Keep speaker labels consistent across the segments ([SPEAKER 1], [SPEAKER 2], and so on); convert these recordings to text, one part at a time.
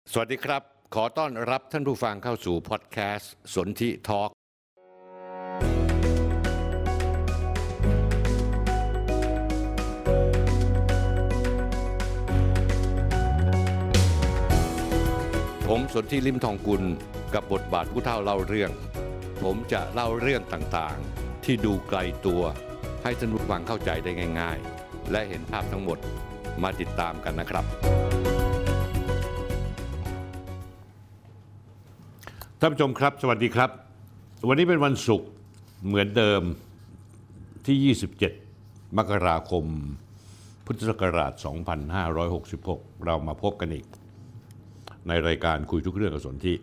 [SPEAKER 1] สวัสดีครับขอต้อนรับท่านผู้ฟังเข้าสู่พอดแคสต์สนธิทอล์กผมสนธิลิมทองกุลกับบทบาทผู้เฒ่าเล่าเรื่องผมจะเล่าเรื่องต่างๆที่ดูไกลตัวให้ท่านผู้ฟังเข้าใจได้ง่ายๆและเห็นภาพทั้งหมดมาติดตามกันนะครับท่านผู้ชมครับสวัสดีครับวันนี้เป็นวันศุกร์เหมือนเดิมที่27มกราคมพุทธศักราช2566เรามาพบกันอีกในรายการคุยทุกเรื่องกับสนธิ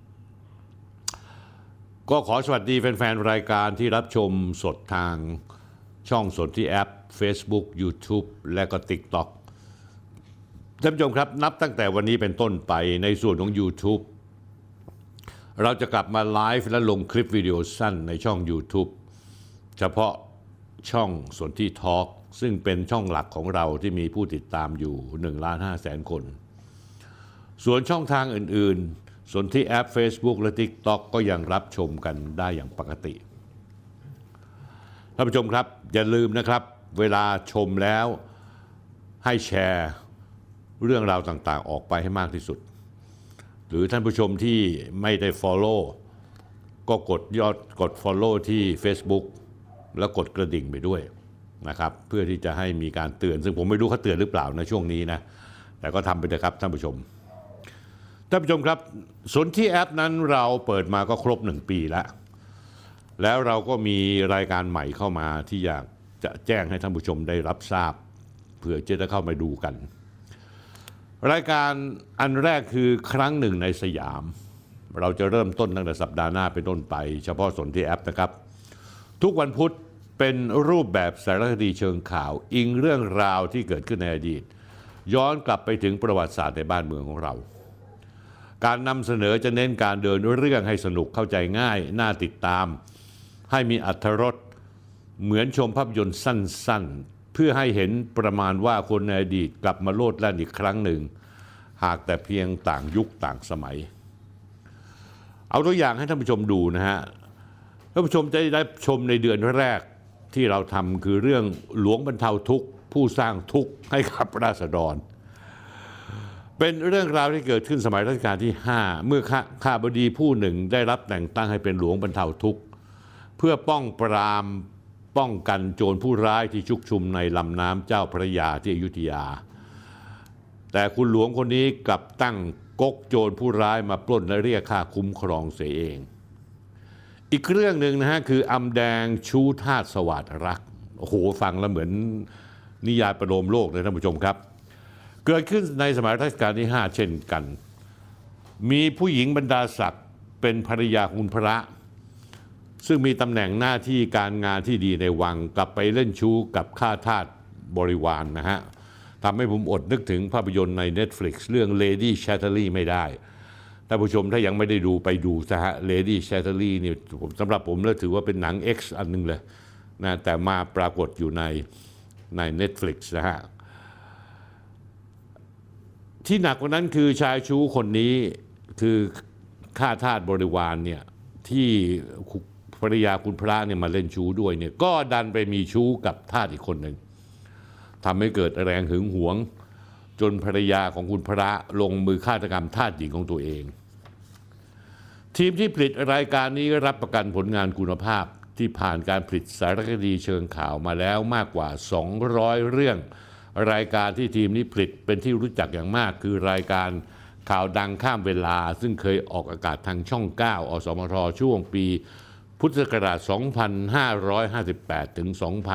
[SPEAKER 1] ก็ขอสวัสดีแฟนๆรายการที่รับชมสดทางช่องสนธิแอป Facebook YouTube และก็ TikTok ท่านผู้ชมครับนับตั้งแต่วันนี้เป็นต้นไปในส่วนของ YouTubeเราจะกลับมาไลฟ์และลงคลิปวิดีโอสั้นในช่อง YouTube เฉพาะช่องสนธิทอล์กซึ่งเป็นช่องหลักของเราที่มีผู้ติดตามอยู่ 1,500,000 คนส่วนช่องทางอื่นๆสนธิแอป Facebook และ TikTok ก็ยังรับชมกันได้อย่างปกติท่านผู้ชมครับอย่าลืมนะครับเวลาชมแล้วให้แชร์เรื่องราวต่างๆออกไปให้มากที่สุดหรือท่านผู้ชมที่ไม่ได้ follow ก็กด follow ที่ Facebook แล้วกดกระดิ่งไปด้วยนะครับเพื่อที่จะให้มีการเตือนซึ่งผมไม่รู้เขาเตือนหรือเปล่าในช่วงนี้นะแต่ก็ทำไปเถอะครับท่านผู้ชมครับสนธิแอปนั้นเราเปิดมาก็ครบ1 ปีแล้วเราก็มีรายการใหม่เข้ามาที่อยากจะแจ้งให้ท่านผู้ชมได้รับทราบเพื่อจะได้เข้ามาดูกันรายการอันแรกคือครั้งหนึ่งในสยามเราจะเริ่มต้นตั้งแต่สัปดาห์หน้าเป็นต้นไปเฉพาะสนธิแอปนะครับทุกวันพุธเป็นรูปแบบสารคดีเชิงข่าวอิงเรื่องราวที่เกิดขึ้นในอดีตย้อนกลับไปถึงประวัติศาสตร์ในบ้านเมืองของเราการนำเสนอจะเน้นการเดินเรื่องให้สนุกเข้าใจง่ายน่าติดตามให้มีอรรถรสเหมือนชมภาพยนตร์สั้นๆเพื่อให้เห็นประมาณว่าคนในอดีตกลับมาโลดแล่นอีกครั้งหนึ่งหากแต่เพียงต่างยุคต่างสมัยเอาตัวอย่างให้ท่านผู้ชมดูนะฮะท่านผู้ชมจะได้ชมในเดือนแรกที่เราทำคือเรื่องหลวงบรรเทาทุกข์ผู้สร้างทุกข์ให้กับราษฎรเป็นเรื่องราวที่เกิดขึ้นสมัยรัชกาลที่5เมื่อข้าบดีผู้หนึ่งได้รับแต่งตั้งให้เป็นหลวงบรรเทาทุกข์เพื่อป้องกันโจรผู้ร้ายที่ชุกชุมในลำน้ำเจ้าพระยาที่อยุธยาแต่คุณหลวงคนนี้กลับตั้งก๊กโจรผู้ร้ายมาปล้นและเรียกค่าคุ้มครองเสียเองอีกเรื่องหนึ่งนะฮะคืออำแดงชู้ทาสสวัสดิ์รักโอ้โหฟังแล้วเหมือนนิยายประโลมโลกเลยท่านผู้ชมครับเกิดขึ้นในสมัยรัชกาลที่5เช่นกันมีผู้หญิงบรรดาศักดิ์เป็นภรรยาคุณพระซึ่งมีตำแหน่งหน้าที่การงานที่ดีในวังกลับไปเล่นชู้กับข้าทาสบริวารนะฮะทำให้ผมอดนึกถึงภาพยนตร์ใน Netflix เรื่อง Lady Chatterley ไม่ได้ท่านผู้ชมถ้ายังไม่ได้ดูไปดูซะฮะ Lady Chatterley นี่สำหรับผมแล้วถือว่าเป็นหนัง X อันนึงเลยนะแต่มาปรากฏอยู่ใน Netflix นะฮะที่หนักกว่านั้นคือชายชู้คนนี้คือข้าทาสบริวารเนี่ยที่ภรรยาคุณพระเนี่ยมาเล่นชู้ด้วยเนี่ยก็ดันไปมีชู้กับทาสอีกคนหนึ่งทำให้เกิดแรงหึงหวงจนภรรยาของคุณพระลงมือฆาตกรรมทาสหญิงของตัวเองทีมที่ผลิตรายการนี้รับประกันผลงานคุณภาพที่ผ่านการผลิตสารคดีเชิงข่าวมาแล้วมากกว่า200เรื่องรายการที่ทีมนี้ผลิตเป็นที่รู้จักอย่างมากคือรายการข่าวดังข้ามเวลาซึ่งเคยออกอากาศทางช่อง9อสมทช่วงปีพุทธศักราช2558ถึง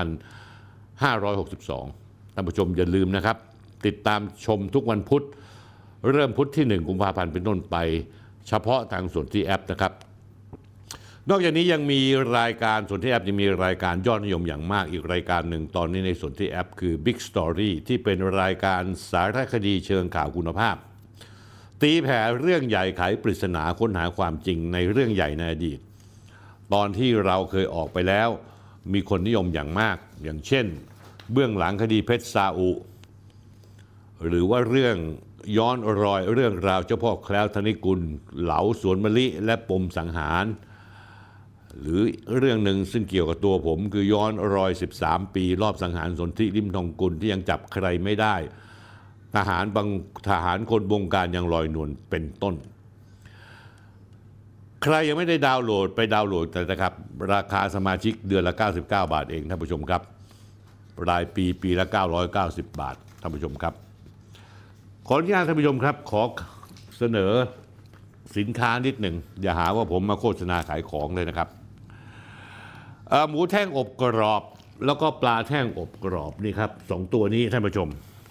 [SPEAKER 1] 2562ท่านผู้ชมอย่าลืมนะครับติดตามชมทุกวันพุธเริ่มพุธที่1กุมภาพันธ์เป็นต้นไปเฉพาะทางสนธิแอปนะครับนอกจากนี้ยังมีรายการสนธิแอปยังมีรายการยอดนิยมอย่างมากอีกรายการหนึ่งตอนนี้ในสนธิแอปคือ Big Story ที่เป็นรายการสารคดีเชิงข่าวคุณภาพตีแผ่เรื่องใหญ่ไขปริศนาค้นหาความจริงในเรื่องใหญ่ในอดีตตอนที่เราเคยออกไปแล้วมีคนนิยมอย่างมากอย่างเช่นเบื้องหลังคดีเพชรซาอุหรือว่าเรื่องย้อนรอยเรื่องราวเจ้าพ่อแคล้วธนิกุลเหลาสวนมะลิและปมสังหารหรือเรื่องหนึ่งซึ่งเกี่ยวกับตัวผมคือย้อนรอย13ปีรอบสังหารสนธิริมทองกุลที่ยังจับใครไม่ได้ทหารคนบงการยังลอยนวลเป็นต้นใครยังไม่ได้ดาวน์โหลดไปดาวน์โหลดกันนะครับราคาสมาชิกเดือนละ99 บาทเองท่านผู้ชมครับรายปีละ990 บาทท่านผู้ชมครับขออนุญาตท่านผู้ชมครับขอเสนอสินค้านิดหนึ่งอย่าหาว่าผมมาโฆษณาขายของเลยนะครับหมูแท่งอบกรอบแล้วก็ปลาแท่งอบกรอบนี่ครับ2ตัวนี้ท่านผู้ชม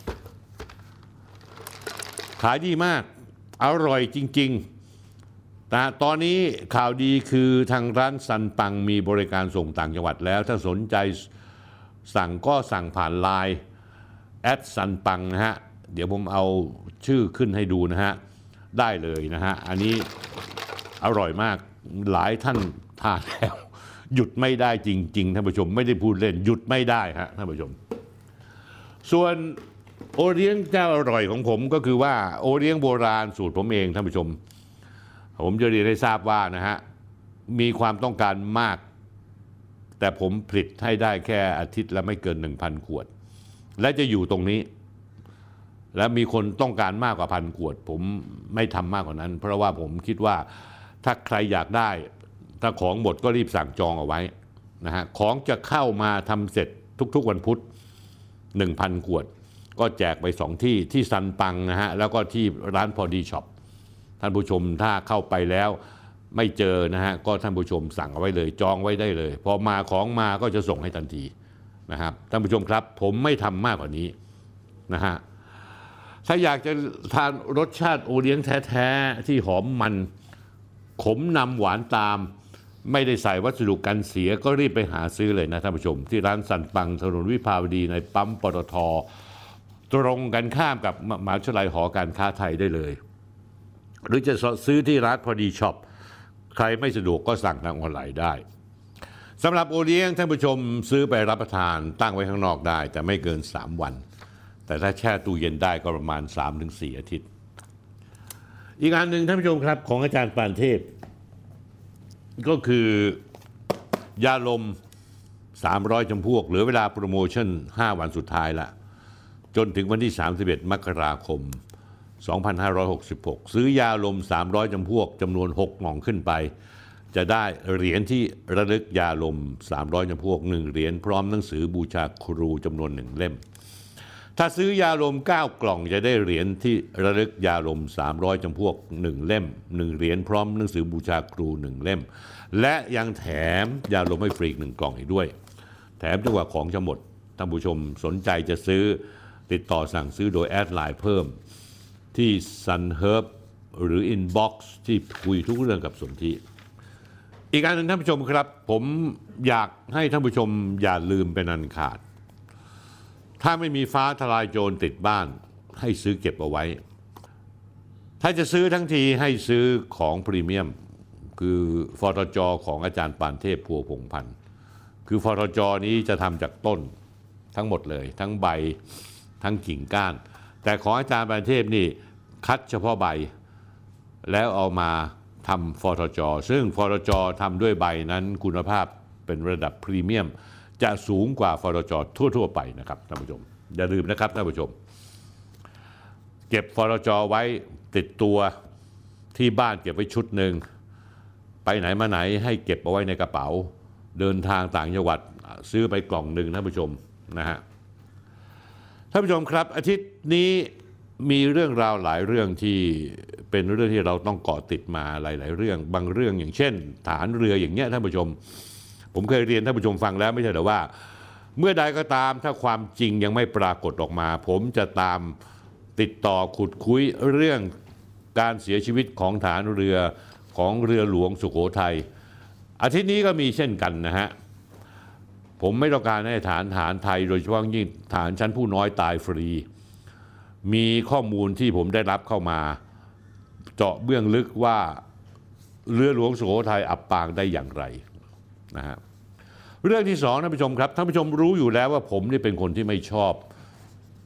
[SPEAKER 1] ขายดีมากอร่อยจริงๆแต่ตอนนี้ข่าวดีคือทางร้านซันปังมีบริการส่งต่างจังหวัดแล้วถ้าสนใจสั่งก็สั่งผ่านไลน์ซันปังนะฮะเดี๋ยวผมเอาชื่อขึ้นให้ดูนะฮะได้เลยนะฮะอันนี้อร่อยมากหลายท่านทานแล้วหยุดไม่ได้จริงๆท่านผู้ชมไม่ได้พูดเล่นหยุดไม่ได้ฮะท่านผู้ชมส่วนโอเลี้ยงเจ้าอร่อยของผมก็คือว่าโอเลี้ยงโบราณสูตรผมเองท่านผู้ชมผมจะเรียนให้ทราบว่านะฮะมีความต้องการมากแต่ผมผลิตให้ได้แค่อาทิตย์ละไม่เกิน 1,000 ขวดและจะอยู่ตรงนี้และมีคนต้องการมากกว่า1,000 ขวดผมไม่ทำมากกว่านั้นเพราะว่าผมคิดว่าถ้าใครอยากได้ถ้าของหมดก็รีบสั่งจองเอาไว้นะฮะของจะเข้ามาทำเสร็จทุกๆวันพุธ 1,000 ขวดก็แจกไป2ที่ซันปังนะฮะแล้วก็ที่ร้านพอดีช็อปท่านผู้ชมถ้าเข้าไปแล้วไม่เจอนะฮะก็ท่านผู้ชมสั่งเอาไว้เลยจองไว้ได้เลยพอมาของมาก็จะส่งให้ทันทีนะครับท่านผู้ชมครับผมไม่ทำมากกว่านี้นะฮะถ้าอยากจะทานรสชาติโอเลี้ยงแท้ๆที่หอมมันขมนำหวานตามไม่ได้ใส่วัสดุกันเสียก็รีบไปหาซื้อเลยนะท่านผู้ชมที่ร้านสันปังถนนวิภาวดีในปั๊มปตท.ตรงกันข้ามกับมหาวิทยาลัยหอการค้าไทยได้เลยหรือจะซื้อที่ร้านพอดีช็อปใครไม่สะดวกก็สั่งทางออนไลน์ได้สำหรับโอเลี้ยงท่านผู้ชมซื้อไปรับประทานตั้งไว้ข้างนอกได้แต่ไม่เกิน3 วันแต่ถ้าแช่ตู้เย็นได้ก็ประมาณ 3-4 อาทิตย์อีกอันหนึ่งท่านผู้ชมครับของอาจารย์ปานเทพก็คือยาลม300 จำพวกเหลือเวลาโปรโมชั่น5 วันสุดท้ายละจนถึงวันที่31 มกราคม 2566ซื้อยาลม300 จำพวกจำนวน6 กล่องขึ้นไปจะได้เหรียญที่ระลึกยาลม300 จำพวก1 เหรียญพร้อมหนังสือบูชาครูจำนวน1 เล่มถ้าซื้อยาลม9 กล่องจะได้เหรียญที่ระลึกยาลม300 จำพวก1 เล่ม1 เหรียญพร้อมหนังสือบูชาครู1 เล่มและยังแถมยาลมให้ฟรี1 กล่องอีกด้วยแถมจนกว่าของจะหมดท่านผู้ชมสนใจจะซื้อติดต่อสั่งซื้อโดยแอดไลน์เพิ่มที่ Sunherb หรือ Inbox ที่คุยทุกเรื่องกับสนธิอีกอันหนึ่งท่านผู้ชมครับผมอยากให้ท่านผู้ชมอย่าลืมเป็นอันขาดถ้าไม่มีฟ้าทลายโจรติดบ้านให้ซื้อเก็บเอาไว้ถ้าจะซื้อทั้งทีให้ซื้อของพรีเมียมคือฟตจ.ของอาจารย์ปานเทพพัวพงษ์พันธ์คือฟตจ.นี้จะทำจากต้นทั้งหมดเลยทั้งใบทั้งกิ่งก้านแต่ของอาจารย์ปานเทพนี่คัดเฉพาะใบแล้วเอามาทำฟตจ.ซึ่งฟตจ.ทำด้วยใบนั้นคุณภาพเป็นระดับพรีเมียมจะสูงกว่าฟตจ.ทั่วๆไปนะครับท่านผู้ชมอย่าลืมนะครับท่านผู้ชมเก็บฟตจ.ไว้ติดตัวที่บ้านเก็บไว้ชุดหนึ่งไปไหนมาไหนให้เก็บเอาไว้ในกระเป๋าเดินทางต่างจังหวัดซื้อไปกล่องหนึ่งท่านผู้ชมนะฮะท่านผู้ชมครับอาทิตย์นี้มีเรื่องราวหลายเรื่องที่เป็นเรื่องที่เราต้องเกาะติดมาหลายๆเรื่องบางเรื่องอย่างเช่นฐานเรืออย่างเงี้ยท่านผู้ชมผมเคยเรียนท่านผู้ชมฟังแล้วไม่ใช่หรือว่าเมื่อใดก็ตามถ้าความจริงยังไม่ปรากฏออกมาผมจะตามติดต่อขุดคุยเรื่องการเสียชีวิตของฐานเรือของเรือหลวงสุโขทัยอาทิตย์นี้ก็มีเช่นกันนะฮะผมไม่ต้องการให้ฐานไทยโดยเฉพาะยิ่งฐานชั้นผู้น้อยตายฟรีมีข้อมูลที่ผมได้รับเข้ามาเจาะเบื้องลึกว่าเรือหลวงสุโขทัยอับปางได้อย่างไรนะฮะเรื่องที่2ท่านผู้ชมครับท่านผู้ชมรู้อยู่แล้วว่าผมนี่เป็นคนที่ไม่ชอบ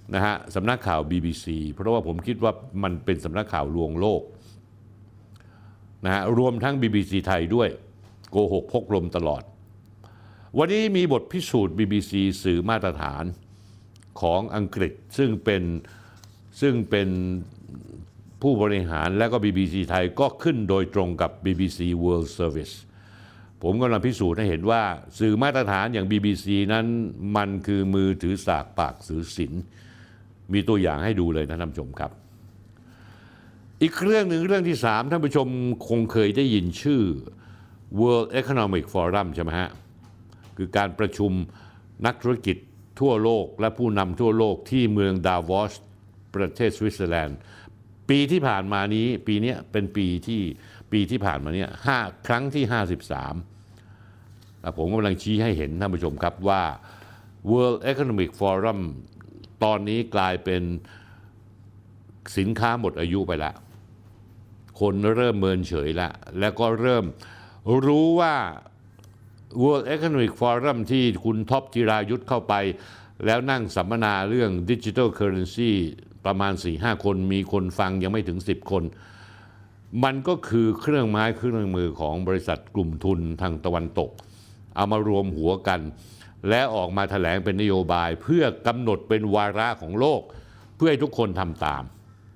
[SPEAKER 1] นะฮะสำนักข่าว BBC เพราะว่าผมคิดว่ามันเป็นสำนักข่าวลวงโลกนะฮะรวมทั้ง BBC ไทยด้วยโกหกพกลมตลอดวันนี้มีบทพิสูจน์ BBC สื่อมาตรฐานของอังกฤษซึ่งเป็นผู้บริหารและก็ BBC ไทยก็ขึ้นโดยตรงกับ BBC World Service ผมกำลังพิสูจน์ให้เห็นว่าสื่อมาตรฐานอย่าง BBC นั้นมันคือมือถือสากปากถือศีลมีตัวอย่างให้ดูเลยนะท่านผู้ชมครับอีกเรื่องหนึ่งเรื่องที่3ท่านผู้ชมคงเคยได้ยินชื่อ World Economic Forum ใช่ไหมฮะคือการประชุมนักธุรกิจทั่วโลกและผู้นำทั่วโลกที่เมืองดาวอสประเทศสวิตเซอร์แลนด์ปีที่ผ่านมานี้ปีนี้เป็นปีที่ผ่านมานี้ครั้งที่53ผมกำลังชี้ให้เห็นท่านผู้ชมครับว่า World Economic Forum ตอนนี้กลายเป็นสินค้าหมดอายุไปแล้วคนเริ่มเมินเฉยแล้วแล้วก็เริ่มรู้ว่า World Economic Forum ที่คุณท็อปจิรายุทธเข้าไปแล้วนั่งสัมมนาเรื่อง Digital Currency ประมาณ 4-5 คนมีคนฟังยังไม่ถึง10คนมันก็คือเครื่องไม้เครื่องมือของบริษัทกลุ่มทุนทางตะวันตกเอามารวมหัวกันและออกมาแถลงเป็นนโยบายเพื่อกำหนดเป็นวาระของโลกเพื่อให้ทุกคนทำตาม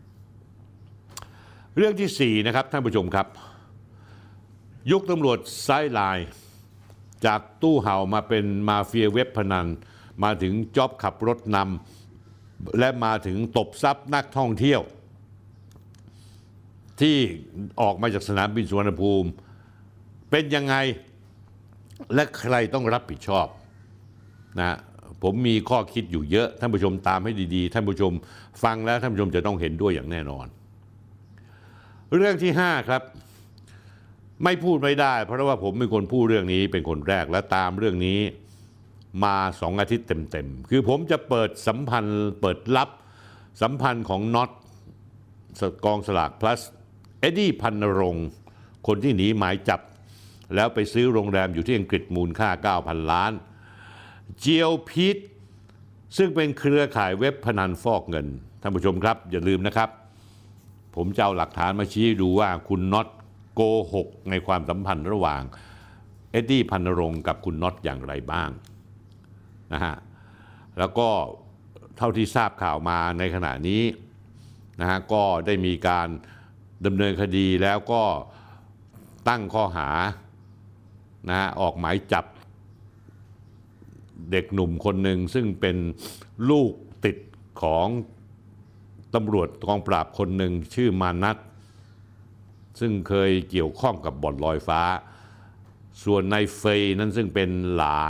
[SPEAKER 1] เรื่องที่4นะครับท่านผู้ชมครับยุคตำรวจไซด์ไลน์จากตู้เห่ามาเป็นมาเฟียเว็บพนันมาถึงจ็อบขับรถนำและมาถึงตบทรัพย์นักท่องเที่ยวที่ออกมาจากสนามบินสุวรรณภูมิเป็นยังไงและใครต้องรับผิดชอบนะผมมีข้อคิดอยู่เยอะท่านผู้ชมตามให้ดีๆท่านผู้ชมฟังแล้วท่านผู้ชมจะต้องเห็นด้วยอย่างแน่นอนเรื่องที่5ครับไม่พูดไม่ได้เพราะว่าผมเป็นคนพูดเรื่องนี้เป็นคนแรกและตามเรื่องนี้มา2 อาทิตย์เต็มๆคือผมจะเปิดสัมพันธ์เปิดลับสัมพันธ์ของน็อตกองสลาก plus เอ็ดดี้พันนรงค์คนที่หนีหมายจับแล้วไปซื้อโรงแรมอยู่ที่อังกฤษมูลค่า 9,000 ล้านเจียวพีทซึ่งเป็นเครือข่ายเว็บพนันฟอกเงินท่านผู้ชมครับอย่าลืมนะครับผมจะเอาหลักฐานมาชี้ดูว่าคุณน็อตโกหกในความสัมพันธ์ระหว่างเอ็ดดี้พันนรงค์กับคุณน็อตอย่างไรบ้างนะฮะแล้วก็เท่าที่ทราบข่าวมาในขณะนี้นะฮะก็ได้มีการดำเนินคดีแล้วก็ตั้งข้อหานะฮะออกหมายจับเด็กหนุ่มคนหนึ่งซึ่งเป็นลูกติดของตำรวจกองปราบคนหนึ่งชื่อมานัทซึ่งเคยเกี่ยวข้องกับบ่อนลอยฟ้าส่วนนายเฟยนั้นซึ่งเป็นหลาน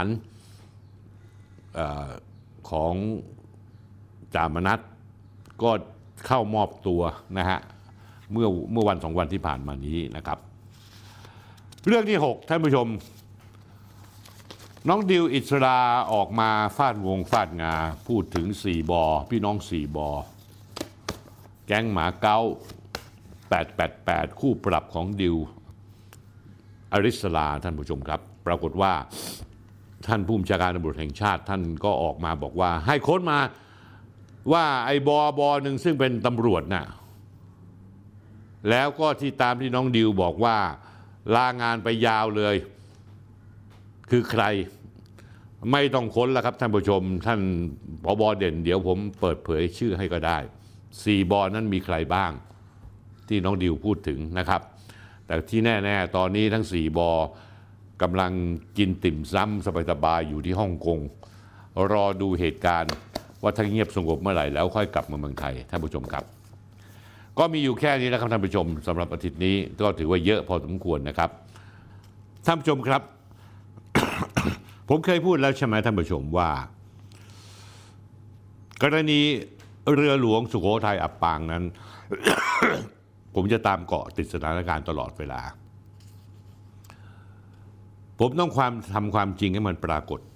[SPEAKER 1] ของจ่ามนัทก็เข้ามอบตัวนะฮะเมื่อวัน2 วันที่ผ่านมานี้นะครับเรื่องที่6ท่านผู้ชมน้องดิวอิสราออกมาฟาดงงาพูดถึง4 บอพี่น้อง4 บอแก๊งหมาเก้า888คู่ปรับของดิวอริสลาท่านผู้ชมครับปรากฏว่าท่านผู้บัญชาการตำรวจแห่งชาติท่านก็ออกมาบอกว่าให้ค้นมาว่าไอ้บอหนึ่งซึ่งเป็นตำรวจน่ะแล้วก็ที่ตามที่น้องดิวบอกว่าลางานไปยาวเลยคือใครไม่ต้องค้นแล้วครับท่านผู้ชมท่านผบ.เด่นเดี๋ยวผมเปิดเผยชื่อให้ก็ได้4 บอนั้นมีใครบ้างที่น้องดิวพูดถึงนะครับแต่ที่แน่ๆตอนนี้ทั้ง4 บอกำลังกินติ่มซ้ำสบายๆอยู่ที่ฮ่องกงรอดูเหตุการณ์ว่าถ้าเงียบสงบเมื่อไหร่แล้วค่อยกลับมาเมืองไทยท่านผู้ชมครับก็มีอยู่แค่นี้นะครับท่านผู้ชมสำหรับอาทิตย์นี้ก็ถือว่าเยอะพอสมควรนะครับท่านผู้ชมครับ ผมเคยพูดแล้วใช่ไหมท่านผู้ชมว่ากรณีเรือหลวงสุโขทัยอับปางนั้น ผมจะตามเกาะติดสถานการณ์ตลอดเวลาผมต้องทำความจริงให้มันปรากฏ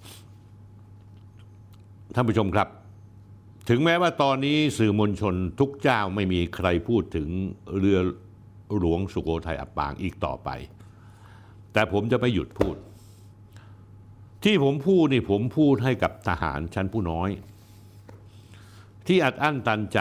[SPEAKER 1] ท่านผู้ชมครับถึงแม้ว่าตอนนี้สื่อมวลชนทุกเจ้าไม่มีใครพูดถึงเรือหลวงสุโขทัยอับปางอีกต่อไปแต่ผมจะไม่หยุดพูดที่ผมพูดนี่ผมพูดให้กับทหารชั้นผู้น้อยที่อัดอั้นตันใจ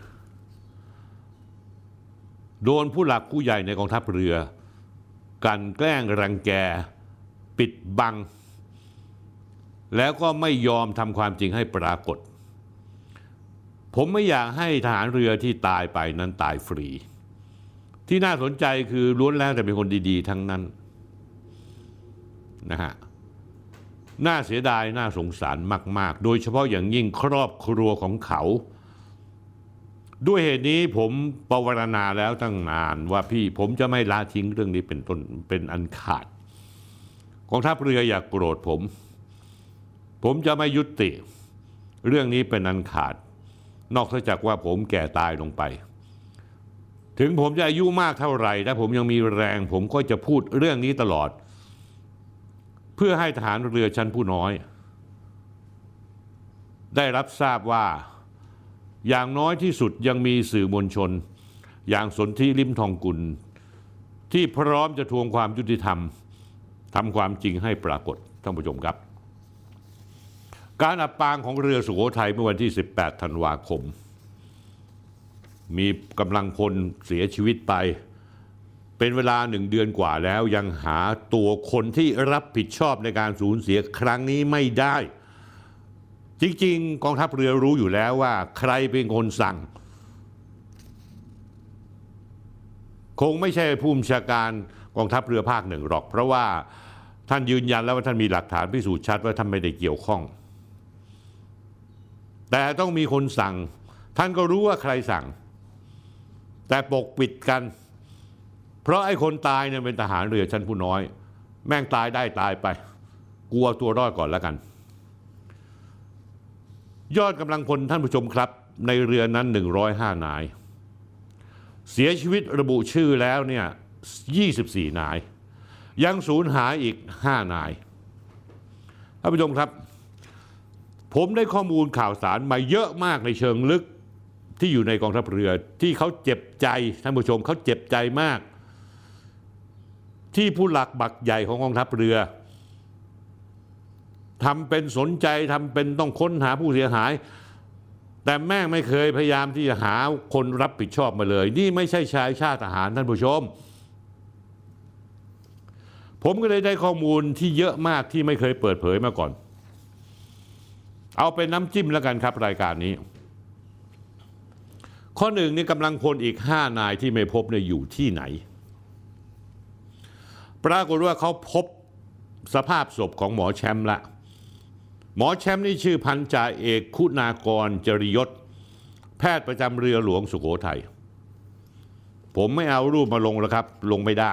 [SPEAKER 1] โดนผู้หลักผู้ใหญ่ในกองทัพเรือกลั่นแกล้งรังแกปิดบังแล้วก็ไม่ยอมทำความจริงให้ปรากฏผมไม่อยากให้ทหารเรือที่ตายไปนั้นตายฟรีที่น่าสนใจคือล้วนแล้วแต่เป็นคนดีๆทั้งนั้นนะฮะน่าเสียดายน่าสงสารมากๆโดยเฉพาะอย่างยิ่งครอบครัวของเขาด้วยเหตุนี้ผมปวารณาแล้วตั้งนานว่าผมจะไม่ละทิ้งเรื่องนี้เป็นต้นเป็นอันขาดกองทัพเรืออย่าโกรธผมจะไม่ยุติเรื่องนี้เป็นอันขาดนอกจากว่าผมแก่ตายลงไปถึงผมจะอายุมากเท่าไหร่ถ้าผมยังมีแรงผมก็จะพูดเรื่องนี้ตลอดเพื่อให้ทหารเรือชั้นผู้น้อยได้รับทราบว่าอย่างน้อยที่สุดยังมีสื่อมวลชนอย่างสนธิลิ้มทองกุลที่พร้อมจะทวงความยุติธรรมทำความจริงให้ปรากฏท่านผู้ชมครับการอับปางของเรือสุโขทัยเมื่อวันที่18ธันวาคมมีกำลังพลเสียชีวิตไปเป็นเวลา1 เดือนกว่าแล้วยังหาตัวคนที่รับผิดชอบในการสูญเสียครั้งนี้ไม่ได้จริงๆกองทัพเรือรู้อยู่แล้วว่าใครเป็นคนสั่งคงไม่ใช่ผู้บัญชาการกองทัพเรือภาค 1หรอกเพราะว่าท่านยืนยันแล้วว่าท่านมีหลักฐานพิสูจน์ชัดว่าท่านไม่ได้เกี่ยวข้องแต่ต้องมีคนสั่งท่านก็รู้ว่าใครสั่งแต่ปกปิดกันเพราะไอ้คนตายเนี่ยเป็นทหารเรือชั้นผู้น้อยแม่งตายได้ตายไปกลัวตัวรอดก่อนแล้วกันยอดกำลังพลท่านผู้ชมครับในเรือนั้น105นายเสียชีวิตระบุชื่อแล้วเนี่ย24นายยังสูญหายอีก5นายท่านผู้ชมครับผมได้ข้อมูลข่าวสารมาเยอะมากในเชิงลึกที่อยู่ในกองทัพเรือที่เขาเจ็บใจท่านผู้ชมเขาเจ็บใจมากที่ผู้หลักบักใหญ่ของกองทัพเรือทำเป็นสนใจทำเป็นต้องค้นหาผู้เสียหายแต่แม่งไม่เคยพยายามที่จะหาคนรับผิดชอบมาเลยนี่ไม่ใช่ชายชาติทหารท่านผู้ชมผมก็เลยได้ข้อมูลที่เยอะมากที่ไม่เคยเปิดเผยมาก่อนเอาเป็นน้ำจิ้มแล้วกันครับรายการนี้ข้อ 1นี่กำลังพลอีก5นายที่ไม่พบเนี่ยอยู่ที่ไหนปรากฏว่าเขาพบสภาพศพของหมอแชมป์ละหมอแชมป์นี่ชื่อพันจ่าเอกคุณากรจริยศแพทย์ประจำเรือหลวงสุโขทัยผมไม่เอารูปมาลงแล้วครับลงไม่ได้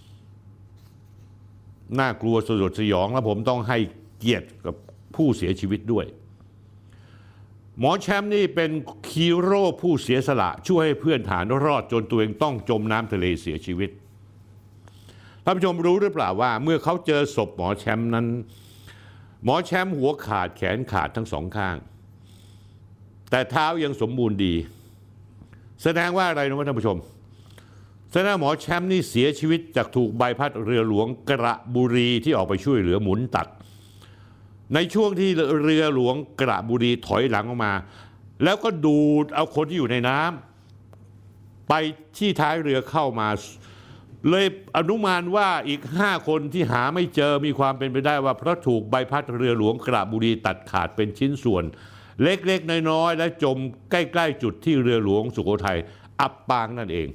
[SPEAKER 1] น่ากลัวสยดสยองแล้วผมต้องให้เกียรติกับผู้เสียชีวิตด้วยหมอแชมป์นี่เป็นฮีโร่ผู้เสียสละช่วยให้เพื่อนทหารรอดจนตัวเองต้องจมน้ำทะเลเสียชีวิตท่านผู้ชมรู้หรือเปล่าว่าเมื่อเขาเจอศพหมอแชมป์นั้นหมอแชมป์หัวขาดแขนขาดทั้งสองข้างแต่เท้ายังสมบูรณ์ดีแสดงว่าอะไรนะท่านผู้ชมแสดงว่าหมอแชมป์นี่เสียชีวิตจากถูกใบพัดเรือหลวงกระบุรีที่ออกไปช่วยเหลือหมุนตัดในช่วงที่เรือหลวงกระบุรีถอยหลังออกมาแล้วก็ดูดเอาคนที่อยู่ในน้ำไปที่ท้ายเรือเข้ามาเลยอนุมานว่าอีก5คนที่หาไม่เจอมีความเป็นไปได้ว่าเพราะถูกใบพัดเรือหลวงกระบุรีตัดขาดเป็นชิ้นส่วนเล็กๆน้อยๆและจมใกล้ๆจุดที่เรือหลวงสุโขทัยอับปางนั่นเอง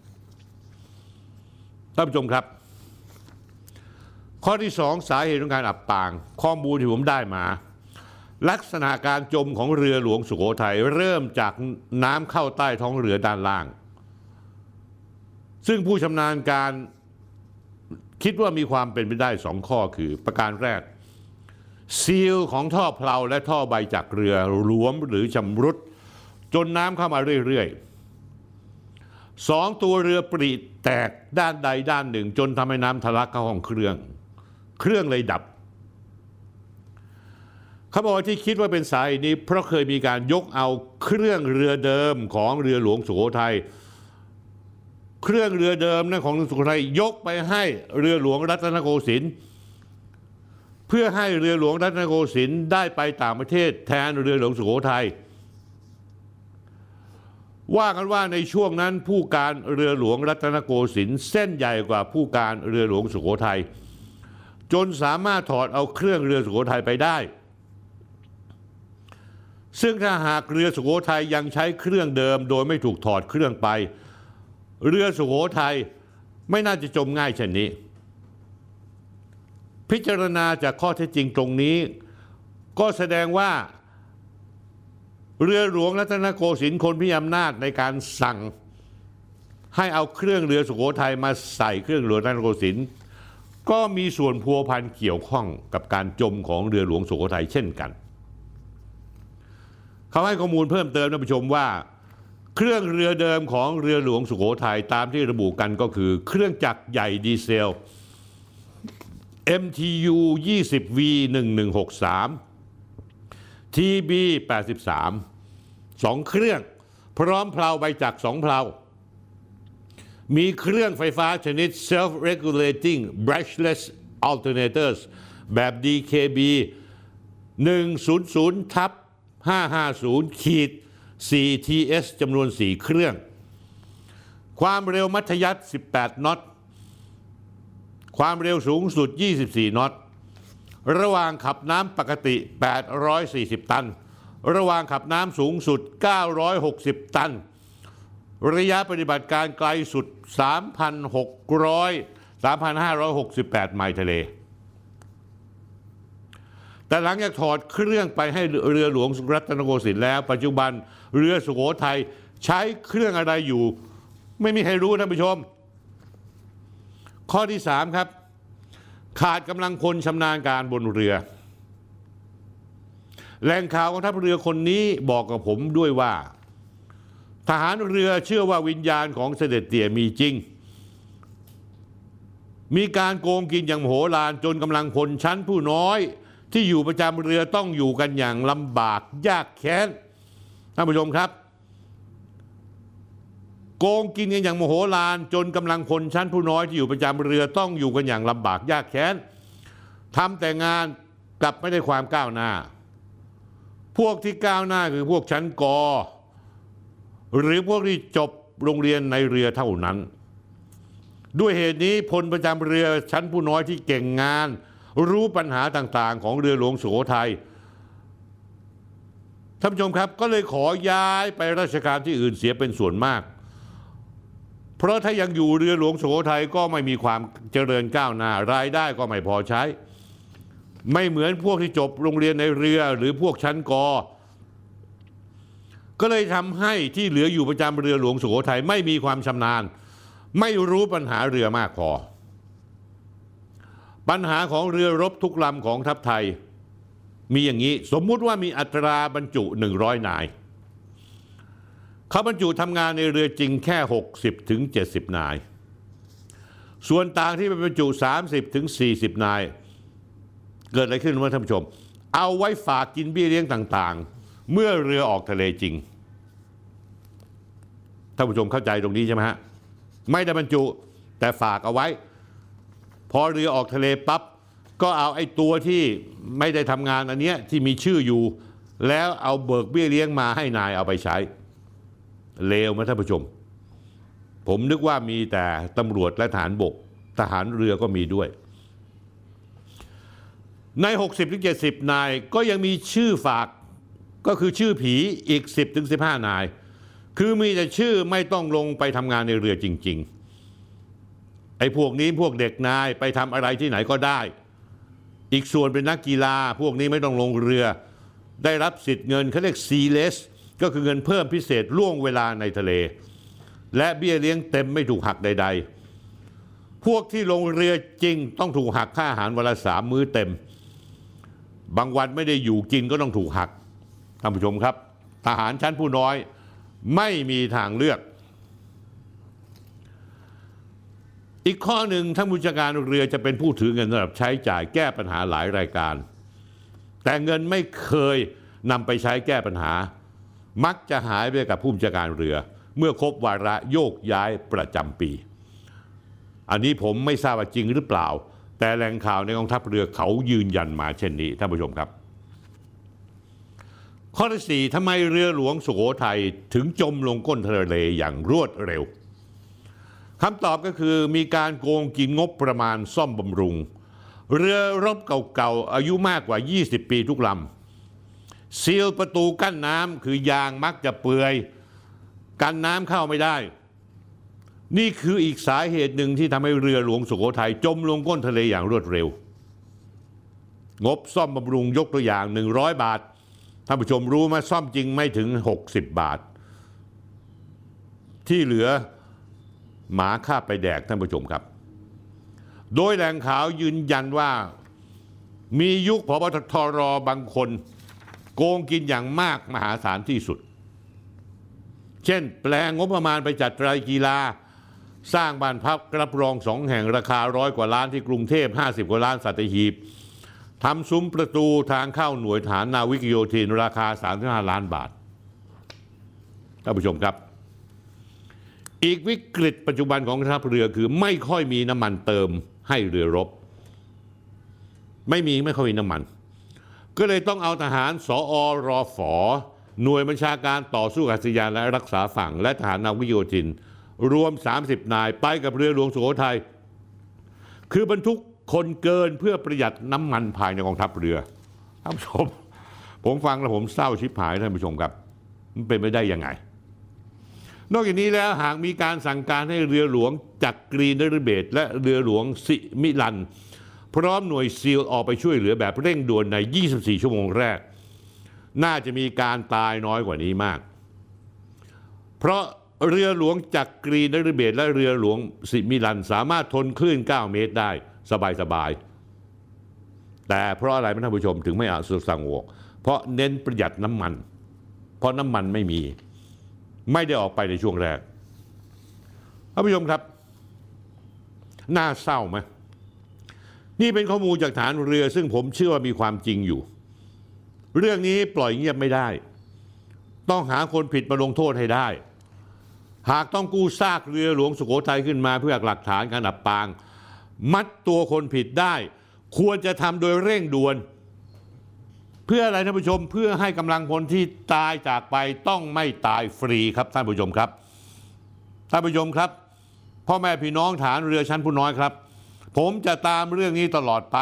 [SPEAKER 1] ท่านผู้ชมครับข้อที่2สาเหตุของการอับปางข้อมูลที่ผมได้มาลักษณะการจมของเรือหลวงสุโขทัยเริ่มจากน้ำเข้าใต้ท้องเรือด้านล่างซึ่งผู้ชำนาญการคิดว่ามีความเป็นไปได้2ข้อคือประการแรกซีลของท่อเพลาและท่อใบจากเรือหลวมหรือชำรุดจนน้ำเข้ามาเรื่อยๆ2ตัวเรือปริแตกด้านใดด้านหนึ่งจนทำให้น้ำทะลักเข้าห้องเครื่องเลยดับเขาบอกที่คิดว่าเป็นสาเหตุนี้เพราะเคยมีการยกเอาเครื่องเรือเดิมของเรือหลวงสุโขทัยเครื่องเรือเดิมนั้นของสุโขทัยยกไปให้เรือหลวงรัตนโกสินทร์เพื่อให้เรือหลวงรัตนโกสินทร์ได้ไปต่างประเทศแทนเรือหลวงสุโขทัยว่ากันว่าในช่วงนั้นผู้การเรือหลวงรัตนโกสินทร์เส้นใหญ่กว่าผู้การเรือหลวงสุโขทัยจนสามารถถอดเอาเครื่องเรือสุโขทัยไปได้ซึ่งถ้าหากเรือสุโขทัยยังใช้เครื่องเดิมโดยไม่ถูกถอดเครื่องไปเรือสุโขทัยไม่น่าจะจมง่ายเช่นนี้พิจารณาจากข้อเท็จจริงตรงนี้ก็แสดงว่าเรือหลวงรัตนโกสินทร์คนมีอำนาจในการสั่งให้เอาเครื่องเรือสุโขทัยมาใส่เครื่องเรือรัตนโกสินทร์ก็มีส่วนพัวพันเกี่ยวข้องกับการจมของเรือหลวงสุโขทัยเช่นกันเขาให้ข้อมูลเพิ่มเติมท่านผู้ชมว่าเครื่องเรือเดิมของเรือหลวงสุโขทัยตามที่ระบุกันก็คือเครื่องจักรใหญ่ดีเซล MTU 20V 1163 TB 83 2เครื่องพร้อมเพลาใบจักร2เพลามีเครื่องไฟฟ้าชนิด self-regulating brushless alternators แบบ DKB 100/550-4TS จำนวน4เครื่องความเร็วมัธยัสถ์18น็อตความเร็วสูงสุด24น็อตระหว่างขับน้ำปกติ840ตันระหว่างขับน้ำสูงสุด960ตันระยะปฏิบัติการไกลสุด 3,568 ไมล์ทะเลแต่หลังจากถอดเครื่องไปให้เรือหลวงรัตนโกสินทร์แล้วปัจจุบันเรือสุโขทัยใช้เครื่องอะไรอยู่ไม่มีใครรู้ท่านผู้ชมข้อที่3ครับขาดกำลังพลชำนาญการบนเรือแหล่งข่าวของทัพเรือคนนี้บอกกับผมด้วยว่าทหารเรือเชื่อว่าวิญญาณของเสด็จเตี่ยมีจริงมีการโกงกินอย่างมโหฬารจนกำลังพลชั้นผู้น้อยที่อยู่ประจำเรือต้องอยู่กันอย่างลำบากยากแค้นท่านผู้ชมครับโกงกินกันอย่างมโหฬารจนกำลังพลชั้นผู้น้อยที่อยู่ประจำเรือต้องอยู่กันอย่างลำบากยากแค้นทำแต่งานกลับไม่ได้ความก้าวหน้าพวกที่ก้าวหน้าคือพวกชั้นก.หรือพวกที่จบโรงเรียนในเรือเท่านั้นด้วยเหตุนี้พลประจำเรือชั้นผู้น้อยที่เก่งงานรู้ปัญหาต่างๆของเรือหลวงสุโขทัยท่านผู้ชมครับก็เลยขอย้ายไปราชการที่อื่นเสียเป็นส่วนมากเพราะถ้ายังอยู่เรือหลวงสุโขทัยก็ไม่มีความเจริญก้าวหน้ารายได้ก็ไม่พอใช้ไม่เหมือนพวกที่จบโรงเรียนในเรือหรือพวกชั้นก.ก็เลยทำให้ที่เหลืออยู่ประจำเรือหลวงสุโขทัยไม่มีความชำนาญไม่รู้ปัญหาเรือมากพอปัญหาของเรือรบทุกลำของทัพไทยมีอย่างนี้สมมุติว่ามีอัตราบรรจุ100นายเขาบรรจุทำงานในเรือจริงแค่60 ถึง 70นายส่วนต่างที่เป็นบรรจุ30 ถึง 40นายเกิดอะไรขึ้นวะท่านผู้ชมเอาไว้ฝากกินเบี้ยเลี้ยงต่างๆเมื่อเรือออกทะเลจริงท่านผู้ชมเข้าใจตรงนี้ใช่ไหมฮะไม่ได้บรรจุแต่ฝากเอาไว้พอเรือออกทะเลปั๊บก็เอาไอ้ตัวที่ไม่ได้ทำงานอันเนี้ยที่มีชื่ออยู่แล้วเอาเบิกเบี้ยเลี้ยงมาให้นายเอาไปใช้เลวไหมท่านผู้ชมผมนึกว่ามีแต่ตำรวจและทหารบกทหารเรือก็มีด้วยใน60-70นายก็ยังมีชื่อฝากก็คือชื่อผีอีก10-15นายคือมีแต่ชื่อไม่ต้องลงไปทำงานในเรือจริงๆไอ้พวกนี้พวกเด็กนายไปทำอะไรที่ไหนก็ได้อีกส่วนเป็นนักกีฬาพวกนี้ไม่ต้องลงเรือได้รับสิทธิ์เงินเขาเรียก Sealess ก็คือเงินเพิ่มพิเศษล่วงเวลาในทะเลและเบี้ยเลี้ยงเต็มไม่ถูกหักใดๆพวกที่ลงเรือจริงต้องถูกหักค่าอาหารวันละ3 มื้อเต็มบางวันไม่ได้อยู่กินก็ต้องถูกหักท่านผู้ชมครับทหารชั้นผู้น้อยไม่มีทางเลือกอีกข้อหนึ่งท่านผู้จัดการเรือจะเป็นผู้ถือเงินสำหรับใช้จ่ายแก้ปัญหาหลายรายการแต่เงินไม่เคยนำไปใช้แก้ปัญหามักจะหายไปกับผู้จัดการเรือเมื่อครบวาระโยกย้ายประจำปีอันนี้ผมไม่ทราบว่าจริงหรือเปล่าแต่แหล่งข่าวในกองทัพเรือเขายืนยันมาเช่นนี้ท่านผู้ชมครับข้อที่ 4ทำไมเรือหลวงสุโขทัยถึงจมลงก้นทะเลอย่างรวดเร็วคำตอบก็คือมีการโกงกินงบประมาณซ่อมบำรุงเรือรบเก่าๆอายุมากกว่า20 ปีทุกลำซีลประตูกั้นน้ำคือยางมักจะเปื่อยกันน้ำเข้าไม่ได้นี่คืออีกสาเหตุหนึ่งที่ทำให้เรือหลวงสุโขทัยจมลงก้นทะเลอย่างรวดเร็วงบซ่อมบำรุงยกตัวอย่าง100 บาทท่านผู้ชมรู้ไหมซ่อมจริงไม่ถึง60 บาทที่เหลือหมาฆ่าไปแดกท่านผู้ชมครับโดยแหล่งข่าวยืนยันว่ามียุคผบ.ทร.บางคนโกงกินอย่างมากมหาศาลที่สุดเช่นแปลงงบประมาณไปจัดไตรกีฬาสร้างบ้านพักรับรอง2 แห่งราคา100 กว่าล้านที่กรุงเทพ50 กว่าล้านสัตหีบทำซุ้มประตูทางเข้าหน่วยฐานนาวิกโยธินราคา35 ล้านบาทท่านผู้ชมครับอีกวิกฤตปัจจุบันของกองทัพเรือคือไม่ค่อยมีน้ำมันเติมให้เรือรบไม่ค่อยมีน้ำมันก็เลยต้องเอาทหารสอรฝหน่วยบัญชาการต่อสู้อากาศยานและรักษาฝั่งและทหารนาวิกโยธินรวม30 นายไปกับเรือหลวงสุโขทัยคือบรรทุกคนเกินเพื่อประหยัดน้ำมันภายในกองทัพเรือท่านผู้ชมผมฟังแล้วผมเศร้าชิบหายท่านผู้ชมครับมันเป็นไปได้ยังไงนอกจากนี้แล้วหากมีการสั่งการให้เรือหลวงจักรีนฤเบศรและเรือหลวงสิมิลันพร้อมหน่วยซีลออกไปช่วยเหลือแบบเร่งด่วนใน24 ชั่วโมงแรกน่าจะมีการตายน้อยกว่านี้มากเพราะเรือหลวงจักรีนฤเบศรและเรือหลวงสิมิลันสามารถทนคลื่น9 เมตรได้สบายๆแต่เพราะอะไรท่านผู้ชมถึงไม่เอาสุดสั่งโวกเพราะเน้นประหยัดน้ำมันเพราะน้ำมันไม่ได้ออกไปในช่วงแรกท่านผู้ชมครับน่าเศร้าไหมนี่เป็นข้อมูลจากฐานเรือซึ่งผมเชื่อว่ามีความจริงอยู่เรื่องนี้ปล่อยเงียบไม่ได้ต้องหาคนผิดมาลงโทษให้ได้หากต้องกู้ซากเรือหลวงสุโขทัยขึ้นมาเพื่อหลักฐานการอับปางมัดตัวคนผิดได้ควรจะทำโดยเร่งด่วนเพื่ออะไรท่านผู้ชมเพื่อให้กำลังพลที่ตายจากไปต้องไม่ตายฟรีครับท่านผู้ชมครับท่านผู้ชมครับพ่อแม่พี่น้องฐานเรือชั้นผู้น้อยครับผมจะตามเรื่องนี้ตลอดไป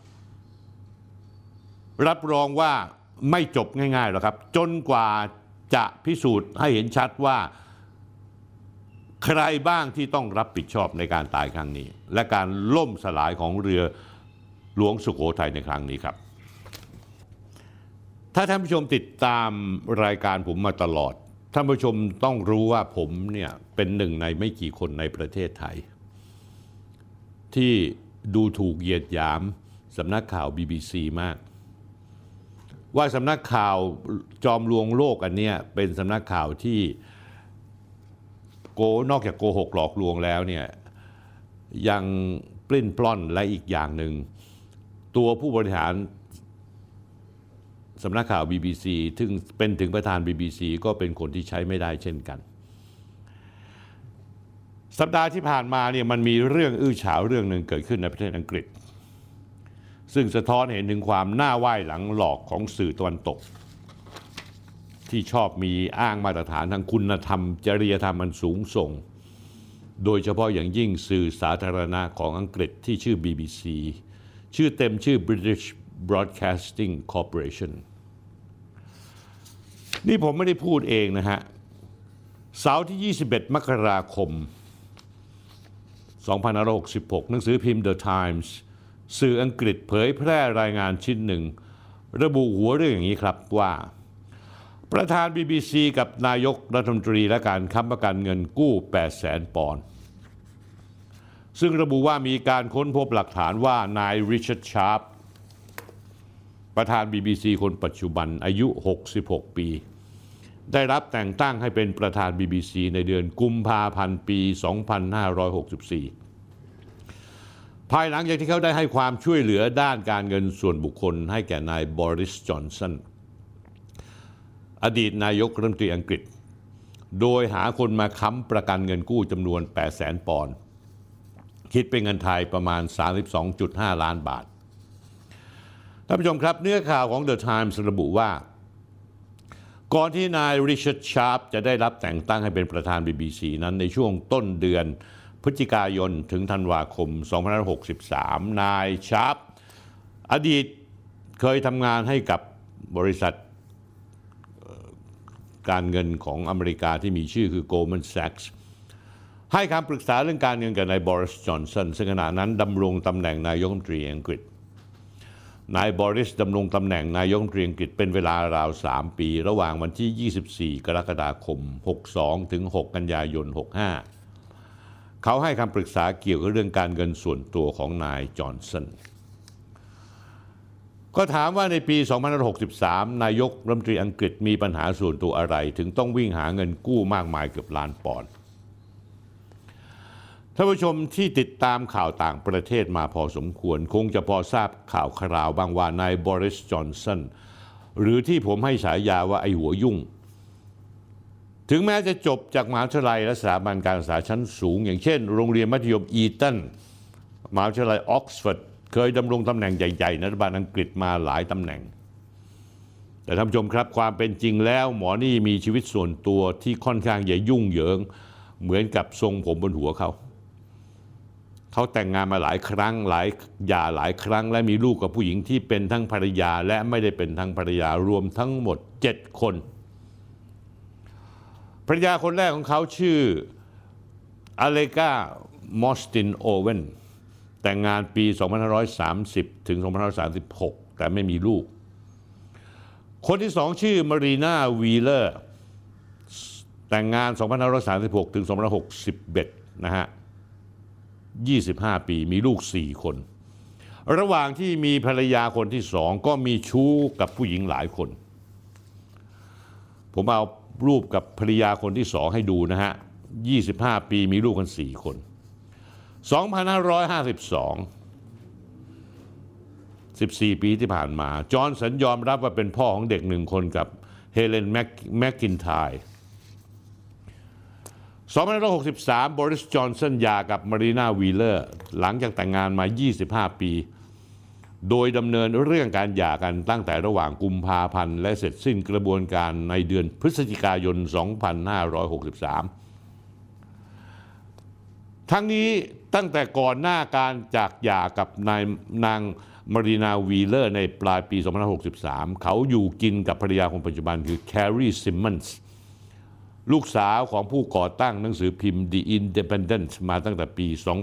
[SPEAKER 1] รับรองว่าไม่จบง่ายๆหรอกครับจนกว่าจะพิสูจน์ให้เห็นชัดว่าใครบ้างที่ต้องรับผิดชอบในการตายครั้งนี้และการล่มสลายของเรือหลวงสุโขทัยในครั้งนี้ครับถ้าท่านผู้ชมติดตามรายการผมมาตลอดท่านผู้ชมต้องรู้ว่าผมเนี่ยเป็นหนึ่งในไม่กี่คนในประเทศไทยที่ดูถูกเหยียดหยามสำนักข่าว BBC มากว่าสำนักข่าวจอมลวงโลกอันเนี้ยเป็นสำนักข่าวที่นอกจากโกหกหลอกลวงแล้วเนี่ยยังปลิ้นปล้อนและอีกอย่างหนึ่งตัวผู้บริหารสำนักข่าว BBC ซึ่งเป็นถึงประธาน BBC ก็เป็นคนที่ใช้ไม่ได้เช่นกันสัปดาห์ที่ผ่านมาเนี่ยมันมีเรื่องอื้อฉาวเรื่องหนึ่งเกิดขึ้นในประเทศอังกฤษซึ่งสะท้อนเห็นถึงความหน้าไหว้หลังหลอกของสื่อตะวันตกที่ชอบมีอ้างมาตรฐานทางคุณธรรมจริยธรรมมันสูงส่งโดยเฉพาะอย่างยิ่งสื่อสาธารณะของอังกฤษที่ชื่อ BBC ชื่อเต็มชื่อ British Broadcasting Corporation นี่ผมไม่ได้พูดเองนะฮะเสาร์ที่ 21 มกราคม 2566 หนังสือพิมพ์ The Times สื่ออังกฤษเผยแพร่รายงานชิ้นหนึ่งระบุหัวเรื่องอย่างนี้ครับว่าประธาน BBC กับนายกรัฐมนตรีและการค้ำประกันเงินกู้ 800,000 ปอนด์ซึ่งระบุว่ามีการค้นพบหลักฐานว่านายริชาร์ด ชาร์ปประธาน BBC คนปัจจุบันอายุ 66 ปีได้รับแต่งตั้งให้เป็นประธาน BBC ในเดือนกุมภาพันธ์ปี 2564 ภายหลังจากที่เขาได้ให้ความช่วยเหลือด้านการเงินส่วนบุคคลให้แก่นายบริส จอนสันอดีตนายกรัฐมนตรีอังกฤษโดยหาคนมาค้ำประกันเงินกู้จำนวน 800,000 ปอนด์คิดเป็นเงินไทยประมาณ 32.5 ล้านบาทท่านผู้ชมครับเนื้อข่าวของ The Times ระบุว่าก่อนที่นายริชาร์ดชาร์ปจะได้รับแต่งตั้งให้เป็นประธาน BBC นั้นในช่วงต้นเดือนพฤศจิกายนถึงธันวาคม 2563 นายชาร์ปอดีตเคยทำงานให้กับบริษัทการเงินของอเมริกาที่มีชื่อคือ Goldman Sachs ให้คำปรึกษาเรื่องการเงินกับนายบริส จอนสันซึ่งขณะนั้นดำรงตำแหน่งนายกรัฐมนตรีอังกฤษนายบริสดำรงตำแหน่งนายกรัฐมนตรีอังกฤษเป็นเวลาราว3 ปีระหว่างวันที่ 24 กรกฎาคม 62 ถึง 6 กันยายน 65 เขาให้คำปรึกษาเกี่ยวกับเรื่องการเงินส่วนตัวของนายจอห์นสันก็ถามว่าในปี 2563 นายกรัฐมนตรีอังกฤษมีปัญหาส่วนตัวอะไรถึงต้องวิ่งหาเงินกู้มากมายเกือบล้านปอนด์ท่านผู้ชมที่ติดตามข่าวต่างประเทศมาพอสมควรคงจะพอทราบข่าวคราวบางว่านายบริส จอนสันหรือที่ผมให้ฉายาว่าไอ้หัวยุ่งถึงแม้จะจบจากมหาวิทยาลัยและสถาบันการศึกษาชั้นสูงอย่างเช่นโรงเรียนมัธยมอีตันมหาวิทยาลัยออกซฟอร์ดเคยดำรงตำแหน่งใหญ่ๆในรัฐบาลอังกฤษมาหลายตำแหน่งแต่ท่านผู้ชมครับความเป็นจริงแล้วหมอนี่มีชีวิตส่วนตัวที่ค่อนข้างจะยุ่งเหยิงเหมือนกับทรงผมบนหัวเขาแต่งงานมาหลายครั้งหลายครั้งและมีลูกกับผู้หญิงที่เป็นทั้งภรรยาและไม่ได้เป็นทั้งภรรยารวมทั้งหมด7 คนภรรยาคนแรกของเขาชื่ออเลกามอสตินโอเวนแต่งงานปี 2530 ถึง 2536 แต่ไม่มีลูกคนที่2ชื่อมารีนาวีเลอร์แต่งงาน 2536 ถึง 2561 นะฮะ25 ปีมีลูก4 คนระหว่างที่มีภรรยาคนที่2ก็มีชู้กับผู้หญิงหลายคนผมเอารูปกับภรรยาคนที่2ให้ดูนะฮะ25 ปีมีลูกกัน4 คน2552 14 ปีที่ผ่านมาจอห์นสันยอมรับว่าเป็นพ่อของเด็ก1 คนกับเฮเลนแมคกินไทร์2563 บริส จอนสันหย่ากับมารีนาวีเลอร์หลังจากแต่งงานมา 25 ปีโดยดำเนินเรื่องการหย่ากันตั้งแต่ระหว่างกุมภาพันธ์และเสร็จสิ้นกระบวนการในเดือนพฤศจิกายน 2563 ทั้งนี้ตั้งแต่ก่อนหน้าการจากหย่ากับนางมารีนาวีเลอร์ในปลายปี 2563 เขาอยู่กินกับภรรยาคนปัจจุบันคือแครีซิมมอนส์ลูกสาวของผู้ก่อตั้งหนังสือพิมพ์ The Independent มาตั้งแต่ปี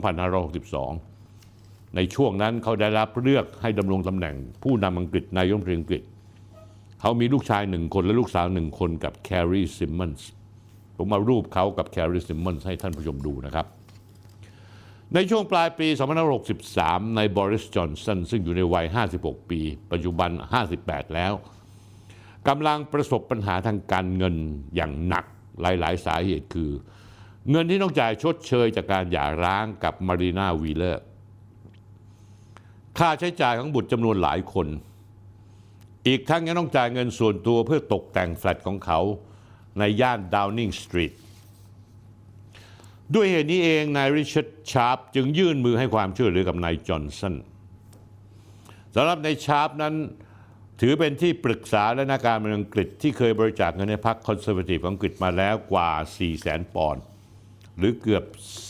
[SPEAKER 1] 2562 ในช่วงนั้นเขาได้รับเลือกให้ดำรงตำแหน่งผู้นำอังกฤษนายกรัฐมนตรีอังกฤษเขามีลูกชาย1 คนและลูกสาว1 คนกับแครีซิมมอนส์ผมมารูปเขากับแครีซิมมอนส์ให้ท่านผู้ชมดูนะครับในช่วงปลายปี 2563 ในบริส จอนสันซึ่งอยู่ในวัย 56 ปีปัจจุบัน 58 แล้วกำลังประสบปัญหาทางการเงินอย่างหนักหลายๆสาเหตุคือเงินที่ต้องจ่ายชดเชยจากการหย่าร้างกับมารีนาวีเลอร์ค่าใช้จ่ายของบุตรจำนวนหลายคนอีกทั้งยังต้องจ่ายเงินส่วนตัวเพื่อตกแต่งแฟลตของเขาในย่านดาวนิงสตรีทด้วยเหตุนี้เองนายริชาร์ดชาร์ปจึงยื่นมือให้ความช่วยเหลือกับนายจอห์นสันสำหรับนายชาร์ปนั้นถือเป็นที่ปรึกษาและนักการเมืองอังกฤษที่เคยบริจาคเงินให้พรรคคอนเซอร์เวทีฟของอังกฤษมาแล้วกว่า 400,000 ปอนด์หรือเกือบ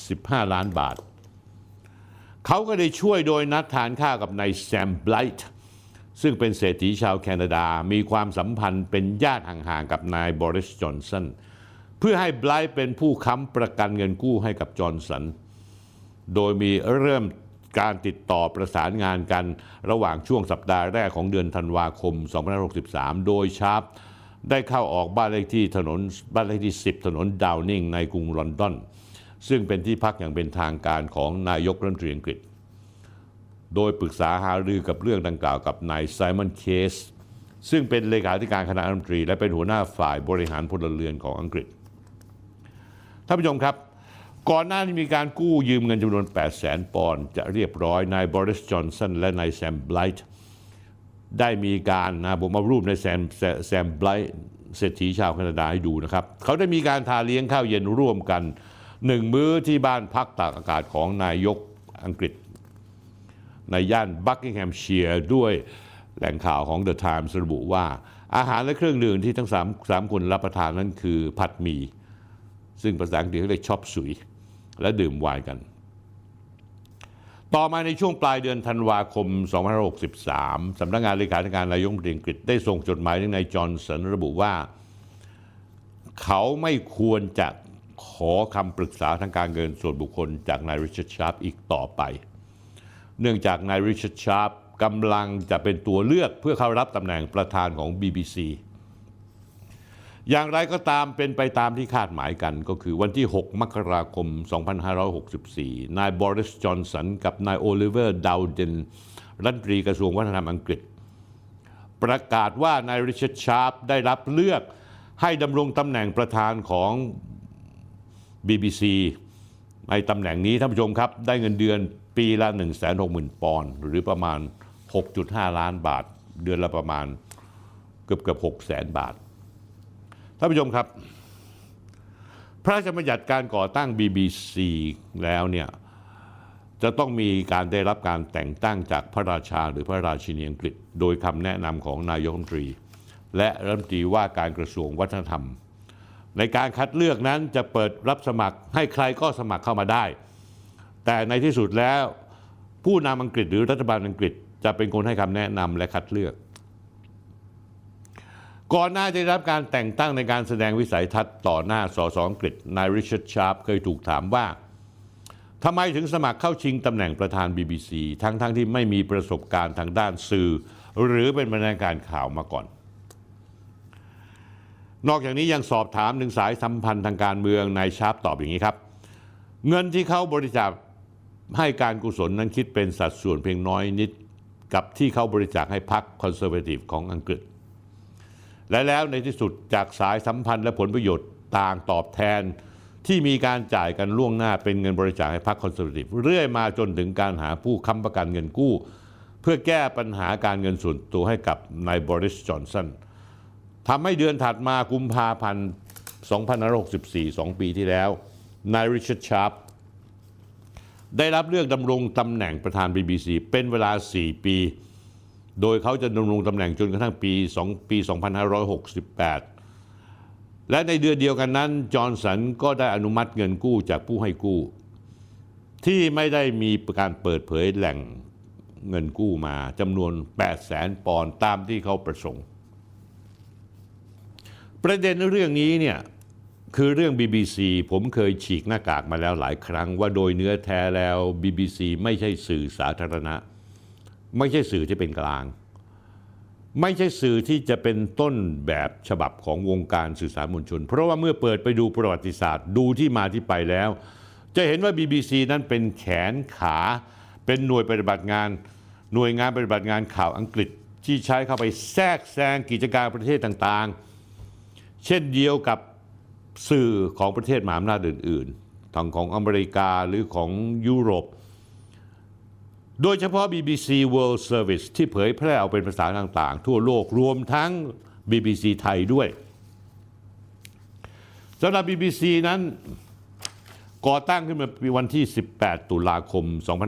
[SPEAKER 1] 15 ล้านบาทเขาก็ได้ช่วยโดยนัดทานข้าวกับนายแซมไบรท์ซึ่งเป็นเศรษฐีชาวแคนาดามีความสัมพันธ์เป็นญาติห่างๆกับนายบริส จอนสันเพื่อให้ไบรท์เป็นผู้ค้ำประกันเงินกู้ให้กับจอห์นสันโดยมีเริ่มการติดต่อประสานงานกันระหว่างช่วงสัปดาห์แรกของเดือนธันวาคม 2563 โดยชาร์ปได้เข้าออกบ้านเลขที่10 ถนนดาวนิงในกรุงลอนดอนซึ่งเป็นที่พักอย่างเป็นทางการของนายกรัฐมนตรีอังกฤษโดยปรึกษาหารือกับเรื่องดังกล่าวกับนายไซมอนเคสซึ่งเป็นเลขาธิการคณะรัฐมนตรีและเป็นหัวหน้าฝ่ายบริหารพลเรือนของอังกฤษท่านผู้ชมครับก่อนหน้านี้มีการกู้ยืมเงินจำนวน 800,000 ปอนด์จะเรียบร้อยนายบริส จอนสันและนายแซมไบรท์ได้มีการผมมารูปในแซมไบรท์เศรษฐีชาวแคนาดาให้ดูนะครับเขาได้มีการทานเลี้ยงข้าวเย็นร่วมกัน1 มื้อที่บ้านพักตากอากาศของนายกอังกฤษในย่านบักกิงแฮมเชียร์ด้วยแหล่งข่าวของ The Times ระบุว่าอาหารและเครื่องดื่มที่ทั้งสามคนรับประทานนั้นคือผัดหมี่ซึ่งภาษาอังกฤษเขาเรียกชอปสุยและดื่มไวน์กันต่อมาในช่วงปลายเดือนธันวาคม 2563 สำนักงานเลขาธิการนายกรัฐมนตรีอังกฤษได้ส่งจดหมายถึงนายจอห์นสันระบุว่าเขาไม่ควรจะขอคำปรึกษาทางการเงินส่วนบุคคลจากนายริชาร์ดชาร์ปอีกต่อไปเนื่องจากนายริชาร์ดชาร์ปกำลังจะเป็นตัวเลือกเพื่อเข้ารับตำแหน่งประธานของ BBC อย่างไรก็ตามเป็นไปตามที่คาดหมายกันก็คือวันที่ 6 มกราคม 2564 นายบริส จอนสันกับนายโอลิเวอร์ ดาวเดนรัฐมนตรีกระทรวงวัฒนธรรมอังกฤษประกาศว่านายริชาร์ดชาร์ปได้รับเลือกให้ดำรงตำแหน่งประธานของ BBC ในตำแหน่งนี้ท่านผู้ชมครับได้เงินเดือนปีละ 160,000 ปอนด์หรือประมาณ 6.5 ล้านบาทเดือนละประมาณเกือบ 600,000 บาทท่านผู้ชมครับพระราชบัญญัติการก่อตั้ง BBC แล้วเนี่ยจะต้องมีการได้รับการแต่งตั้งจากพระราชาหรือพระราชินีอังกฤษโดยคำแนะนำของนายกรัฐมนตรีและรัฐมนตรีว่าการกระทรวงวัฒนธรรมในการคัดเลือกนั้นจะเปิดรับสมัครให้ใครก็สมัครเข้ามาได้แต่ในที่สุดแล้วผู้นำอังกฤษหรือรัฐบาลอังกฤษจะเป็นคนให้คำแนะนำและคัดเลือกก่อนหน้าจะได้รับการแต่งตั้งในการแสดงวิสัยทัศน์ต่อหน้าสสอังกฤษนายริชาร์ดชาร์ปเคยถูกถามว่าทำไมถึงสมัครเข้าชิงตำแหน่งประธาน BBC ทั้งที่ไม่มีประสบการณ์ทางด้านสื่อหรือเป็นบรรณาธิการข่าวมาก่อนนอกจากนี้ยังสอบถามถึงสายสัมพันธ์ทางการเมืองนายชาร์ปตอบอย่างนี้ครับเงินที่เขาบริจาคให้การกุศลนั้นคิดเป็นสัดส่วนเพียงน้อยนิดกับที่เขาบริจาคให้พรรคคอนเซอร์เวทีฟของอังกฤษและแล้วในที่สุดจากสายสัมพันธ์และผลประโยชน์ต่างตอบแทนที่มีการจ่ายกันล่วงหน้าเป็นเงินบริจาคให้พรรคคอนเซอร์เวทีฟเรื่อยมาจนถึงการหาผู้ค้ำประกันเงินกู้เพื่อแก้ปัญหาการเงินส่วนตัวให้กับนายบริส จอนสันทำให้เดือนถัดมากุมภาพันธ์ 2564 2 ปีที่แล้วนายริชาร์ดชาร์ปได้รับเลือกดำรงตำแหน่งประธาน BBC เป็นเวลา 4 ปีโดยเขาจะดำรงตำแหน่งจนกระทั่งปี 2568 และในเดือนเดียวกันนั้นจอห์นสันก็ได้อนุมัติเงินกู้จากผู้ให้กู้ที่ไม่ได้มีการเปิดเผยแหล่งเงินกู้มาจำนวน 800,000 ปอนด์ตามที่เขาประสงค์ประเด็นเรื่องนี้เนี่ยคือเรื่อง BBC ผมเคยฉีกหน้ากากมาแล้วหลายครั้งว่าโดยเนื้อแท้แล้ว BBC ไม่ใช่สื่อสาธารณะไม่ใช่สื่อที่เป็นกลางไม่ใช่สื่อที่จะเป็นต้นแบบฉบับของวงการสื่อสารมวลชนเพราะว่าเมื่อเปิดไปดูประวัติศาสตร์ดูที่มาที่ไปแล้วจะเห็นว่า BBC นั้นเป็นแขนขาเป็นหน่วยงานปฏิบัติงานข่าวอังกฤษที่ใช้เข้าไปแทรกแซงกิจการประเทศต่างๆเช่นเดียวกับสื่อของประเทศมหาอำนาจอื่นๆทั้งของอเมริกาหรือของยุโรปโดยเฉพาะ BBC World Service ที่เผยแพร่ออกเป็นภาษาต่างๆทั่วโลกรวมทั้ง BBC ไทยด้วยสำหรับ BBC นั้นก่อตั้งขึ้นมาปีวันที่ 18 ตุลาคม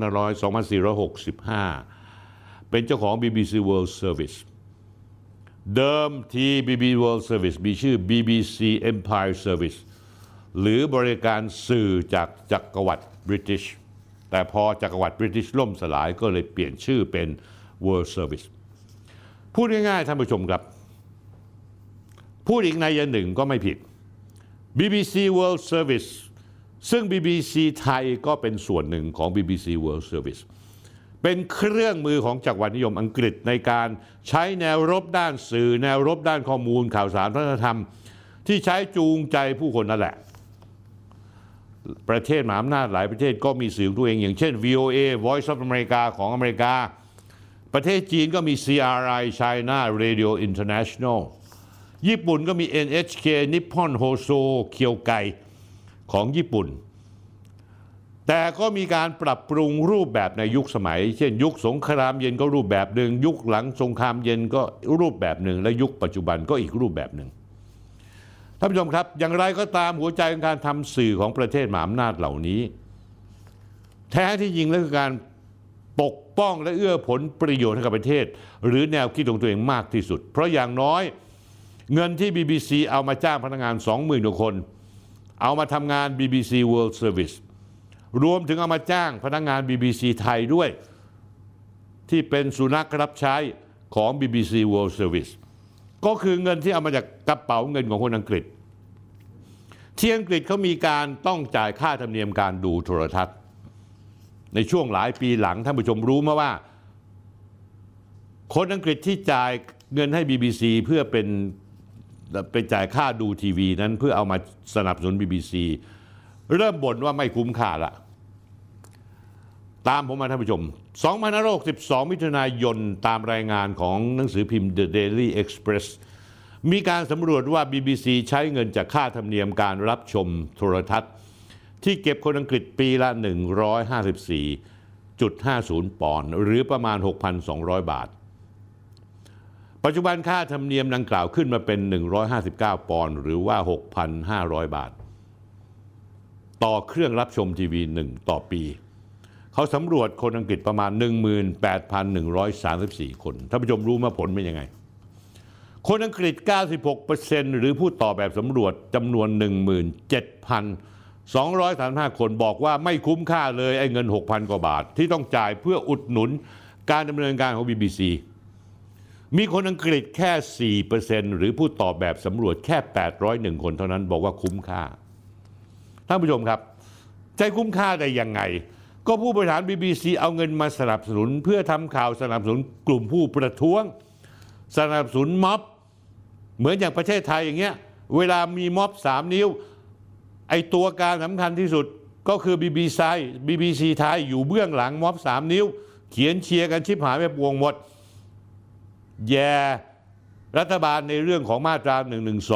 [SPEAKER 1] 2465 เป็นเจ้าของ BBC World Service เดิมที BBC World Service มีชื่อ BBC Empire Service หรือบริการสื่อจากจักรวรรดิบริติชแต่พอจักรวรรดิบริติชล่มสลายก็เลยเปลี่ยนชื่อเป็น World Service พูดง่ายๆท่านผู้ชมครับพูดอีกนัยหนึ่งก็ไม่ผิด BBC World Service ซึ่ง BBC ไทยก็เป็นส่วนหนึ่งของ BBC World Service เป็นเครื่องมือของจักรวรรดินิยมอังกฤษในการใช้แนวรบด้านสื่อแนวรบด้านข้อมูลข่าวสารวัฒนธรรมที่ใช้จูงใจผู้คนนั่นแหละประเทศมหาอำนาจหลายประเทศก็มีสื่อตัวเองอย่างเช่น VOA Voice of America ของอเมริกาประเทศจีนก็มี CRI China Radio International ญี่ปุ่นก็มี NHK Nippon Hoso Kyokai ของญี่ปุ่นแต่ก็มีการปรับปรุงรูปแบบในยุคสมัยเช่นยุคสงครามเย็นก็รูปแบบหนึ่งยุคหลังสงครามเย็นก็รูปแบบหนึ่งและยุคปัจจุบันก็อีกรูปแบบหนึ่งท่านผู้ชมครับอย่างไรก็ตามหัวใจของการทำสื่อของประเทศมหาอำนาจเหล่านี้แท้ที่จริงแล้วคือการปกป้องและเอื้อผลประโยชน์ให้กับประเทศหรือแนวคิดของตัวเองมากที่สุดเพราะอย่างน้อยเงินที่ BBC เอามาจ้างพนักงาน 20,000 กว่าคนเอามาทำงาน BBC World Service รวมถึงเอามาจ้างพนักงาน BBC ไทยด้วยที่เป็นสุนัขรับใช้ของ BBC World Service ก็คือเงินที่เอามาจากกระเป๋าเงินของคนอังกฤษที่อังกฤษเขามีการต้องจ่ายค่าธรรมเนียมการดูโทรทัศน์ในช่วงหลายปีหลังท่านผู้ชมรู้มาว่าคนอังกฤษที่จ่ายเงินให้ BBC เพื่อเป็นจ่ายค่าดูทีวีนั้นเพื่อเอามาสนับสนุน BBC เริ่มบ่นว่าไม่คุ้มค่าละตามผมมาท่านผู้ชม2562 มิถุนายนตามรายงานของหนังสือพิมพ์ The Daily Express มีการสำรวจว่า BBC ใช้เงินจากค่าธรรมเนียมการรับชมโทรทัศน์ที่เก็บคนอังกฤษปีละ 154.50 ปอนด์หรือประมาณ 6,200 บาทปัจจุบันค่าธรรมเนียมดังกล่าวขึ้นมาเป็น159 ปอนด์หรือว่า 6,500 บาทต่อเครื่องรับชมทีวี1ต่อปีเขาสำรวจคนอังกฤษประมาณ 18,134 คนท่านผู้ชมรู้มาผลเป็นยังไงคนอังกฤษ 96% หรือผู้ตอบแบบสำรวจจำนวน 17,235 คนบอกว่าไม่คุ้มค่าเลยไอ้เงิน 6,000 กว่าบาทที่ต้องจ่ายเพื่ออุดหนุนการดำเนินการของ BBC มีคนอังกฤษแค่ 4% หรือผู้ตอบแบบสำรวจแค่ 801 คนเท่านั้นบอกว่าคุ้มค่าท่านผู้ชมครับใจคุ้มค่าได้ยังไงก็ผู้บริหาร BBC เอาเงินมาสนับสนุนเพื่อทำข่าวสนับสนุนกลุ่มผู้ประท้วงสนับสนุนม็อบเหมือนอย่างประเทศไทยอย่างเงี้ยเวลามีม็อบ3 นิ้วไอตัวการสำคัญที่สุดก็คือ BBC ไทยอยู่เบื้องหลังม็อบ3 นิ้วเขียนเชียร์กันชิบหายไปปวงหมดแย่รัฐบาลในเรื่องของมาตรา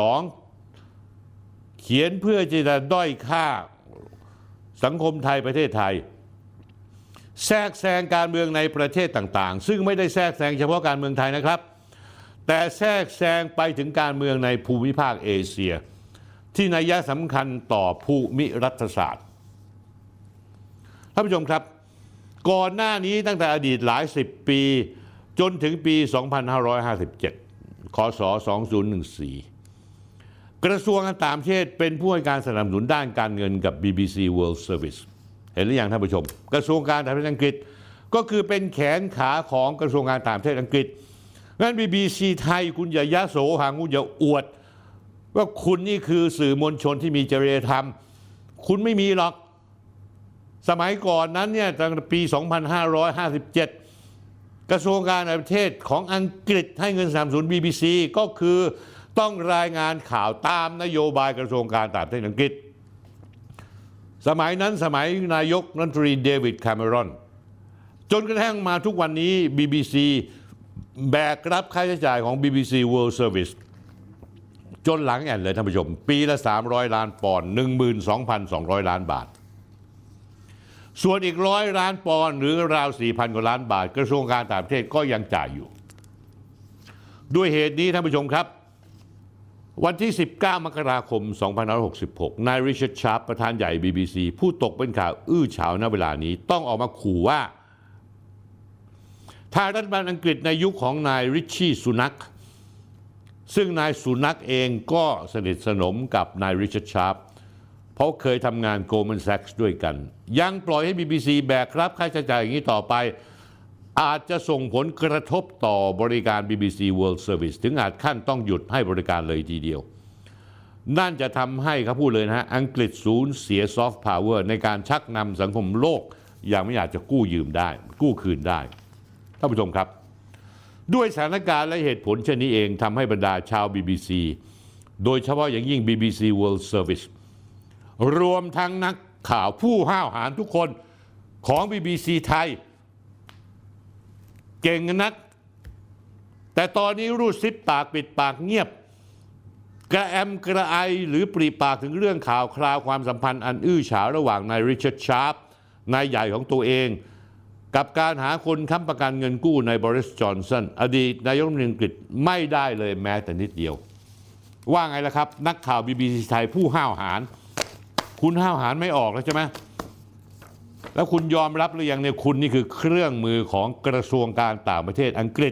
[SPEAKER 1] 112เขียนเพื่อจะด้อยค่าสังคมไทยประเทศไทยแทรกแซงการเมืองในประเทศต่างๆซึ่งไม่ได้แทรกแซงเฉพาะการเมืองไทยนะครับแต่แทรกแซงไปถึงการเมืองในภูมิภาคเอเชียที่นัยสำคัญต่อภูมิรัฐศาสตร์ท่านผู้ชมครับก่อนหน้านี้ตั้งแต่อดีตหลาย10 ปีจนถึงปี 2557 คศ 2014 กระทรวงการต่างประเทศเป็นผู้ให้การสนับสนุนด้านการเงินกับ BBC World Service เห็นหรือยังท่านผู้ชมกระทรวงการต่างประเทศอังกฤษก็คือเป็นแขนขาของกระทรวงการต่างประเทศอังกฤษงั้น BBC ไทยคุณอย่ายะโสหางคุณอย่าอวดว่าคุณนี่คือสื่อมวลชนที่มีจริยธรรมคุณไม่มีหรอกสมัยก่อนนั้นเนี่ยตั้งแต่ปี 2557 กระทรวงการต่างประเทศของอังกฤษให้เงินสนับสนุน BBC ก็คือต้องรายงานข่าวตามนโยบายกระทรวงการต่างประเทศอังกฤษสมัยนั้นสมัยนายกรัฐมนตรีเดวิดแคมเมรอนจนกระทั่งมาทุกวันนี้ BBC แบกรับค่าใช้จ่ายของ BBC World Service จนหลังแอนเลยท่านผู้ชมปีละ300 ล้านปอนด์ 12,200 ล้านบาทส่วนอีก100 ล้านปอนด์หรือราว 4,000 กว่าล้านบาทกระทรวงการต่างประเทศก็ยังจ่ายอยู่ด้วยเหตุนี้ท่านผู้ชมครับวันที่ 19 มกราคม 2566 นายริชาร์ด ชาร์ปประธานใหญ่ BBC ผู้ตกเป็นข่าวอื้อฉาวณเวลานี้ต้องออกมาขู่ว่าถ้ารัฐบาลอังกฤษในยุคของนายริชชี่ สุนักซึ่งนายสุนักเองก็สนิทสนมกับนายริชาร์ด ชาร์ปเพราะเคยทำงาน Goldman Sachs ด้วยกันยังปล่อยให้ BBC แบกรับค่าใช้จ่ายอย่างนี้ต่อไปอาจจะส่งผลกระทบต่อบริการ BBC World Service ถึงอาจขั้นต้องหยุดให้บริการเลยทีเดียวนั่นจะทำให้เขาพูดเลยนะฮะอังกฤษสูญเสียซอฟต์พาวเวอร์ในการชักนำสังคมโลกอย่างไม่อาจจะกู้ยืมได้กู้คืนได้ท่านผู้ชมครับด้วยสถานการณ์และเหตุผลเช่นนี้เองทำให้บรรดาชาว BBC โดยเฉพาะอย่างยิ่ง BBC World Service รวมทั้งนักข่าวผู้ห้าวหาญทุกคนของ BBC ไทยเก่งนักแต่ตอนนี้รูดซิปปากปิดปากเงียบกระแอมกระไอหรือปรีปากถึงเรื่องข่าวคราวความสัมพันธ์อันอื้อฉาวระหว่างนายริชาร์ด ชาร์ปนายใหญ่ของตัวเองกับการหาคนค้ำประกันเงินกู้ในบริส จอนสันอดีตนายกรัฐมนตรีอังกฤษไม่ได้เลยแม้แต่นิดเดียวว่าไงล่ะครับนักข่าว BBC ไทยผู้ห้าวหาญคุณห้าวหาญไม่ออกแล้วใช่ไหมแล้วคุณยอมรับหรือยังเนี่ยคุณนี่คือเครื่องมือของกระทรวงการต่างประเทศอังกฤษ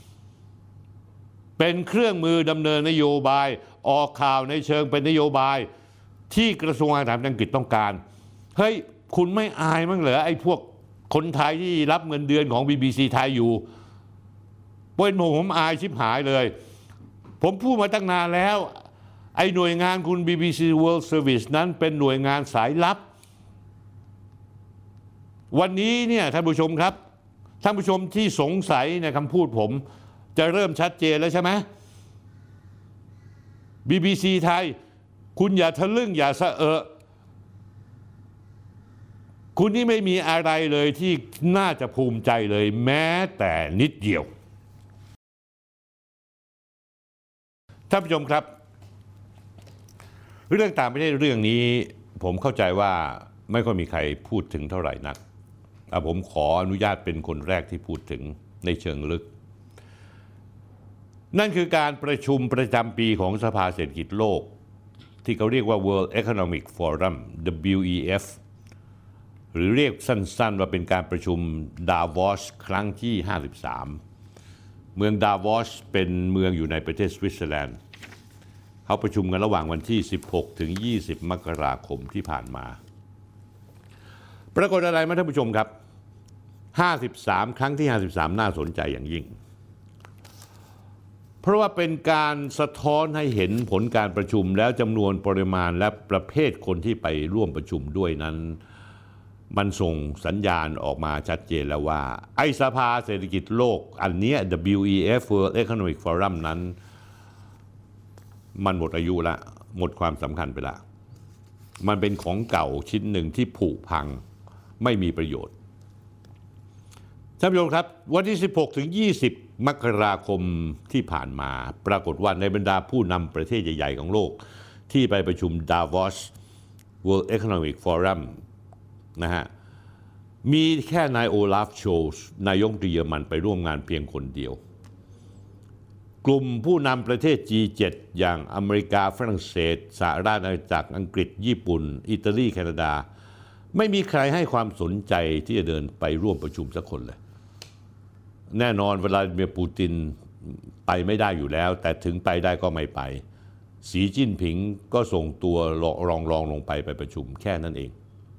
[SPEAKER 1] เป็นเครื่องมือดำเนินนโยบายออกข่าวในเชิงเป็นนโยบายที่กระทรวงการต่างประเทศอังกฤษต้องการเฮ้ยคุณไม่อายมั้งเหรอไอ้พวกคนไทยที่รับเงินเดือนของ BBC ไทยอยู่เป็นผมอายชิบหายเลยผมพูดมาตั้งนานแล้วไอ้หน่วยงานคุณ BBC World Service นั้นเป็นหน่วยงานสายลับวันนี้เนี่ยท่านผู้ชมครับท่านผู้ชมที่สงสัยในคำพูดผมจะเริ่มชัดเจนแล้วใช่ไหม BBC ไทยคุณอย่าทะลึ่งอย่าสะเอะคุณนี่ไม่มีอะไรเลยที่น่าจะภูมิใจเลยแม้แต่นิดเดียวท่านผู้ชมครับเรื่องต่างประเทศเรื่องนี้ผมเข้าใจว่าไม่ค่อยมีใครพูดถึงเท่าไหร่นักผมขออนุญาตเป็นคนแรกที่พูดถึงในเชิงลึกนั่นคือการประชุมประจำปีของสภาเศรษฐกิจโลกที่เขาเรียกว่า World Economic Forum WEF หรือเรียกสั้นๆว่าเป็นการประชุมดาวอสครั้งที่53เมืองดาวอสเป็นเมืองอยู่ในประเทศสวิตเซอร์แลนด์เขาประชุมกันระหว่างวันที่16ถึง20มกราคมที่ผ่านมาปรากฏอะไรไหมท่านผู้ชมครับ53ครั้งที่53น่าสนใจอย่างยิ่งเพราะว่าเป็นการสะท้อนให้เห็นผลการประชุมแล้วจำนวนปริมาณและประเภทคนที่ไปร่วมประชุมด้วยนั้นมันส่งสัญญาณออกมาชัดเจนแล้วว่าไอ้สภาเศรษฐกิจโลกอันเนี้ย WEF World Economic Forum นั้นมันหมดอายุละหมดความสำคัญไปละมันเป็นของเก่าชิ้นหนึ่งที่ผุพังไม่มีประโยชน์ท่านผู้ชมครับวันที่16ถึง20มกราคมที่ผ่านมาปรากฏว่าในบรรดาผู้นำประเทศใหญ่ๆของโลกที่ไปประชุม Davos World Economic Forum นะฮะมีแค่นายโอลาฟโชลส์นายกเยอรมันไปร่วมงานเพียงคนเดียวกลุ่มผู้นำประเทศ G7 อย่างอเมริกาฝรั่งเศสสหราชอาณาจักรอังกฤษญี่ปุ่นอิตาลีแคนาดาไม่มีใครให้ความสนใจที่จะเดินไปร่วมประชุมสักคนเลยแน่นอนวลาดิเมียร์ปูตินไปไม่ได้อยู่แล้วแต่ถึงไปได้ก็ไม่ไปสีจิ้นผิงก็ส่งตัวรองลงไปประชุมแค่นั้นเอง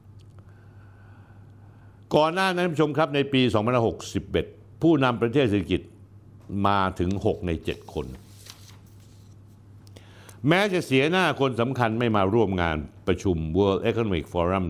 [SPEAKER 1] ก่อนหน้านั้นผู้ชมครับในปี2561ผู้นำประเทศเศรษฐกิจมาถึง6ใน7คนแม้จะเสียหน้าคนสำคัญไม่มาร่วมงานประชุม World Economic Forum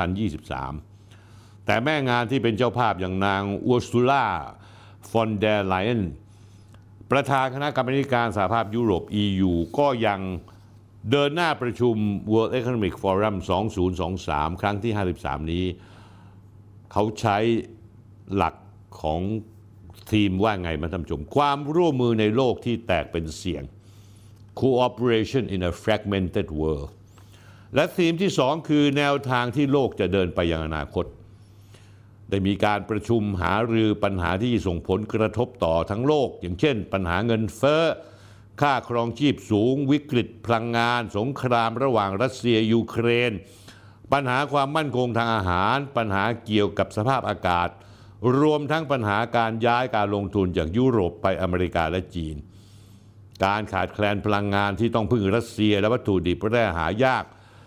[SPEAKER 1] 2023แต่แม่งานที่เป็นเจ้าภาพอย่างนางอูร์ซูล่าฟอนเดอร์ไลเอนประธานคณะกรรมาการสหภาพยุโรป EU ก็ยังเดินหน้าประชุม World Economic Forum 2023ครั้งที่53นี้เขาใช้หลักของทีมว่าไงมาท่านผู้ชมความร่วมมือในโลกที่แตกเป็นเสียง Cooperation in a Fragmented World และธีมที่2คือแนวทางที่โลกจะเดินไปยังอนาคตได้มีการประชุมหารือปัญหาที่ส่งผลกระทบต่อทั้งโลกอย่างเช่นปัญหาเงินเฟ้อค่าครองชีพสูงวิกฤตพลังงานสงครามระหว่างรัสเซียยูเครนปัญหาความมั่นคงทางอาหารปัญหาเกี่ยวกับสภาพอากาศรวมทั้งปัญหาการย้ายการลงทุนจากยุโรปไปอเมริกาและจีนการขาดแคลนพลังงานที่ต้องพึ่งรัสเซียและวัตถุดิบแร่หายาก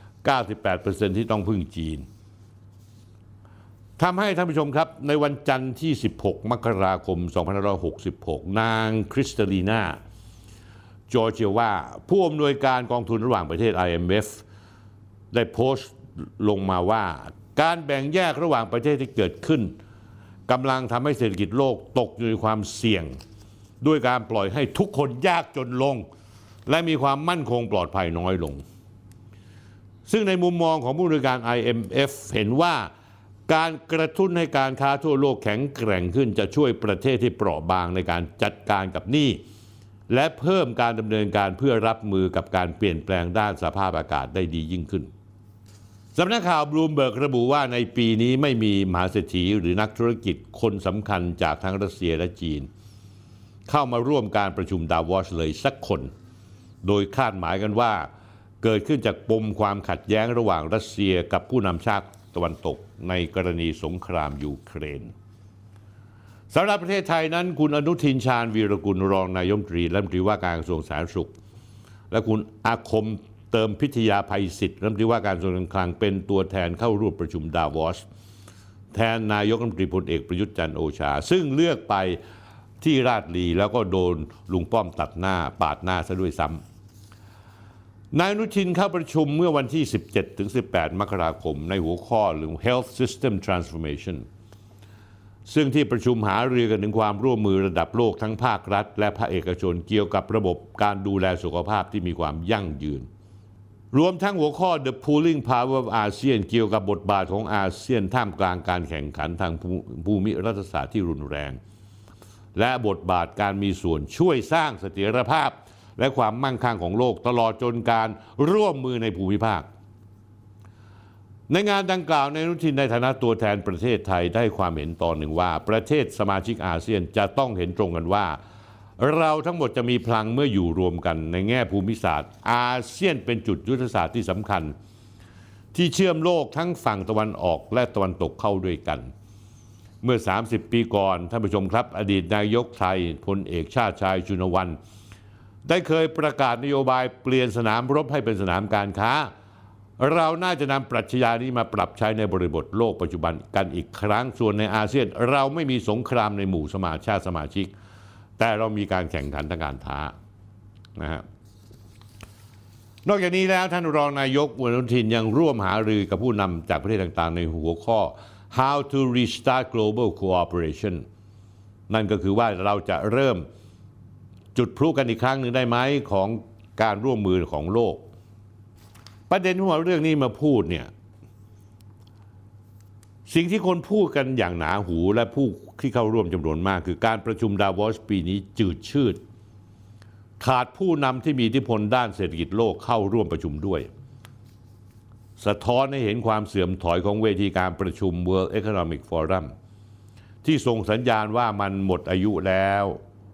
[SPEAKER 1] 98% ที่ต้องพึ่งจีนทำให้ท่านผู้ชมครับในวันจันทร์ที่16มกราคม2566นางคริสตาลีนาจอร์เจียวาผู้อำนวยการกองทุนระหว่างประเทศ IMF ได้โพสต์ลงมาว่าการแบ่งแยกระหว่างประเทศที่เกิดขึ้นกำลังทำให้เศรษฐกิจโลกตกอยู่ในความเสี่ยงด้วยการปล่อยให้ทุกคนยากจนลงและมีความมั่นคงปลอดภัยน้อยลงซึ่งในมุมมองของผู้อำนวยการ IMF เห็นว่าการกระตุ้นให้การค้าทั่วโลกแข็งแกร่งขึ้นจะช่วยประเทศที่เปราะบางในการจัดการกับหนี้และเพิ่มการดำเนินการเพื่อรับมือกับการเปลี่ยนแปลงด้านสภาพอากาศได้ดียิ่งขึ้นสำนักข่าวบลูมเบิร์กระบุว่าในปีนี้ไม่มีมหาเศรษฐีหรือนักธุรกิจคนสำคัญจากทั้งรัสเซียและจีนเข้ามาร่วมการประชุมดาวอสเลยสักคนโดยคาดหมายกันว่าเกิดขึ้นจากปมความขัดแย้งระหว่างรัสเซียกับผู้นำชาติตะวันตกในกรณีสงครามยูเครนสำหรับประเทศไทยนั้นคุณอนุทินชาญวีรกุลรองนายกรัฐมนตรีและรัฐมนตรีว่าการกระทรวงสาธารณสุขและคุณอาคมเติมพิทยาภัยศิษย์รัฐมนตรีว่าการกระทรวงการคลังเป็นตัวแทนเข้าร่วมประชุมดาโวสแทนนายกรัฐมนตรีพลเอกประยุทธ์จันทร์โอชาซึ่งเลือกไปที่ราชลีแล้วก็โดนลุงป้อมตัดหน้าปาดหน้าซะด้วยซ้ำนายอนุทินเข้าประชุมเมื่อวันที่ 17-18 มกราคมในหัวข้อเรื่อง Health System Transformation ซึ่งที่ประชุมหารือกันถึงความร่วมมือระดับโลกทั้งภาครัฐและภาคเอกชนเกี่ยวกับระบบการดูแลสุขภาพที่มีความยั่งยืนรวมทั้งหัวข้อ The Pooling Power of ASEAN เกี่ยวกับบทบาทของอาเซียนท่ามกลางการแข่งขันทางภูมิรัฐศาสตร์ที่รุนแรงและบทบาทการมีส่วนช่วยสร้างเสถียรภาพและความมั่งคั่งของโลกตลอดจนการร่วมมือในภูมิภาคในงานดังกล่าวนายอนุทินในฐานะตัวแทนประเทศไทยได้ความเห็นตอนหนึ่งว่าประเทศสมาชิกอาเซียนจะต้องเห็นตรงกันว่าเราทั้งหมดจะมีพลังเมื่ออยู่รวมกันในแง่ภูมิศาสตร์อาเซียนเป็นจุดยุทธศาสตร์ที่สำคัญที่เชื่อมโลกทั้งฝั่งตะวันออกและตะวันตกเข้าด้วยกันเมื่อ30 ปีก่อนท่านผู้ชมครับอดีตนายกไทยพลเอกชาติชายชุนวันได้เคยประกาศนโยบายเปลี่ยนสนามรบให้เป็นสนามการค้าเราน่าจะนำปรัชญานี้มาปรับใช้ในบริบทโลกปัจจุบันกันอีกครั้งส่วนในอาเซียนเราไม่มีสงครามในหมู่สมาชิกแต่เรามีการแข่งขันทางการค้านะฮะนอกจากนี้แล้วท่านรองนายกอนุทินยังร่วมหารือกับผู้นำจากประเทศต่างๆในหัวข้อ How to restart global cooperation นั่นก็คือว่าเราจะเริ่มจุดพลุกันอีกครั้งหนึ่งได้ไหมของการร่วมมือของโลกประเด็นที่ว่าเรื่องนี้มาพูดเนี่ยสิ่งที่คนพูดกันอย่างหนาหูและผู้ที่เข้าร่วมจำนวนมากคือการประชุมดาโวสปีนี้จืดชืดขาดผู้นำที่มีอิทธิพลด้านเศรษฐกิจโลกเข้าร่วมประชุมด้วยสะท้อนให้เห็นความเสื่อมถอยของเวทีการประชุม World Economic Forum ที่ส่งสัญญาณว่ามันหมดอายุแล้ว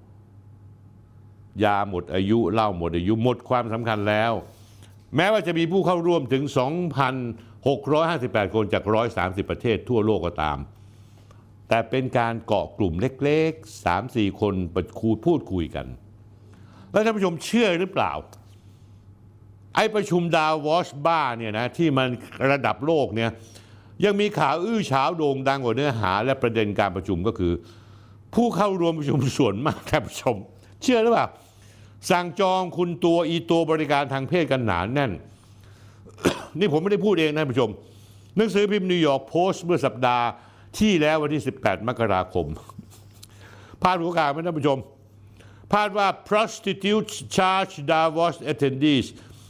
[SPEAKER 1] ยาหมดอายุเหล้าหมดอายุหมดความสำคัญแล้วแม้ว่าจะมีผู้เข้าร่วมถึง 2,658 คนจาก130 ประเทศทั่วโลกก็ตามแต่เป็นการเกาะกลุ่มเล็กๆ 3-4 คนพูดคุยกันแล้วท่านผู้ชมเชื่อหรือเปล่าไอ้ประชุมดาโวสบ้าเนี่ยนะที่มันระดับโลกเนี่ยยังมีข่าวอื้อฉาวโด่งดังกว่าเนื้อหาและประเด็นการประชุมก็คือผู้เข้าร่วมประชุมส่วนมากท่านผู้ชมเชื่อหรือเปล่าสั่งจองคุณตัวบริการทางเพศกันหนาแน่น นี่ผมไม่ได้พูดเองนะท่านผู้ชมหนังสือพิมพ์นิวยอร์กโพสต์เมื่อสัปดาห์ที่แล้ววันที่ 18 มกราคมพาดหัวข่าวไหมท่านผู้ชมพาดว่า prostitutes charge Davos attendees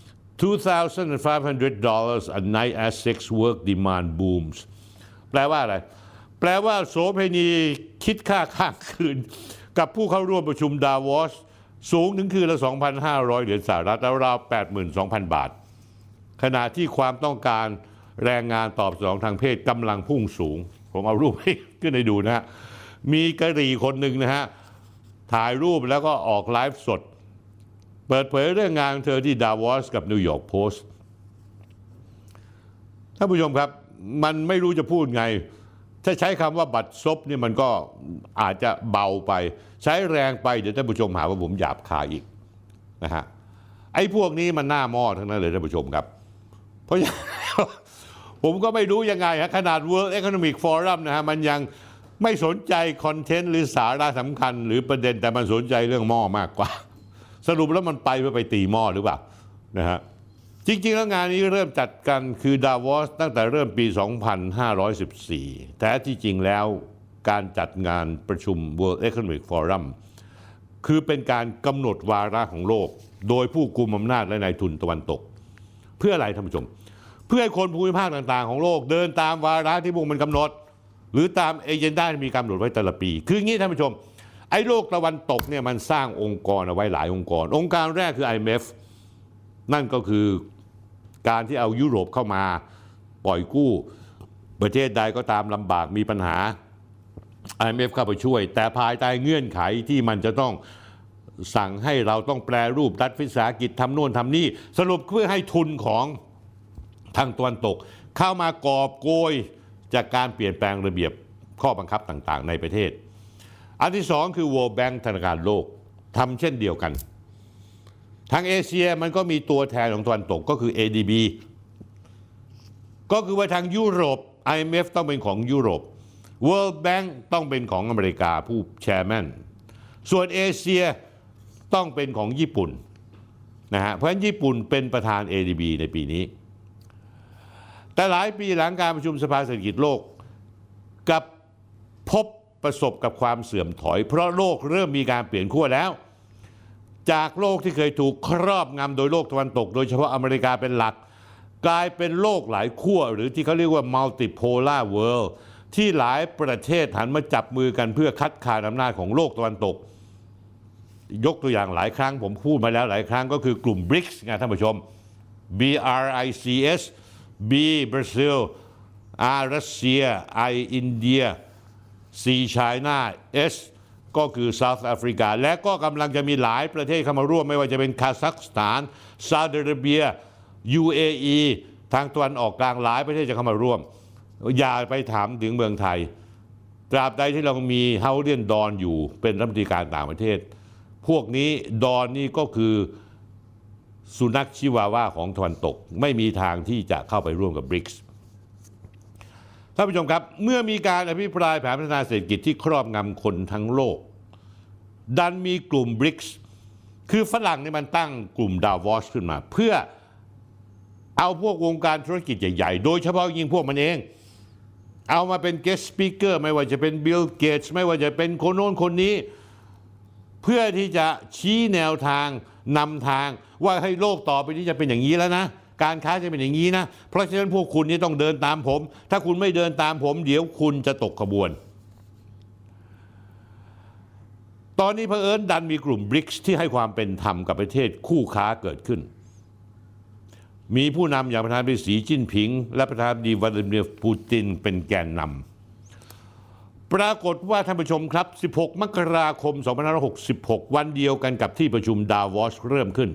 [SPEAKER 1] $2,500 a night as sex work demand booms แปลว่าอะไรแปลว่าโสเภณีคิดค่าข้างคืนกับผู้เข้าร่วมประชุมดาโวสสูงถึงคืนละ 2,500 เหรียญสหรัฐราว 82,000 บาทขณะที่ความต้องการแรงงานตอบสนองทางเพศกำลังพุ่งสูงผมเอารูปให้ขึ้นให้ดูนะฮะมีกะหรี่คนหนึ่งนะฮะถ่ายรูปแล้วก็ออกไลฟ์สดเปิดเผยเรื่องงานของเธอที่ดาโวสกับนิวยอร์กโพสต์ท่านผู้ชมครับมันไม่รู้จะพูดไงถ้าใช้คำว่าบัตรซบนี่มันก็อาจจะเบาไปใช้แรงไปเดี๋ยวท่านผู้ชมหาว่าผมหยาบคายอีกนะฮะไอ้พวกนี้มันหน้าหม้อทั้งนั้นเลยท่านผู้ชมครับเพราะ ผมก็ไม่รู้ยังไงฮะขนาด World Economic Forum นะฮะมันยังไม่สนใจคอนเทนต์หรือสาระสำคัญหรือประเด็นแต่มันสนใจเรื่องหม้อมากกว่าสรุปแล้วมันไปเพื่อไปตีหม้อหรือเปล่านะฮะจริงๆแล้วงานนี้เริ่มจัดกันคือดาโวสตั้งแต่เริ่มปี 2514 แต่ที่จริงแล้วการจัดงานประชุม World Economic Forum คือเป็นการกำหนดวาระของโลกโดยผู้กุมอำนาจและนายทุนตะวันตกเพื่ออะไรท่านผู้ชมเพื่อให้คนภูมิภาคต่างๆของโลกเดินตามวาระที่พวกมันกำหนดหรือตามเอเจนดาที่มีกำหนดไว้แต่ละปีคืออย่างนี้ท่านผู้ชมไอ้โลกตะวันตกเนี่ยมันสร้างองค์กรเอาไว้หลายองค์กรองค์การแรกคือ IMF นั่นก็คือการที่เอายุโรปเข้ามาปล่อยกู้ประเทศใดก็ตามลำบากมีปัญหา IMF เข้าไปช่วยแต่ภายใต้เงื่อนไขที่มันจะต้องสั่งให้เราต้องแปรรูปรัฐวิสาหกิจทำโน่นทำนี่สรุปเพื่อให้ทุนของทางตะวันตกเข้ามากอบโกยจากการเปลี่ยนแปลงระเบียบข้อบังคับต่างๆในประเทศอันที่สองคือ World Bank ธนาคารโลกทำเช่นเดียวกันทางเอเชียมันก็มีตัวแทนของตะวันตกก็คือ ADB ก็คือว่าทางยุโรป IMF ต้องเป็นของยุโรป World Bank ต้องเป็นของอเมริกาผู้แชร์แมนส่วนเอเชียต้องเป็นของญี่ปุ่นนะฮะเพราะฉะนั้นญี่ปุ่นเป็นประธาน ADB ในปีนี้แต่หลายปีหลังการประชุมสภาเศรษฐกิจโลกกับประสบกับความเสื่อมถอยเพราะโลกเริ่มมีการเปลี่ยนขั้วแล้วจากโลกที่เคยถูกครอบงำโดยโลกตะวันตกโดยเฉพาะอเมริกาเป็นหลักกลายเป็นโลกหลายขั้วหรือที่เขาเรียกว่า multipolar world ที่หลายประเทศหันมาจับมือกันเพื่อคัดค้านอำนาจของโลกตะวันตกยกตัวอย่างหลายครั้งผมพูดมาแล้วหลายครั้งก็คือกลุ่ม BRICS ไงท่านผู้ชม BRICS B บราซิล R รัสเซีย I อินเดีย C ไชน่า S ก็คือ South Africa และก็กำลังจะมีหลายประเทศเข้ามาร่วมไม่ว่าจะเป็นคาซัคสถานซาอุดิอาระเบีย UAE ทางตะวันออกกลางหลายประเทศจะเข้ามาร่วมอย่าไปถามถึงเมืองไทยตราบใดที่เรามีเฮาเลียนดอนอยู่เป็นรัฐมนตรีการต่างประเทศพวกนี้ดอนนี่ก็คือสุนัขชิวาว่าของตะวันตกไม่มีทางที่จะเข้าไปร่วมกับ BRICS ท่านผู้ชมครับเมื่อมีการอภิปรายแผนพัฒนาเศรษฐกิจที่ครอบงำคนทั้งโลกดันมีกลุ่ม BRICS คือฝรั่งนี่มันตั้งกลุ่มดาวอสขึ้นมาเพื่อเอาพวกวงการธุรกิจใหญ่ๆโดยเฉพาะยิ่งพวกมันเองเอามาเป็น guest speaker ไม่ว่าจะเป็นบิลเกตส์ไม่ว่าจะเป็นคนโน้นคนนี้เพื่อที่จะชี้แนวทางนำทางว่าให้โลกต่อไปนี้จะเป็นอย่างนี้แล้วนะการค้าจะเป็นอย่างนี้นะเพราะฉะนั้นพวกคุณนี่ต้องเดินตามผมถ้าคุณไม่เดินตามผมเดี๋ยวคุณจะตกขบวนตอนนี้เผอิญดันมีกลุ่ม BRICS ที่ให้ความเป็นธรรมกับประเทศคู่ค้าเกิดขึ้นมีผู้นำอย่างประธานาธิบดีสีจิ้นผิงและประธานาธิบดีวลาดิเมียร์ปูตินเป็นแกนนำปรากฏว่าท่านผู้ชมครับ16 มกราคม 2566 วันเดียวกันกับที่ประชุมดาวอสเริ่มขึ้น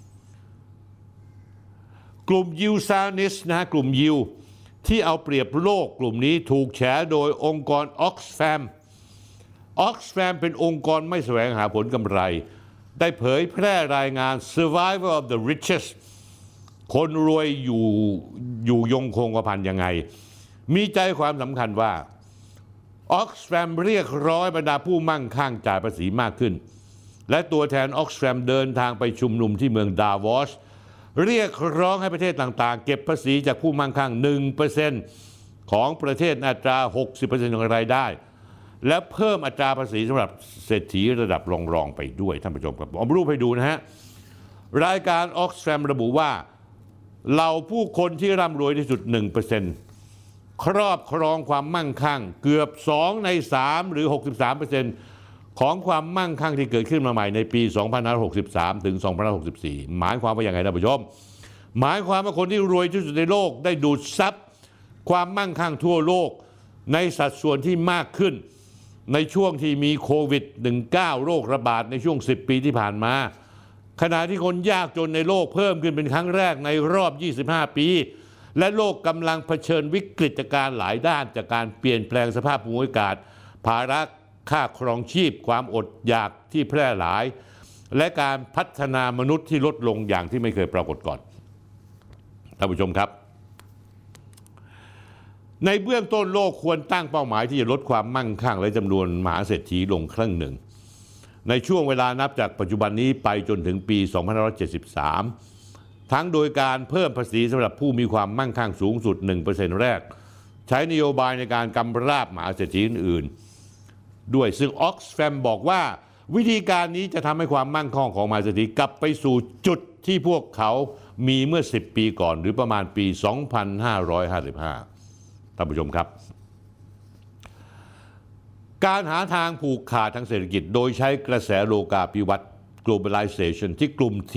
[SPEAKER 1] กลุ่มยิวซานิสนะกลุ่มยิวที่เอาเปรียบโลกกลุ่มนี้ถูกแฉโดยองค์กร Oxfam เป็นองค์กรไม่แสวงหาผลกำไรได้เผยแพร่รายงาน Survival of the Richest คนรวยอยู่ยงคงกระพันยังไงมีใจความสำคัญว่า Oxfam เรียกร้องบรรดาผู้มั่งคั่งจ่ายภาษีมากขึ้นและตัวแทน Oxfam เดินทางไปชุมนุมที่เมืองดาวอสเรียกร้องให้ประเทศต่างๆเก็บภาษีจากผู้มั่งคั่ง 1% ของประเทศอัตรา 60% ของรายได้และเพิ่มอัตราภาษีสำหรับเศรษฐีระดับรองๆไปด้วยท่านผู้ชมครับผมรูปให้ดูนะฮะรายการ Oxfam ระบุว่าเหล่าผู้คนที่ร่ำรวยที่สุด 1% ครอบครองความมั่งคั่งเกือบ2 ใน 3หรือ 63% ของความมั่งคั่งที่เกิดขึ้นมาใหม่ในปี 2563 ถึง 2564 หมายความว่าอย่างไรท่านผู้ชมหมายความว่าคนที่รวยที่สุดในโลกได้ดูดซับความมั่งคั่งทั่วโลกในสัดส่วนที่มากขึ้นในช่วงที่มีโควิด -19 โรคระบาดในช่วง10 ปีที่ผ่านมาขณะที่คนยากจนในโลกเพิ่มขึ้นเป็นครั้งแรกในรอบ 25 ปีและโลกกำลังเผชิญวิกฤตการณ์หลายด้านจากการเปลี่ยนแปลงสภาพภูมิอากาศภาระค่าครองชีพความอดอยากที่แพร่หลายและการพัฒนามนุษย์ที่ลดลงอย่างที่ไม่เคยปรากฏก่อนท่านผู้ชมครับในเบื้องต้นโลกควรตั้งเป้าหมายที่จะลดความมั่งคั่งและจำนวนมหาเศรษฐีลงครึ่งหนึ่งในช่วงเวลานับจากปัจจุบันนี้ไปจนถึงปี 2573 ทั้งโดยการเพิ่มภาษีสำหรับผู้มีความมั่งคั่งสูงสุด 1% แรกใช้นโยบายในการกำราบมหาเศรษฐีอื่นๆด้วยซึ่ง Oxfam บอกว่าวิธีการนี้จะทำให้ความมั่งคั่งของมหาเศรษฐีกลับไปสู่จุดที่พวกเขามีเมื่อ10 ปีก่อนหรือประมาณปี 2555 ท่านผู้ชมครับการหาทางผูกขาดทางเศรษฐกิจโดยใช้กระแสโลกาภิวัตน์ globalization ที่กลุ่ม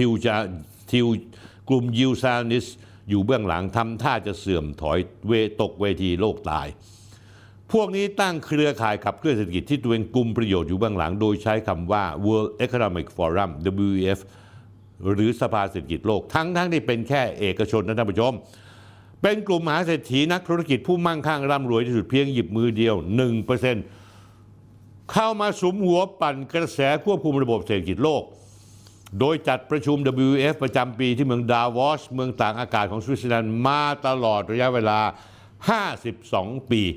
[SPEAKER 1] ยิวซานิสอยู่เบื้องหลังทำท่าจะเสื่อมถอยตกเวทีโลกตายพวกนี้ตั้งเครือข่ายขับเคลื่อนเศรษฐกิจที่ตัวเองกุมประโยชน์อยู่เบื้องหลังโดยใช้คำว่า World Economic Forum WEF หรือสภาเศรษฐกิจโลกทั้งที่เป็นแค่เอกชนนะท่านผู้ชมเป็นกลุ่มมหาเศรษฐีนักธุรกิจผู้มั่งคั่งร่ำรวยที่สุดเพียงหยิบมือเดียว 1%เข้ามาสุมหัวปั่นกระแสควบคุมระบบเศรษฐกิจโลกโดยจัดประชุม WEF ประจำปีที่เมืองดาวอสเมืองตากอากาศของสวิตเซอร์แลนด์มาตลอดระยะเวลา52 ปี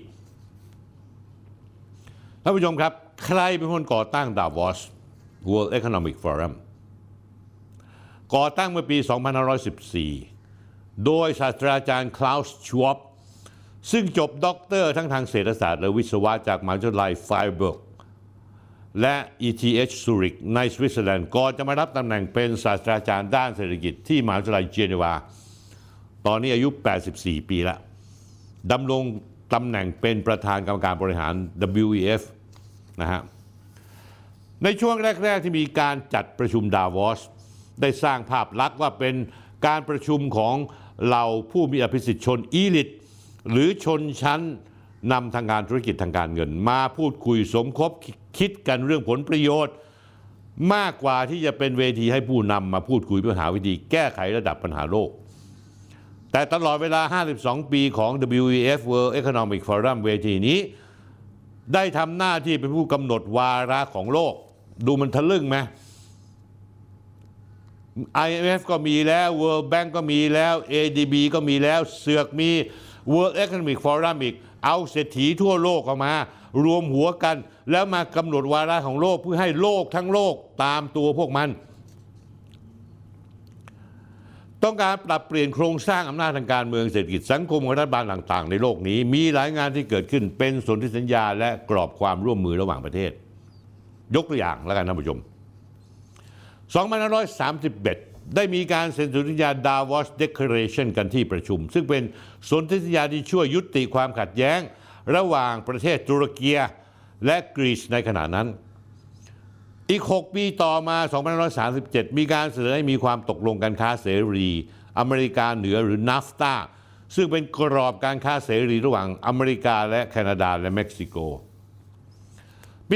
[SPEAKER 1] ท่านผู้ชมครับใครเป็นคนก่อตั้งดาวอส World Economic Forum ก่อตั้งเมื่อปี 2514 โดยศาสตราจารย์คลาวส์ ชวอปซึ่งจบด็อกเตอร์ทั้งทางเศรษฐศาสตร์และวิศวะจากมหาวิทยาลัยไฟเบิร์กและ ETH ซูริกในสวิตเซอร์แลนด์ก่อนจะมารับตำแหน่งเป็นศาสตราจารย์ด้านเศรษฐกิจที่มหาวิทยาลัยเจนีวาตอนนี้อายุ 84 ปีแล้วดำรงตำแหน่งเป็นประธานกรรมการบริหาร WEF นะฮะในช่วงแรกๆที่มีการจัดประชุมดาวอสได้สร้างภาพลักษณ์ว่าเป็นการประชุมของเหล่าผู้มีอภิสิทธิชนอีลิทหรือชนชั้นนำทางการธุรกิจทางการเงินมาพูดคุยสมคบคิดกันเรื่องผลประโยชน์มากกว่าที่จะเป็นเวทีให้ผู้นำมาพูดคุยเพื่อหาวิธีแก้ไขระดับปัญหาโลกแต่ตลอดเวลา52 ปีของ WEF World Economic Forum เวทีนี้ได้ทำหน้าที่เป็นผู้กำหนดวาระของโลกดูมันทะลึ่งไหม IMF ก็มีแล้ว World Bank ก็มีแล้ว ADB ก็มีแล้วเสือกมี World Economic Forum อีกเอาเศรษฐีทั่วโลกออกมารวมหัวกันแล้วมากำหนดวาระของโลกเพื่อให้โลกทั้งโลกตามตัวพวกมันต้องการปรับเปลี่ยนโครงสร้างอำนาจทางการเมืองเศรษฐกิจสังคมของรัฐบาลต่างๆในโลกนี้มีหลายงานที่เกิดขึ้นเป็นสนธิสัญญาและกรอบความร่วมมือระหว่างประเทศยกตัวอย่างแล้วกันท่านผู้ชม 2531 ได้มีการเซ็นสนธิสัญญา Davos Declaration กันที่ประชุมซึ่งเป็นสนธิสัญญาที่ช่วยยุติความขัดแย้งระหว่างประเทศตุรกีและกรีซในขณะนั้นอีก 6 ปีต่อมา 2537 มีการเสนอให้มีความตกลงการค้าเสรีอเมริกาเหนือหรือ NAFTA ซึ่งเป็นกรอบการค้าเสรีระหว่างอเมริกาและแคนาดาและเม็กซิโกปี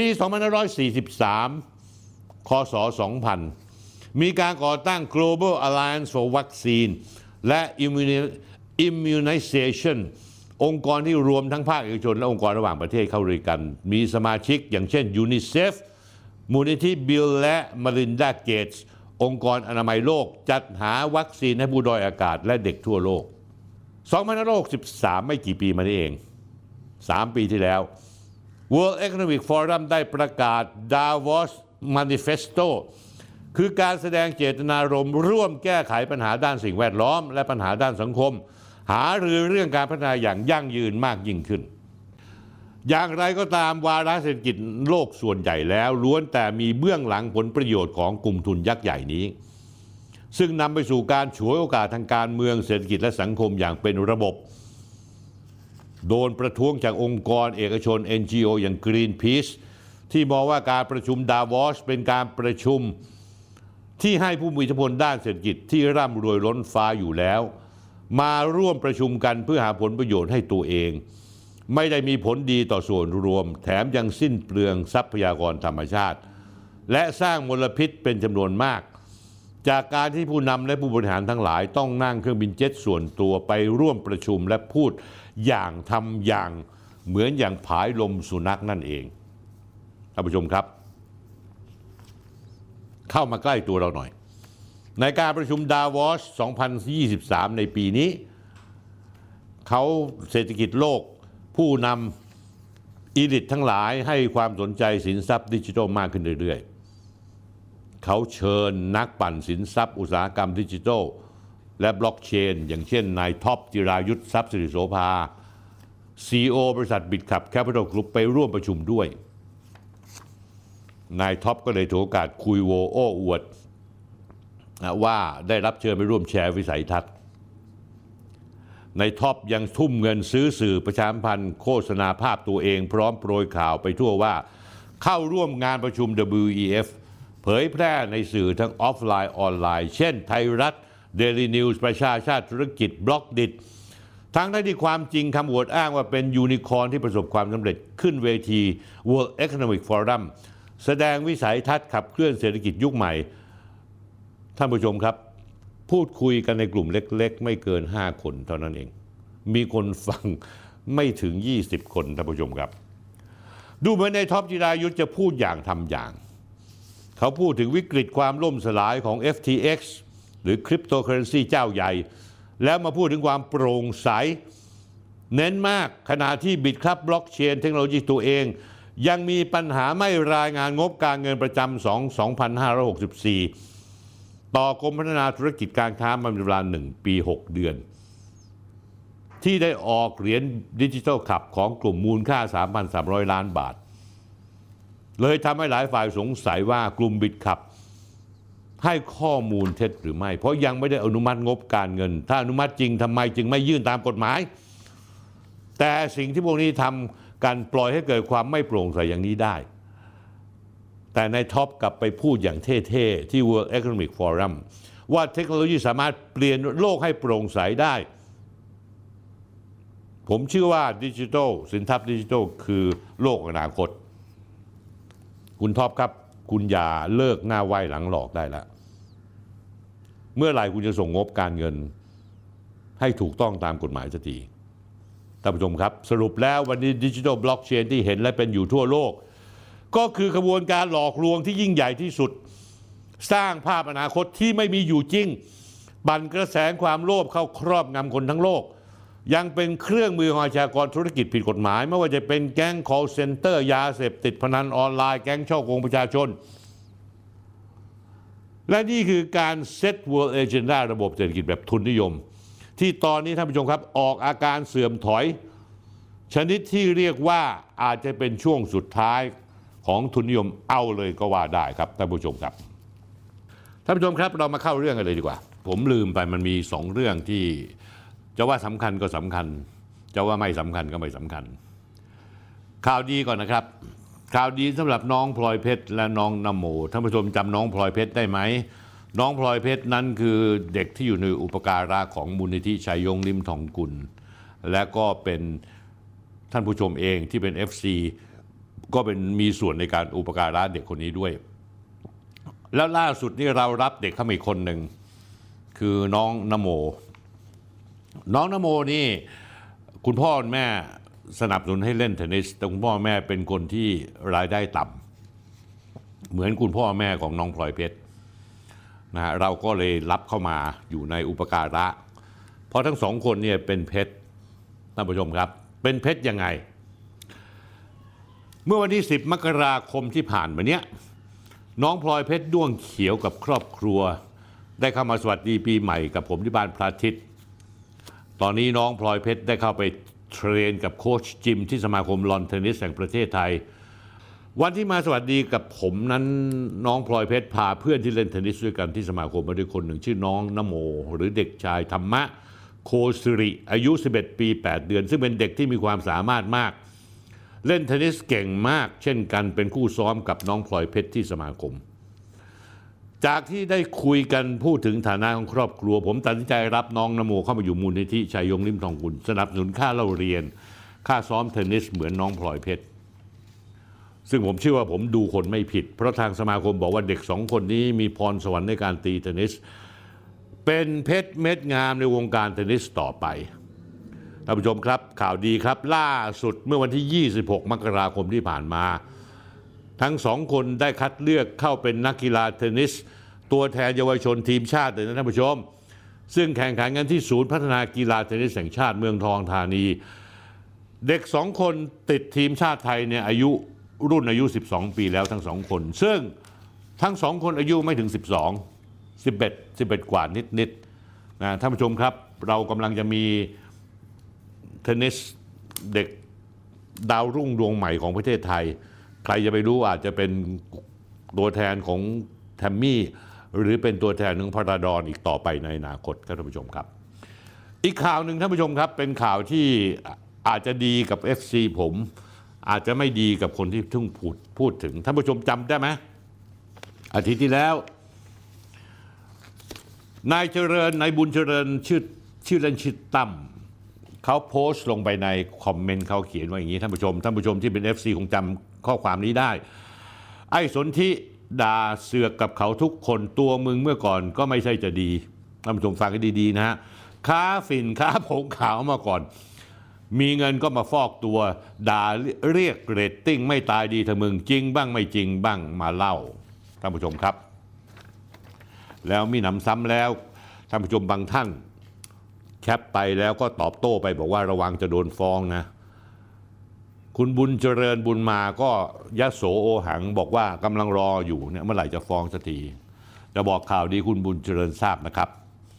[SPEAKER 1] 2543 คศ 2000 มีการก่อตั้ง Global Alliance for Vaccine และ Immunization องค์กรที่รวมทั้งภาคเอกชนและองค์กรระหว่างประเทศเข้าด้วยกันมีสมาชิกอย่างเช่น UNICEF มูลนิธิบิลและมารินดาเกตส์องค์กรอนามัยโลกจัดหาวัคซีนให้ผู้ด้อยอากาศและเด็กทั่วโลก 2563 ไม่กี่ปีมานี้เอง 3 ปีที่แล้ว World Economic Forum ได้ประกาศ Davos Manifesto คือการแสดงเจตนารมณ์ร่วมแก้ไขปัญหาด้านสิ่งแวดล้อมและปัญหาด้านสังคมหารือเรื่องการพัฒนาอย่างยั่งยืนมากยิ่งขึ้นอย่างไรก็ตามวาระเศรษฐกิจโลกส่วนใหญ่แล้วล้วนแต่มีเบื้องหลังผลประโยชน์ของกลุ่มทุนยักษ์ใหญ่นี้ซึ่งนำไปสู่การฉวยโอกาสทางการเมืองเศรษฐกิจและสังคมอย่างเป็นระบบโดนประท้วงจากองค์กรเอกชน NGO อย่าง Greenpeace ที่มองว่าการประชุมดาวอสเป็นการประชุมที่ให้ผู้มีอิทธิพลด้านเศรษฐกิจที่ร่ำรวยล้นฟ้าอยู่แล้วมาร่วมประชุมกันเพื่อหาผลประโยชน์ให้ตัวเองไม่ได้มีผลดีต่อส่วนรวมแถมยังสิ้นเปลืองทรัพยากรธรรมชาติและสร้างมลพิษเป็นจำนวนมากจากการที่ผู้นำและผู้บริหารทั้งหลายต้องนั่งเครื่องบินเจ็ตส่วนตัวไปร่วมประชุมและพูดอย่างทำอย่างเหมือนอย่างผายลมสุนัขนั่นเองท่านผู้ชมครับเข้ามาใกล้ตัวเราหน่อยในการประชุมดาวอส 2023 ในปีนี้เขาเศรษฐกิจโลกผู้นำอีลิททั้งหลายให้ความสนใจสินทรัพย์ดิจิทัลมากขึ้นเรื่อยๆเขาเชิญนักปั่นสินทรัพย์อุตสาหกรรมดิจิทัลและบล็อกเชนอย่างเช่นนายท็อปจิรายุทธทรัพย์สิริโสภา CEO บริษัทบิตคัพแคปิตอลกรุ๊ปไปร่วมประชุมด้วยนายท็อปก็เลยถือโอกาสคุยโอ้อวดว่าได้รับเชิญไปร่วมแชร์วิสัยทัศน์ในท็อปยังทุ่มเงินซื้อสื่อประชาสัมพันธ์โฆษณาภาพตัวเองพร้อมโปรยข่าวไปทั่วว่าเข้าร่วมงานประชุม WEF เผยแพร่ในสื่อทั้งออฟไลน์ออนไลน์เช่นไทยรัฐเดลี่นิวส์ประชาชาติธุรกิจบล็อกดิทั้งที่ความจริงคำอวดอ้างว่าเป็นยูนิคอร์นที่ประสบความสำเร็จขึ้นเวที World Economic Forum แสดงวิสัยทัศน์ขับเคลื่อนเศรษฐกิจยุคใหม่ท่านผู้ชมครับพูดคุยกันในกลุ่มเล็กๆไม่เกิน5 คนเท่านั้นเองมีคนฟังไม่ถึง20คนท่านผู้ชมครับดูเหมือนในท็อปจิรายุทธจะพูดอย่างทำอย่างเขาพูดถึงวิกฤตความล่มสลายของ FTX หรือคริปโตเคอเรนซีเจ้าใหญ่แล้วมาพูดถึงความโปร่งใสเน้นมากขณะที่บิตครับบล็อกเชนเทคโนโลยีตัวเองยังมีปัญหาไม่รายงานงบการเงินประจำ2564ต่อกรมพัฒนาธุรกิจการค้ามาเป็นเวลา1 ปี 6 เดือนที่ได้ออกเหรียญดิจิทัลคับของกลุ่มมูลค่า 3,300 ล้านบาทเลยทำให้หลายฝ่ายสงสัยว่ากลุ่มบิตคับให้ข้อมูลเท็จหรือไม่เพราะยังไม่ได้อนุมัติงบการเงินถ้าอนุมัติจริงทำไมจึงไม่ยื่นตามกฎหมายแต่สิ่งที่พวกนี้ทำการปล่อยให้เกิดความไม่โปร่งใสอย่างนี้ได้แต่ในท็อปกลับไปพูดอย่างเท่ๆที่ World Economic Forum ว่าเทคโนโลยีสามารถเปลี่ยนโลกให้โปร่งใสได้ผมเชื่อว่าดิจิทัลสินทรัพย์ดิจิทัลคือโลกอนาคตคุณท็อปครับคุณอย่าเลิกหน้าไหว้หลังหลอกได้แล้วเมื่อไหร่คุณจะส่งงบการเงินให้ถูกต้องตามกฎหมายสักทีท่านผู้ชมครับสรุปแล้ววันนี้ดิจิทัลบล็อกเชนที่เห็นและเป็นอยู่ทั่วโลกก็คือขบวนการหลอกลวงที่ยิ่งใหญ่ที่สุดสร้างภาพอนาคตที่ไม่มีอยู่จริงบั่นกระแสความโลภเข้าครอบงำคนทั้งโลกยังเป็นเครื่องมือของอาชญากรธุรกิจผิดกฎหมายไม่ว่าจะเป็นแก๊ง call center ยาเสพติดพนันออนไลน์แก๊งฉ้อโกงประชาชนและนี่คือการเซต World Agenda ระบบเศรษฐกิจแบบทุนนิยมที่ตอนนี้ท่านผู้ชมครับออกอาการเสื่อมถอยชนิดที่เรียกว่าอาจจะเป็นช่วงสุดท้ายของทุนนิยมเอาเลยก็ว่าได้ครับท่านผู้ชมครับท่านผู้ชมครับเรามาเข้าเรื่องกันเลยดีกว่าผมลืมไปมันมี2เรื่องที่จะว่าสำคัญก็สำคัญจะว่าไม่สำคัญก็ไม่สำคัญข่าวดีก่อนนะครับข่าวดีสำหรับน้องพลอยเพชรและน้องนโมท่านผู้ชมจำน้องพลอยเพชรได้ไหมน้องพลอยเพชรนั้นคือเด็กที่อยู่ในอุปการะของมูลนิธิชัยยงลิ้มทองกุลและก็เป็นท่านผู้ชมเองที่เป็น FC ก็เป็นมีส่วนในการอุปการะเด็กคนนี้ด้วยแล้วล่าสุดนี่เรารับเด็กเข้ามาอีกคนหนึ่งคือน้องนโมน้องนโมนี่คุณพ่อคุณแม่สนับสนุนให้เล่นเทนนิสแต่คุณพ่อแม่เป็นคนที่รายได้ต่ำเหมือนคุณพ่อแม่ของน้องพลอยเพชรนะฮะเราก็เลยรับเข้ามาอยู่ในอุปการะเพราะทั้งสองคนเนี่ยเป็นเพชรท่านผู้ชมครับเป็นเพชรยังไงเมื่อวันที่10 มกราคมที่ผ่านมาเนี้ยน้องพลอยเพชรด้วงเขียวกับครอบครัวได้เข้ามาสวัสดีปีใหม่กับผมที่บ้านพระอาทิตย์ตอนนี้น้องพลอยเพชรได้เข้าไปเทรนกับโค้ชจิมที่สมาคมลอนเทนนิสแห่งประเทศไทยวันที่มาสวัสดีกับผมนั้นน้องพลอยเพชรพาเพื่อนที่เล่นเทนนิสด้วยกันที่สมาคมมาด้วยคนหนึ่งชื่อน้องนโมหรือเด็กชายธรรมะโคสิริอายุ11 ปี 8 เดือนซึ่งเป็นเด็กที่มีความสามารถมากเล่นเทนนิสเก่งมากเช่นกันเป็นคู่ซ้อมกับน้องพลอยเพชรที่สมาคมจากที่ได้คุยกันพูดถึงฐานะของครอบครัวผมตัดสินใจรับน้องนโมเข้ามาอยู่มูลนิธิชัยยงลิ้มทองกุลสนับสนุนค่าเล่าเรียนค่าซ้อมเทนนิสเหมือนน้องพลอยเพชรซึ่งผมเชื่อว่าผมดูคนไม่ผิดเพราะทางสมาคมบอกว่าเด็ก2 คนนี้มีพรสวรรค์ในการตีเทนนิสเป็นเพชรเม็ดงามในวงการเทนนิสต่อไปท่านผู้ชมครับข่าวดีครับล่าสุดเมื่อวันที่26 มกราคมที่ผ่านมาทั้ง2 คนได้คัดเลือกเข้าเป็นนักกีฬาเทนนิสตัวแทนเยาวชนทีมชาติเลยนะท่านผู้ชมซึ่งแข่งขันกันที่ศูนย์พัฒนากีฬาเทนนิสแห่งชาติเมืองทองธานีเด็ก2 คนติดทีมชาติไทยเนี่ยรุ่นอายุ12 ปีแล้วทั้ง2 คนซึ่งทั้ง2 คนอายุไม่ถึง11 กว่านิดๆนะท่านผู้ชมครับเรากำลังจะมีเทนนิสเด็กดาวรุ่งดวงใหม่ของประเทศไทยใครจะไปรู้อาจจะเป็นตัวแทนของแทมมี่หรือเป็นตัวแทนของพาราดอนอีกต่อไปในอนาคตครับท่านผู้ชมครับอีกข่าวหนึ่งท่านผู้ชมครับเป็นข่าวที่อาจจะดีกับ FC ผมอาจจะไม่ดีกับคนที่เพิ่งพูดถึงท่านผู้ชมจำได้ไหมอาทิตย์ที่แล้วนายบุญเจริญชื่อเล่นชื่อตั้มเขาโพสต์ลงไปในคอมเมนต์เขาเขียนว่าอย่างนี้ท่านผู้ชมที่เป็น FC คงจำข้อความนี้ได้ไอ้สนธิด่าเสือกกับเขาทุกคนตัวมึงเมื่อก่อนก็ไม่ใช่จะดีท่านผู้ชมฟังให้ดีๆนะฮะค้าฝิ่นค้าผงขาวมาก่อนมีเงินก็มาฟอกตัวด่าเรียกเรตติ้งไม่ตายดีเถอะมึงจริงบ้างไม่จริงบ้างมาเล่าท่านผู้ชมครับแล้วมีหนำซ้ำแล้วท่านผู้ชมบางท่านแคปไปแล้วก็ตอบโต้ไปบอกว่าระวังจะโดนฟ้องนะคุณบุญเจริญบุญมาก็ยโสโอหังบอกว่ากำลังรออยู่เนี่ยเมื่อไหร่จะฟ้องสักทีจะบอกข่าวดีคุณบุญเจริญทราบนะครับ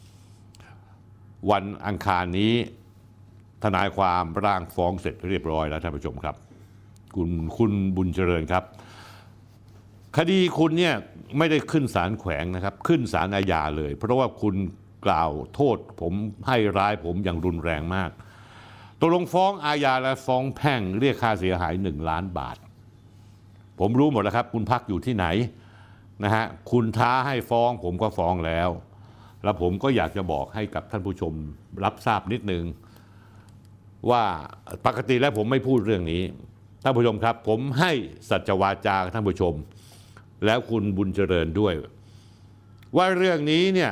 [SPEAKER 1] วันอังคารนี้ทนายความร่างฟ้องเสร็จเรียบร้อยแล้วท่านผู้ชมครับคุณบุญเจริญครับคดีคุณเนี่ยไม่ได้ขึ้นศาลแขวงนะครับขึ้นศาลอาญาเลยเพราะว่าคุณกล่าวโทษผมให้ร้ายผมอย่างรุนแรงมากตกลงฟ้องอาญาและฟ้องแพ่งเรียกค่าเสียหาย1 ล้านบาทผมรู้หมดแล้วครับคุณพักอยู่ที่ไหนนะฮะคุณท้าให้ฟ้องผมก็ฟ้องแล้วผมก็อยากจะบอกให้กับท่านผู้ชมรับทราบนิดนึงว่าปกติแล้วผมไม่พูดเรื่องนี้ท่านผู้ชมครับผมให้สัจวาจาท่านผู้ชมแล้วคุณบุญเจริญด้วยว่าเรื่องนี้เนี่ย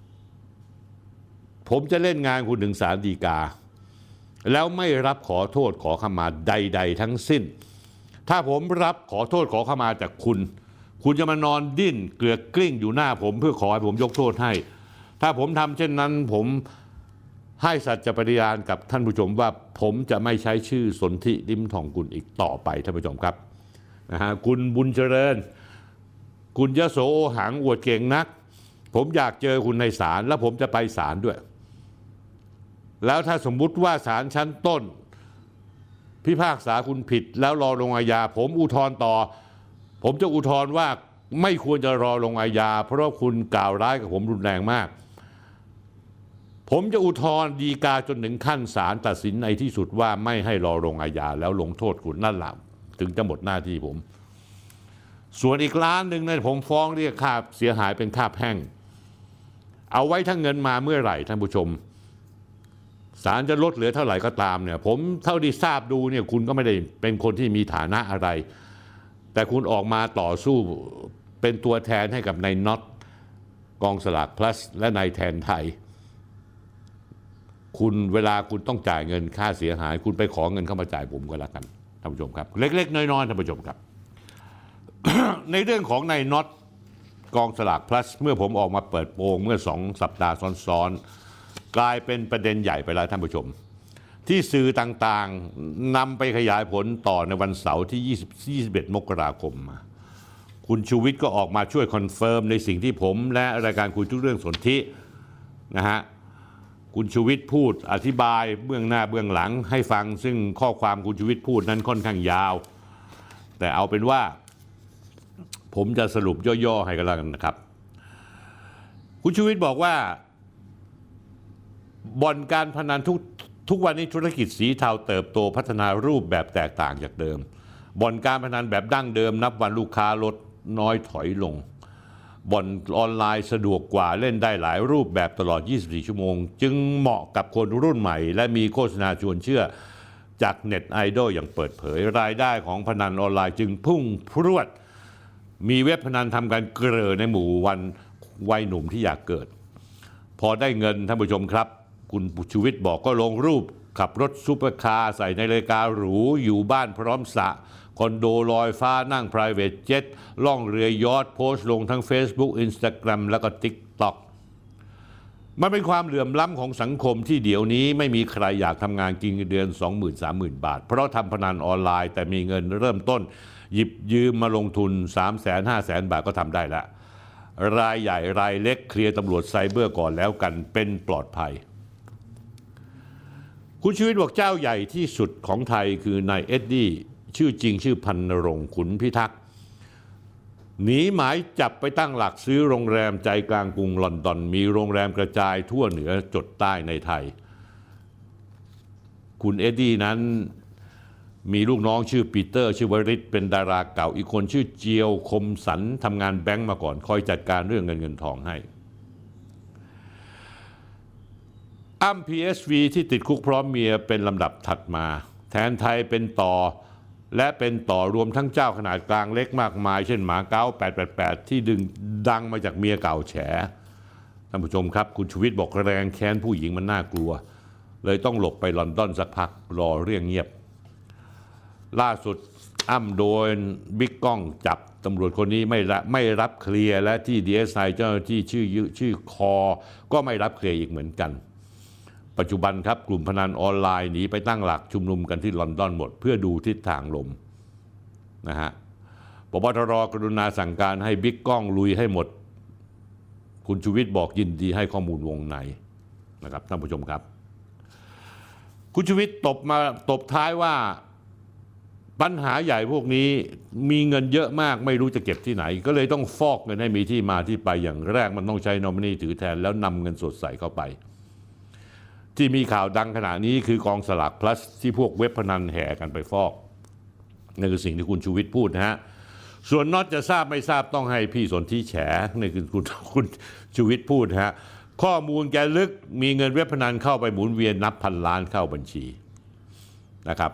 [SPEAKER 1] ผมจะเล่นงานคุณถึงศาลฎีกาแล้วไม่รับขอโทษขอขมาใดๆทั้งสิ้นถ้าผมรับขอโทษขอขมาจากคุณจะมานอนดิ้นเกลือกกลิ้งอยู่หน้าผมเพื่อขอให้ผมยกโทษให้ถ้าผมทำเช่นนั้นผมให้สัจปฏิญาณกับท่านผู้ชมว่าผมจะไม่ใช้ชื่อสนธิลิ้มทองกุลอีกต่อไปท่านผู้ชมครับนะฮะคุณบุญเจริญคุณยโสโอหังอวดเก่งนักผมอยากเจอคุณในศาลแล้วผมจะไปศาลด้วยแล้วถ้าสมมุติว่าศาลชั้นต้นพิพากษาคุณผิดแล้วรอลงอาญาผมอุทธรณ์ต่อผมจะอุทธรณ์ว่าไม่ควรจะรอลงอาญาเพราะคุณกล่าวร้ายกับผมรุนแรงมากผมจะอุทธรณ์ฎีกาจนถึงขั้นศาลตัดสินในที่สุดว่าไม่ให้รอลงอาญาแล้วลงโทษคุณนั่นแหละถึงจะหมดหน้าที่ผมส่วนอีกล้านหนึ่งเนี่ยผมฟ้องเรียกค่าเสียหายเป็นค่าแพ่งเอาไว้ถ้าเงินมาเมื่อไหร่ท่านผู้ชมศาลจะลดเหลือเท่าไหร่ก็ตามเนี่ยผมเท่าที่ทราบดูเนี่ยคุณก็ไม่ได้เป็นคนที่มีฐานะอะไรแต่คุณออกมาต่อสู้เป็นตัวแทนให้กับนายน็อตกองสลาก plus และนายแทนไทยคุณเวลาคุณต้องจ่ายเงินค่าเสียหายคุณไปขอเงินเข้ามาจ่ายผมก็แล้วกันท่านผู้ชมครับเล็กๆน้อยๆท่านผู้ชมครับ ในเรื่องของนายน็อตกองสลาก plus เมื่อผมออกมาเปิดโปงเมื่อ2 สัปดาห์ซ้อนๆกลายเป็นประเด็นใหญ่ไปแล้วท่านผู้ชมที่สื่อต่างๆนำไปขยายผลต่อในวันเสาร์ที่21 มกราคมมาคุณชูวิทย์ก็ออกมาช่วยคอนเฟิร์มในสิ่งที่ผมและรายการคุยทุกเรื่องสนธินะฮะคุณชูวิทย์พูดอธิบายเบื้องหน้าเบื้องหลังให้ฟังซึ่งข้อความคุณชูวิทย์พูดนั้นค่อนข้างยาวแต่เอาเป็นว่าผมจะสรุปย่อๆให้กันแล้วกันนะครับคุณชูวิทย์บอกว่าบ่อนการพนันทุกวันนี้ธุรกิจสีเทาเติบโตพัฒนารูปแบบแตกต่างจากเดิมบ่อนการพนันแบบดั้งเดิมนับวันลูกค้าลดน้อยถอยลงบ่อนออนไลน์สะดวกกว่าเล่นได้หลายรูปแบบตลอด24 ชั่วโมงจึงเหมาะกับคนรุ่นใหม่และมีโฆษณาชวนเชื่อจากเน็ตไอดอลอย่างเปิดเผยรายได้ของพนันออนไลน์จึงพุ่งพรวดมีเว็บพนันทำการเกลือในหมู่วันวัยหนุ่มที่อยากเกิดพอได้เงินท่านผู้ชมครับคุณชูวิทย์บอกก็ลงรูปขับรถซุปเปอร์คาร์ใส่ในนาฬิกาหรูอยู่บ้านพร้อมสระคอนโดลอยฟ้านั่ง private jet ล่องเรือยอทโพสต์ลงทั้ง Facebook Instagram แล้วก็ TikTok มันเป็นความเหลื่อมล้ำของสังคมที่เดี๋ยวนี้ไม่มีใครอยากทำงานกินเดือน 20,000-30,000 บาทเพราะทำพนันออนไลน์แต่มีเงินเริ่มต้นหยิบยืมมาลงทุน 300,000-500,000 บาทก็ทำได้แล้วรายใหญ่รายเล็กเคลียร์ตำรวจไซเบอร์ก่อนแล้วกันเป็นปลอดภัยคุณชูวิทย์บอกเจ้าใหญ่ที่สุดของไทยคือนายเอ็ดดี้ชื่อจริงชื่อพันนรงค์ขุนพิทักษ์หนีหมายจับไปตั้งหลักซื้อโรงแรมใจกลางกรุงลอนดอนมีโรงแรมกระจายทั่วเหนือจดใต้ในไทยคุณเอ็ดดี้นั้นมีลูกน้องชื่อปีเตอร์ชื่อวริศเป็นดาราเก่าอีกคนชื่อเจียวคมสันทำงานแบงก์มาก่อนคอยจัดการเรื่องเงินทองให้อ้ำ PSV ที่ติดคุกพร้อมเมียเป็นลำดับถัดมาแทนไทยเป็นต่อและเป็นต่อรวมทั้งเจ้าขนาดกลางเล็กมากมายเช่นหมาเก๊า888ที่ดังมาจากเมียเก่าแฉท่านานผู้ชมครับคุณชูวิทย์บอกแรงแค้นผู้หญิงมันน่ากลัวเลยต้องหลบไปลอนดอนสักพักรอเรื่องเงียบล่าสุดอ้ำโดนบิ๊กก้องจับตำรวจคนนี้ไม่รับเคลียร์และที่ DSI เจ้าหน้าที่ชื่อคอก็ไม่รับเคลียร์อีกเหมือนกันปัจจุบันครับกลุ่มพนันออนไลน์หนีไปตั้งหลักชุมนุมกันที่ลอนดอนหมดเพื่อดูทิศทางลมนะฮะปปท.กรุณาสั่งการให้บิ๊กก้องลุยให้หมดคุณชูวิทย์บอกยินดีให้ข้อมูลวงในนะครับท่านผู้ชมครับคุณชูวิทย์ตบท้ายว่าปัญหาใหญ่พวกนี้มีเงินเยอะมากไม่รู้จะเก็บที่ไหนก็เลยต้องฟอกเงินให้มีที่มาที่ไปอย่างแรกมันต้องใช้นอมินีถือแทนแล้วนำเงินสดใส่เข้าไปที่มีข่าวดังขณะนี้คือกองสลาก plus ที่พวกเว็บพนันแห่กันไปฟอกนั่นคือสิ่งที่คุณชูวิทย์พูดนะฮะส่วนน็อตจะทราบไม่ทราบต้องให้พี่สนธิแฉนี่คือคุณชูวิทย์พูดฮะข้อมูลแกลึกมีเงินเว็บพนันเข้าไปหมุนเวียนนับพันล้านเข้าบัญชีนะครับ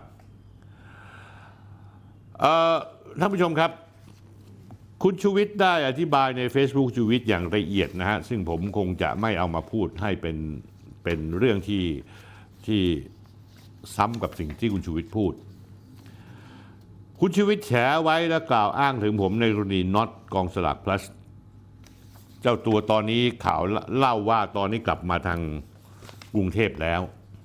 [SPEAKER 1] ท่านผู้ชมครับคุณชูวิทย์ได้อธิบายใน Facebook ชูวิทย์อย่างละเอียดนะฮะซึ่งผมคงจะไม่เอามาพูดให้เป็นเรื่องที่ซ้ำกับสิ่งที่คุณชูวิทย์พูดคุณชูวิทย์แฉไว้และกล่าวอ้างถึงผมในกรณีน็อตกองสลาก plus เจ้าตัวตอนนี้ข่าวเล่าว่าตอนนี้กลับมาทางกรุงเทพแล้ว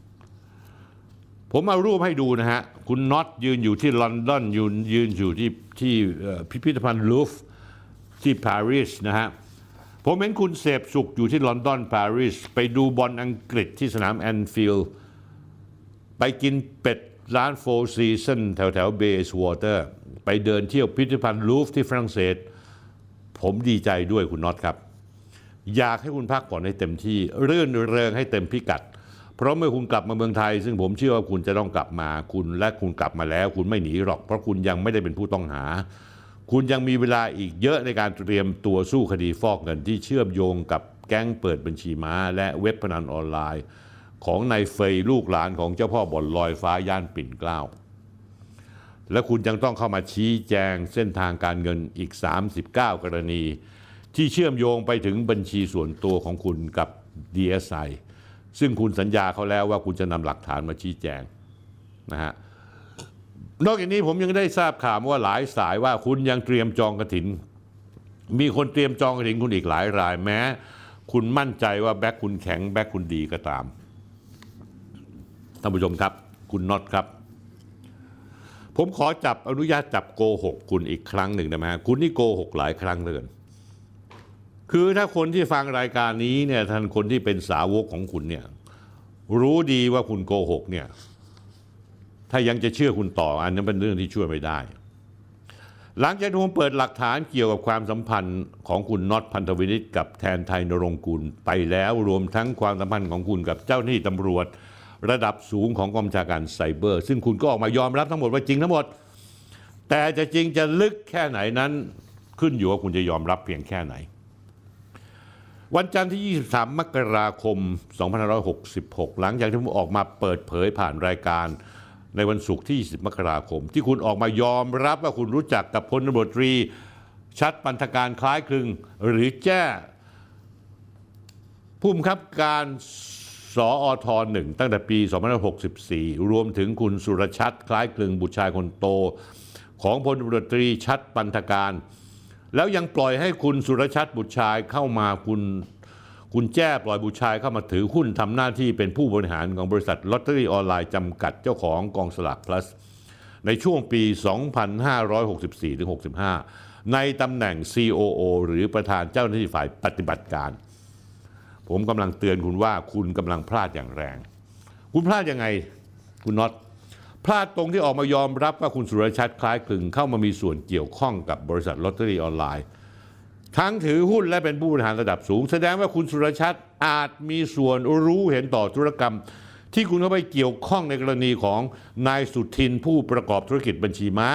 [SPEAKER 1] ผมเอารูปให้ดูนะฮะคุณน็อตยืนอยู่ที่ลอนดอนยืนอยู่ที่พิพิธภัณฑ์ลูฟร์ที่ปารีสนะฮะผมเห็นคุณเสพสุขอยู่ที่ลอนดอนปารีสไปดูบอลอังกฤษที่สนามแอนฟิลด์ไปกินเป็ดร้านโฟร์ซีซันแถวเบสวอเตอร์ไปเดินเที่ยวพิพิธภัณฑ์ลูฟร์ที่ฝรั่งเศสผมดีใจด้วยคุณน็อตครับอยากให้คุณพักผ่อนให้เต็มที่รื่นเริงให้เต็มพิกัดเพราะเมื่อคุณกลับมาเมืองไทยซึ่งผมเชื่อว่าคุณจะต้องกลับมาคุณกลับมาแล้วคุณไม่หนีหรอกเพราะคุณยังไม่ได้เป็นผู้ต้องหาคุณยังมีเวลาอีกเยอะในการเตรียมตัวสู้คดีฟอกเงินที่เชื่อมโยงกับแก๊งเปิดบัญชีม้าและเว็บพนันออนไลน์ของนายเฟยลูกหลานของเจ้าพ่อบ่อนลอยฟ้าย่านปิ่นเกล้าและคุณยังต้องเข้ามาชี้แจงเส้นทางการเงินอีก39กรณีที่เชื่อมโยงไปถึงบัญชีส่วนตัวของคุณกับ DSI ซึ่งคุณสัญญาเขาแล้วว่าคุณจะนำหลักฐานมาชี้แจงนะฮะนอกจากนี้ผมยังได้ทราบข่าวว่าหลายสายว่าคุณยังเตรียมจองกฐินมีคนเตรียมจองกฐินคุณอีกหลายรายแม้คุณมั่นใจว่าแบ็คคุณแข็งแบ็คคุณดีก็ตามท่านผู้ชมครับคุณน็อตครับผมขออนุญาตจับโกหกคุณอีกครั้งหนึ่งได้ไหมคุณนี่โกหกหลายครั้งเลยคือถ้าคนที่ฟังรายการนี้เนี่ยท่านคนที่เป็นสาวกของคุณเนี่ยรู้ดีว่าคุณโกหกเนี่ยถ้ายังจะเชื่อคุณต่ออันนั้นเป็นเรื่องที่ช่วยไม่ได้หลังจากที่ผมเปิดหลักฐานเกี่ยวกับความสัมพันธ์ของคุณน็อตพันธวินิตกับแทนไทยนรงค์กุลไปแล้วรวมทั้งความสัมพันธ์ของคุณกับเจ้าหน้าที่ตำรวจระดับสูงของกองบัญชาการไซเบอร์ซึ่งคุณก็ออกมายอมรับทั้งหมดว่าจริงทั้งหมดแต่จะจริงจะลึกแค่ไหนนั้นขึ้นอยู่ว่าคุณจะยอมรับเพียงแค่ไหนวันจันทร์ที่23มกราคม2566หลังจากที่ผมออกมาเปิดเผยผ่านรายการในวันศุกร์ที่20มกราคมที่คุณออกมายอมรับว่าคุณรู้จักกับพลตำรวจตรีชัดปันธการคล้ายคลึงหรือแจ้ผู้บังคับการสอท.1ตั้งแต่ปี2564รวมถึงคุณสุรชัดคล้ายคลึงบุตรชายคนโตของพลตำรวจตรีชัดปันธการแล้วยังปล่อยให้คุณสุรชัดบุตรชายเข้ามาคุณแจ้ปล่อยบุตรชายเข้ามาถือหุ้นทำหน้าที่เป็นผู้บริหารของบริษัทลอตเตอรี่ออนไลน์จำกัดเจ้าของกองสลาก plus ในช่วงปี 2564-65 ในตำแหน่ง COO หรือประธานเจ้าหน้าที่ฝ่ายปฏิบัติการผมกำลังเตือนคุณว่าคุณกำลังพลาดอย่างแรงคุณพลาดยังไงคุณน็อตพลาดตรงที่ออกมายอมรับว่าคุณสุรชัดคล้ายคลึงเข้ามามีส่วนเกี่ยวข้องกับบริษัทลอตเตอรี่ออนไลน์ทั้งถือหุ้นและเป็นผู้บริหารระดับสูงแสดงว่าคุณสุรชัดอาจมีส่วนรู้เห็นต่อธุรกรรมที่คุณเข้าไปเกี่ยวข้องในกรณีของนายสุทินผู้ประกอบธุรกิจบัญชีม้า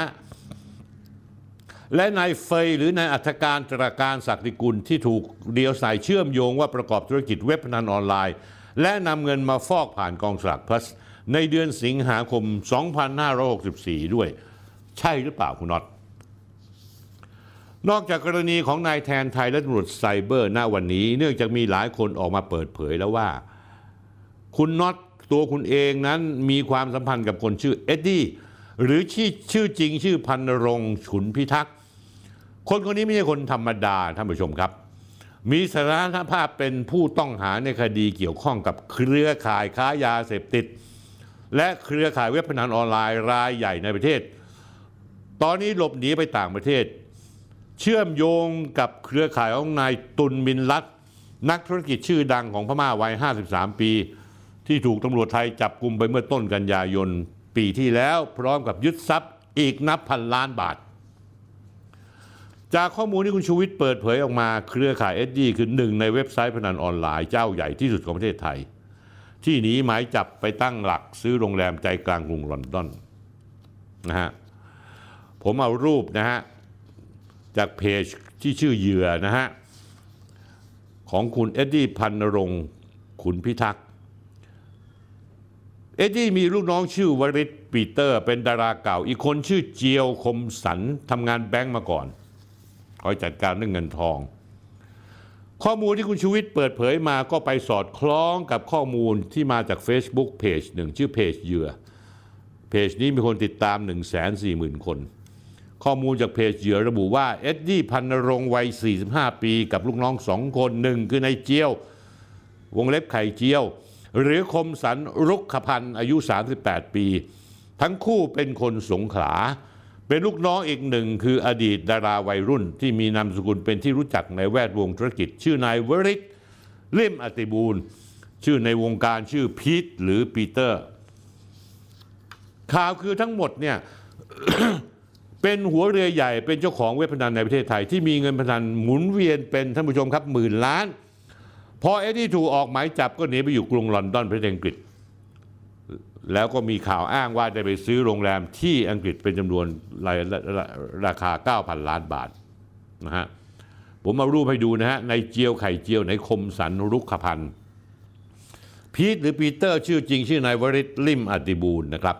[SPEAKER 1] และนายเฟยหรือนายอัธการตราการศักดิกุลที่ถูกเดียวสายเชื่อมโยงว่าประกอบธุรกิจเว็บพนันออนไลน์และนำเงินมาฟอกผ่านกองสลาก plus ในเดือนสิงหาคม 2564 ด้วยใช่หรือเปล่าคุณน็อตนอกจากกรณีของนายแทนไทยและตำรวจไซเบอร์ณวันนี้เนื่องจากมีหลายคนออกมาเปิดเผยแล้วว่าคุณน็อตตัวคุณเองนั้นมีความสัมพันธ์กับคนชื่อเอ็ดดี้หรือชื่อจริงชื่อพันรงค์ฉุนพิทักษ์คนคนนี้ไม่ใช่คนธรรมดาท่านผู้ชมครับมีสถานภาพเป็นผู้ต้องหาในคดีเกี่ยวข้องกับเครือข่ายค้ายาเสพติดและเครือข่ายเว็บพนันออนไลน์รายใหญ่ในประเทศตอนนี้หลบหนีไปต่างประเทศเชื่อมโยงกับเครือข่ายของนายตุนมินลัดนักธุรกิจชื่อดังของพม่าวัย53 ปีที่ถูกตำรวจไทยจับกุมไปเมื่อต้นกันยายนปีที่แล้วพร้อมกับยึดทรัพย์อีกนับพันล้านบาทจากข้อมูลที่คุณชูวิทย์เปิดเผยออกมาเครือข่ายเอ็ดดี้คือหนึ่งในเว็บไซต์พนันออนไลน์เจ้าใหญ่ที่สุดของประเทศไทยที่หนีหมายจับไปตั้งหลักซื้อโรงแรมใจกลางกรุงลอนดอนนะฮะผมเอารูปนะฮะจากเพจที่ชื่อเหยื่อนะฮะของคุณเอ็ดดี้พันรงค์ขุนพิทักษ์เอ็ดดี้มีลูกน้องชื่อวริศปีเตอร์เป็นดาราเก่าอีกคนชื่อเจียวคมสันทำงานแบงก์มาก่อนคอยจัดการเรื่องเงินทองข้อมูลที่คุณชูวิทย์เปิดเผยมาก็ไปสอดคล้องกับข้อมูลที่มาจาก Facebook เพจหนึ่งชื่อเพจเหยื่อเพจนี้มีคนติดตาม 140,000 คนข้อมูลจากเพจเหยื่อระบุว่าเอ็ดดี้พันรงค์วัย45 ปีกับลูกน้อง2 คนหนึ่งคือนายเจียววงเล็บไข่เจียวหรือคมสันรุกขพันธ์อายุ38 ปีทั้งคู่เป็นคนสงขลาเป็นลูกน้องอีกหนึ่งคืออดีตดาราวัยรุ่นที่มีนามสกุลเป็นที่รู้จักในแวดวงธุรกิจชื่อนายวริศลิ่มอติบูลชื่อในวงการชื่อพีทหรือปีเตอร์ข่าวคือทั้งหมดเนี่ย เป็นหัวเรือใหญ่เป็นเจ้าของเว็บพนันในประเทศไทยที่มีเงินพนันหมุนเวียนเป็นท่านผู้ชมครับ10,000 ล้านพอเอ็ดดี้ถูกออกหมายจับก็หนีไปอยู่กรุงลอนดอนประเทศอังกฤษแล้วก็มีข่าวอ้างว่าได้ไปซื้อโรงแรมที่อังกฤษเป็นจำนวนราคา 9,000 ล้านบาทนะฮะผมเอารูปให้ดูนะฮะในเจียวไข่เจียวในคมสันรุกขพันธ์พีทหรือปีเตอร์ชื่อจริงชื่อนายวริศลิ่มอติบูลนะครับ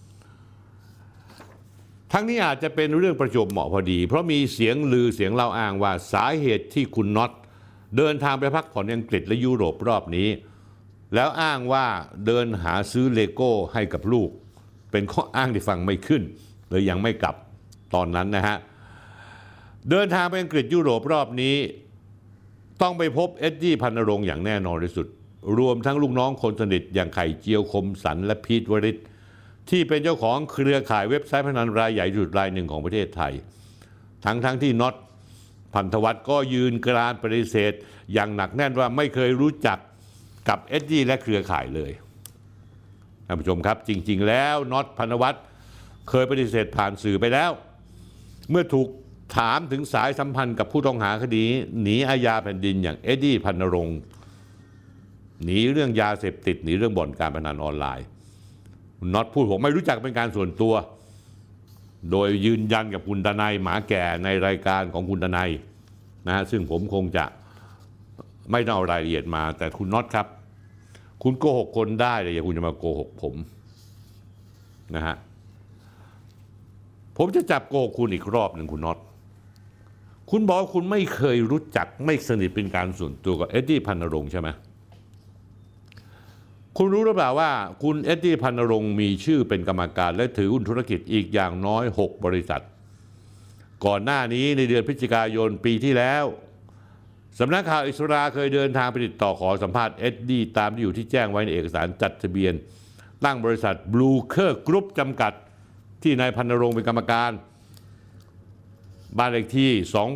[SPEAKER 1] ทั้งนี้อาจจะเป็นเรื่องประจวบเหมาะพอดีเพราะมีเสียงลือเสียงเล่าอ้างว่าสาเหตุที่คุณน็อตเดินทางไปพักผ่อนในอังกฤษและยุโรปรอบนี้แล้วอ้างว่าเดินหาซื้อเลโก้ให้กับลูกเป็นข้ออ้างที่ฟังไม่ขึ้นเลยยังไม่กลับตอนนั้นนะฮะเดินทางไปอังกฤษยุโรปรอบนี้ต้องไปพบเอ็ดดี้พันรงค์อย่างแน่นอนที่สุดรวมทั้งลูกน้องคนสนิทอย่างไข่เจียวคมสันและพีทวริศที่เป็นเจ้าของเครือข่ายเว็บไซต์พนันรายใหญ่สุดรายหนึ่งของประเทศไทยทั้งที่น็อตพันธวัฒน์ก็ยืนกรานปฏิเสธอย่างหนักแน่นว่าไม่เคยรู้จักกับเอ็ดดี้และเครือข่ายเลยท่านผู้ชมครับจริงๆแล้วน็อตพันธวัฒน์เคยปฏิเสธผ่านสื่อไปแล้วเมื่อถูกถามถึงสายสัมพันธ์กับผู้ต้องหาคดีหนีอาญาแผ่นดินอย่างเอ็ดดี้พันรงค์หนีเรื่องยาเสพติดหนีเรื่องบ่อนการพนันออนไลน์น็อตพูดผมไม่รู้จักเป็นการส่วนตัวโดยยืนยันกับคุณดนัยหมาแก่ในรายการของคุณดนัยนะฮะซึ่งผมคงจะไม่ต้องเอารายละเอียดมาแต่คุณน็อตครับคุณโกหกคนได้แต่อย่าคุณจะมาโกหกผมนะฮะผมจะจับโกหกคุณอีกรอบหนึ่งคุณน็อตคุณบอกว่าคุณไม่เคยรู้จักไม่สนิทเป็นการส่วนตัวกับเอ็ดดี้พันรงค์ใช่ไหมคุณรู้หรือเปล่าว่าคุณเอ็ดดี้พันรงค์มีชื่อเป็นกรรมการและถือหุ้นธุรกิจอีกอย่างน้อย6 บริษัทก่อนหน้านี้ในเดือนพฤศจิกายนปีที่แล้วสำนักข่าวอิสราเคยเดินทางไปติดต่อขอสัมภาษณ์เอ็ดดี้ตามที่อยู่ที่แจ้งไว้ในเอกสารจัดทะเบียนตั้งบริษัทบลูเคอร์กรุ๊ปจำกัดที่นายพันรงค์เป็นกรรมการบ้านเลขที่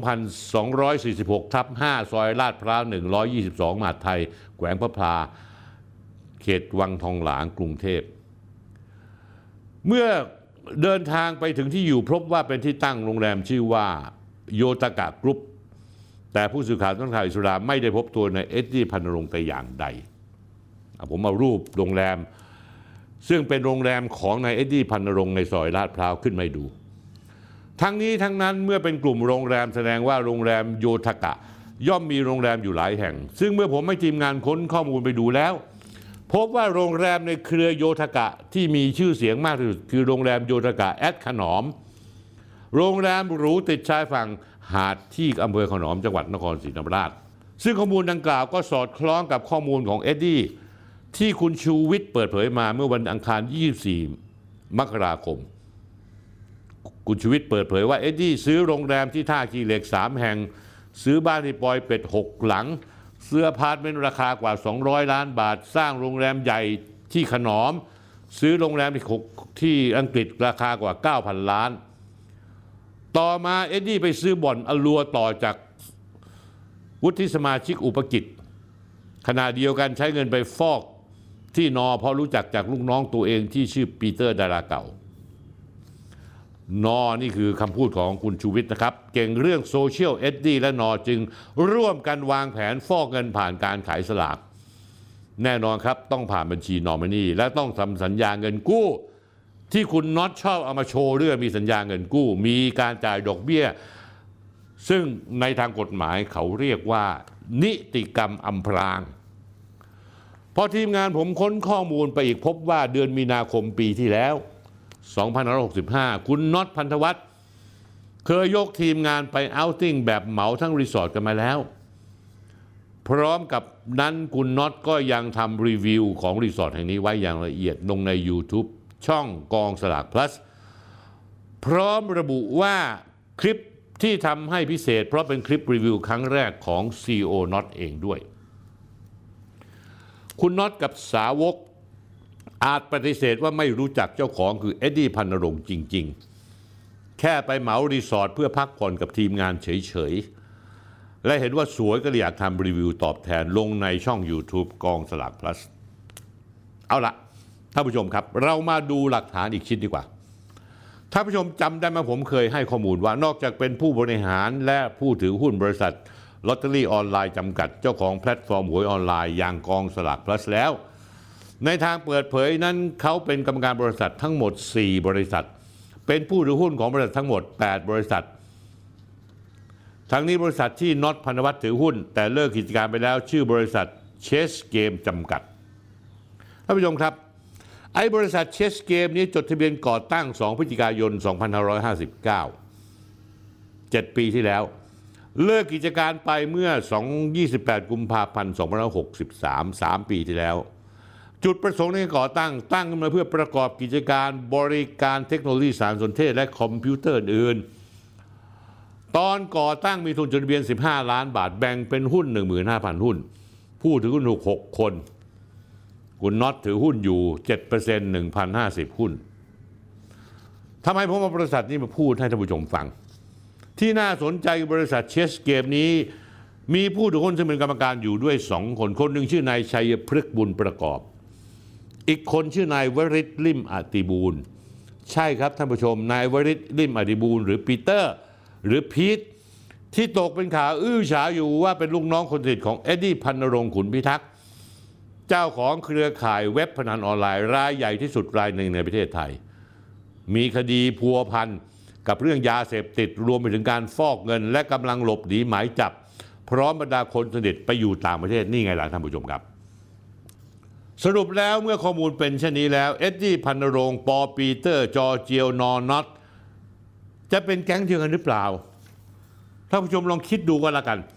[SPEAKER 1] 2246/5 ซอยลาดพร้าว122 มหาดไทยแขวงพระพลาเขตวังทองหลางกรุงเทพเมื่อเดินทางไปถึงที่อยู่พบว่าเป็นที่ตั้งโรงแรมชื่อว่าโยตากะกรุ๊ปแต่ผู้สื่อข่าวสำนักข่าวอิสราไม่ได้พบตัวในเอ็ดดี้พันรงค์แต่อย่างใดผมเอารูปโรงแรมซึ่งเป็นโรงแรมของนายเอ็ดดี้พันรงค์ในซอยลาดพร้าวขึ้นมาดูทั้งนี้ทั้งนั้นเมื่อเป็นกลุ่มโรงแรมแสดงว่าโรงแรมโยทากะย่อมมีโรงแรมอยู่หลายแห่งซึ่งเมื่อผมให้ทีมงานค้นข้อมูลไปดูแล้วพบว่าโรงแรมในเครือโยทากะที่มีชื่อเสียงมากที่สุดคือโรงแรมโยทากะแอดขนอมโรงแรมหรูติดชายฝั่งหาดที่อำเภอขนอมจังหวัดนครศรีธรรมราชซึ่งข้อมูลดังกล่าวก็สอดคล้องกับข้อมูลของเอ็ดดี้ที่คุณชูวิทย์เปิดเผยมาเมื่อวันอังคาร 24 มกราคมคุณชูวิทย์เปิดเผยว่าเอ็ดดี้ซื้อโรงแรมที่ท่าขี้เหล็ก3 แห่งซื้อบ้านที่ปอยเป็ด6 หลังซื้ออพาร์ตเมนต์ราคากว่า200 ล้านบาทสร้างโรงแรมใหญ่ที่ขนอมซื้อโรงแรมที่อังกฤษราคากว่า 9,000 ล้านต่อมาเอ็ดดี้ไปซื้อบ่อนอลัวต่อจากวุฒิสมาชิกอุปกิจขณะเดียวกันใช้เงินไปฟอกที่นอเพราะรู้จักจากลูกน้องตัวเองที่ชื่อปีเตอร์ดาราเก่านอนี่คือคำพูดของคุณชูวิทย์นะครับเก่งเรื่องโซเชียลเอ็ดดี้และนอจึงร่วมกันวางแผนฟอกเงินผ่านการขายสลากแน่นอนครับต้องผ่านบัญชีนอมินีและต้องทำสัญญาเงินกู้ที่คุณน็อตชอบเอามาโชว์เรื่องมีสัญญาเงินกู้มีการจ่ายดอกเบี้ยซึ่งในทางกฎหมายเขาเรียกว่านิติกรรมอำพรางพอทีมงานผมค้นข้อมูลไปอีกพบว่าเดือนมีนาคมปีที่แล้ว2565คุณน็อตพันธวัฒน์เคยยกทีมงานไปเอาท์ติ้งแบบเหมาทั้งรีสอร์ทกันมาแล้วพร้อมกับนั้นคุณน็อตก็ยังทำรีวิวของรีสอร์ทแห่งนี้ไว้อย่างละเอียดลงใน YouTube ช่องกองสลาก plus พร้อมระบุว่าคลิปที่ทำให้พิเศษเพราะเป็นคลิปรีวิวครั้งแรกของ CEO น็อตเองด้วยคุณน็อตกับสาวกอาจปฏิเสธว่าไม่รู้จักเจ้าของคือเอ็ดดี้พันนรงค์จริงๆแค่ไปเหมารีสอร์ทเพื่อพักผ่อนกับทีมงานเฉยๆและเห็นว่าสวยก็เลยอยากทำรีวิวตอบแทนลงในช่อง YouTube กองสลาก plus เอาละท่านผู้ชมครับเรามาดูหลักฐานอีกชิ้นดีกว่าท่านผู้ชมจำได้ไหมผมเคยให้ข้อมูลว่านอกจากเป็นผู้บริหารและผู้ถือหุ้นบริษัทลอตเตอรี่ออนไลน์จำกัดเจ้าของแพลตฟอร์มหวยออนไลน์อย่างกองสลาก plus แล้วในทางเปิดเผยนั้นเขาเป็นกรรมการบริษัททั้งหมด4บริษัทเป็นผู้ถือหุ้นของบริษัททั้งหมด8บริษัททั้งนี้บริษัทที่น็อตพันธวัฒน์ถือหุ้นแต่เลิกกิจการไปแล้วชื่อบริษัทเชสเกมจำกัดท่านผู้ชมครับไอ้บริษัทเชสเกมนี้จดทะเบียนก่อตั้ง2 พฤศจิกายน 2559 7 ปีที่แล้วเลิกกิจการไปเมื่อ28 กุมภาพันธ์ 2563 3 ปีที่แล้วจุดประสงค์ในการก่อตั้งขึ้นมาเพื่อประกอบกิจการบริการเทคโนโลยีสารสนเทศและคอมพิวเตอร์อื่นตอนก่อตั้งมีทุนจดทะเบียน15 ล้านบาทแบ่งเป็นหุ้น 15,000 หุ้นผู้ถือหุ้น6 คนคุณน็อตถือหุ้นอยู่ 7% 1,050 หุ้นทำไมผมเอาบริษัทนี้มาพูดให้ท่านผู้ชมฟังที่น่าสนใจบริษัทเชสเกมนี้มีผู้ถือหุ้นซึ่งเป็นกรรมการอยู่ด้วย2 คนคนหนึ่งชื่อนายชัยพฤกษ์บุญประกอบอีกคนชื่อนายวริศลิ่มอติบูลใช่ครับท่านผู้ชมนายวริศลิ่มอติบูลหรือปีเตอร์หรือพีทที่ตกเป็นข่าวอื้อฉาวอยู่ว่าเป็นลูกน้องคนสนิทของเอ็ดดี้พันนรงค์ขุนพิทักษ์เจ้าของเครือข่ายเว็บพนันออนไลน์รายใหญ่ที่สุดรายหนึ่งในประเทศไทยมีคดีพัวพันกับเรื่องยาเสพติดรวมไปถึงการฟอกเงินและกำลังหลบหนีหมายจับพร้อมบรรดาคนสนิทไปอยู่ต่างประเทศนี่ไงล่ะท่านผู้ชมครับสรุปแล้วเมื่อข้อมูลเป็นเช่นนี้แล้วเอ็ดดี้พันนรงค์ปอปีเตอร์จอร์เจียวนอน็อตจะเป็นแก๊งเดียวกันหรือเปล่าท่านผู้ชมลองคิดดูกันละกัน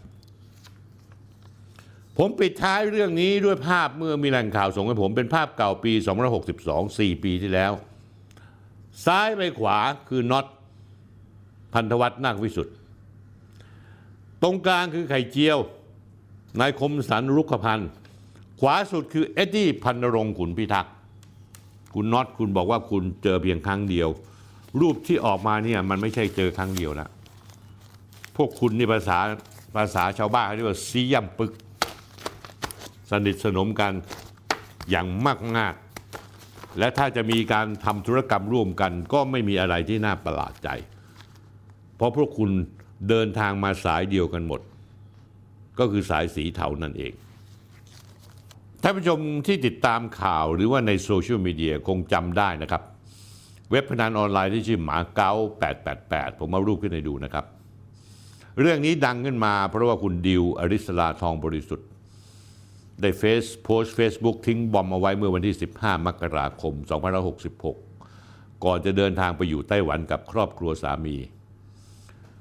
[SPEAKER 1] ผมปิดท้ายเรื่องนี้ด้วยภาพเมื่อมีแหล่งข่าวส่งให้ผมเป็นภาพเก่าปี2562 4 ปีที่แล้วซ้ายไปขวาคือน็อตพันธวัฒน์นาควิสุทธิ์ตรงกลางคือไข่เจียวนายคมสันรุกขพันธ์ขวาสุดคือเอ็ดดี้พันนรงค์ขุนพิทักษ์คุณน็อตคุณบอกว่าคุณเจอเพียงครั้งเดียวรูปที่ออกมาเนี่ยมันไม่ใช่เจอครั้งเดียวนะพวกคุณนี่ภาษาชาวบ้านเขาเรียกว่าซีย่ำปึกสนิทสนมกันอย่างมากๆและถ้าจะมีการทำธุรกรรมร่วมกันก็ไม่มีอะไรที่น่าประหลาดใจเพราะพวกคุณเดินทางมาสายเดียวกันหมดก็คือสายสีเทานั่นเองท่านผู้ชมที่ติดตามข่าวหรือว่าในโซเชียลมีเดียคงจำได้นะครับเว็บพนันออนไลน์ที่ชื่อหมาเก๊า888ผมเอารูปขึ้นให้ดูนะครับเรื่องนี้ดังขึ้นมาเพราะว่าคุณดิวอริสลาทองบริสุทธิ์ได้โพสต์ Facebook ทิ้งบอมเอาไว้เมื่อวันที่15 มกราคม 2566ก่อนจะเดินทางไปอยู่ไต้หวันกับครอบครัวสามี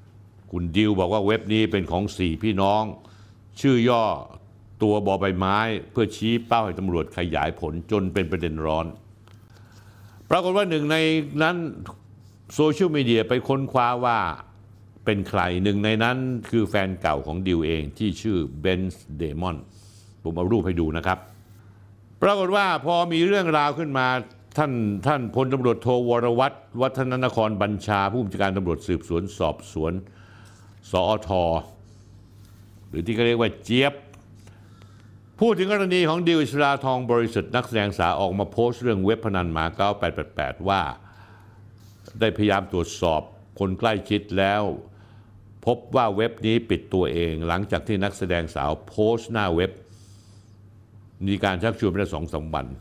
[SPEAKER 1] คุณดิวบอกว่าเว็บนี้เป็นของ4พี่น้องชื่อย่อตัวบอใบไม้เพื่อชี้เป้าให้ตำรวจขยายผลจนเป็นประเด็นร้อนปรากฏว่าหนึ่งในนั้นโซเชียลมีเดียไปค้นคว้าว่าเป็นใครหนึ่งในนั้นคือแฟนเก่าของดิวเองที่ชื่อเบนซ์เดมอนผมเอารูปให้ดูนะครับปรากฏว่าพอมีเรื่องราวขึ้นมาท่านพลตำรวจโทวรวัฒน์วัฒนนครบัญชาผู้บัญชาการตำรวจสืบสวนสอบสวนสอทหรือที่เขาเรียกว่าเจี๊ยบพูดถึงกรณีของดิวอิสราทองบริสุทธิ์นักแสดงสาวออกมาโพสต์เรื่องเว็บพนันหมาเก๊า888ว่าได้พยายามตรวจสอบคนใกล้ชิดแล้วพบว่าเว็บนี้ปิดตัวเองหลังจากที่นักแสดงสาวโพสต์หน้าเว็บมีการชักชวนไปได้2-3 วัน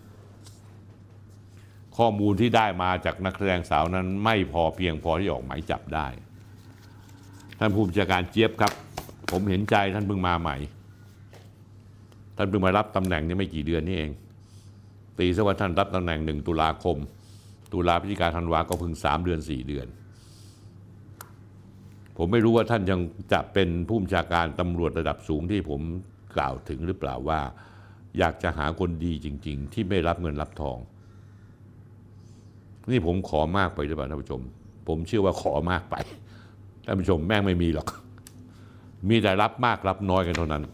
[SPEAKER 1] ข้อมูลที่ได้มาจากนักแสดงสาวนั้นไม่พอเพียงพอที่ออกหมายจับได้ท่านผู้บัญชาการเจี๊ยบครับผมเห็นใจท่านเพิ่งมาใหม่ท่านเพิ่งมารับตำแหน่งนี้ไม่กี่เดือนนี่เองตีซะว่าท่านรับตำแหน่ง1 ตุลาคมตุลาพฤศจิกาธันวาก็เพิ่ง3 เดือน 4 เดือนผมไม่รู้ว่าท่านยังจะเป็นผู้บัญชาการตำรวจระดับสูงที่ผมกล่าวถึงหรือเปล่าว่าอยากจะหาคนดีจริงๆที่ไม่รับเงินรับทองนี่ผมขอมากไปหรือเปล่าท่านผู้ชมผมเชื่อว่าขอมากไปท่านผู้ชมแม่งไม่มีหรอกมีแต่รับมากรับน้อยกันเท่านั้น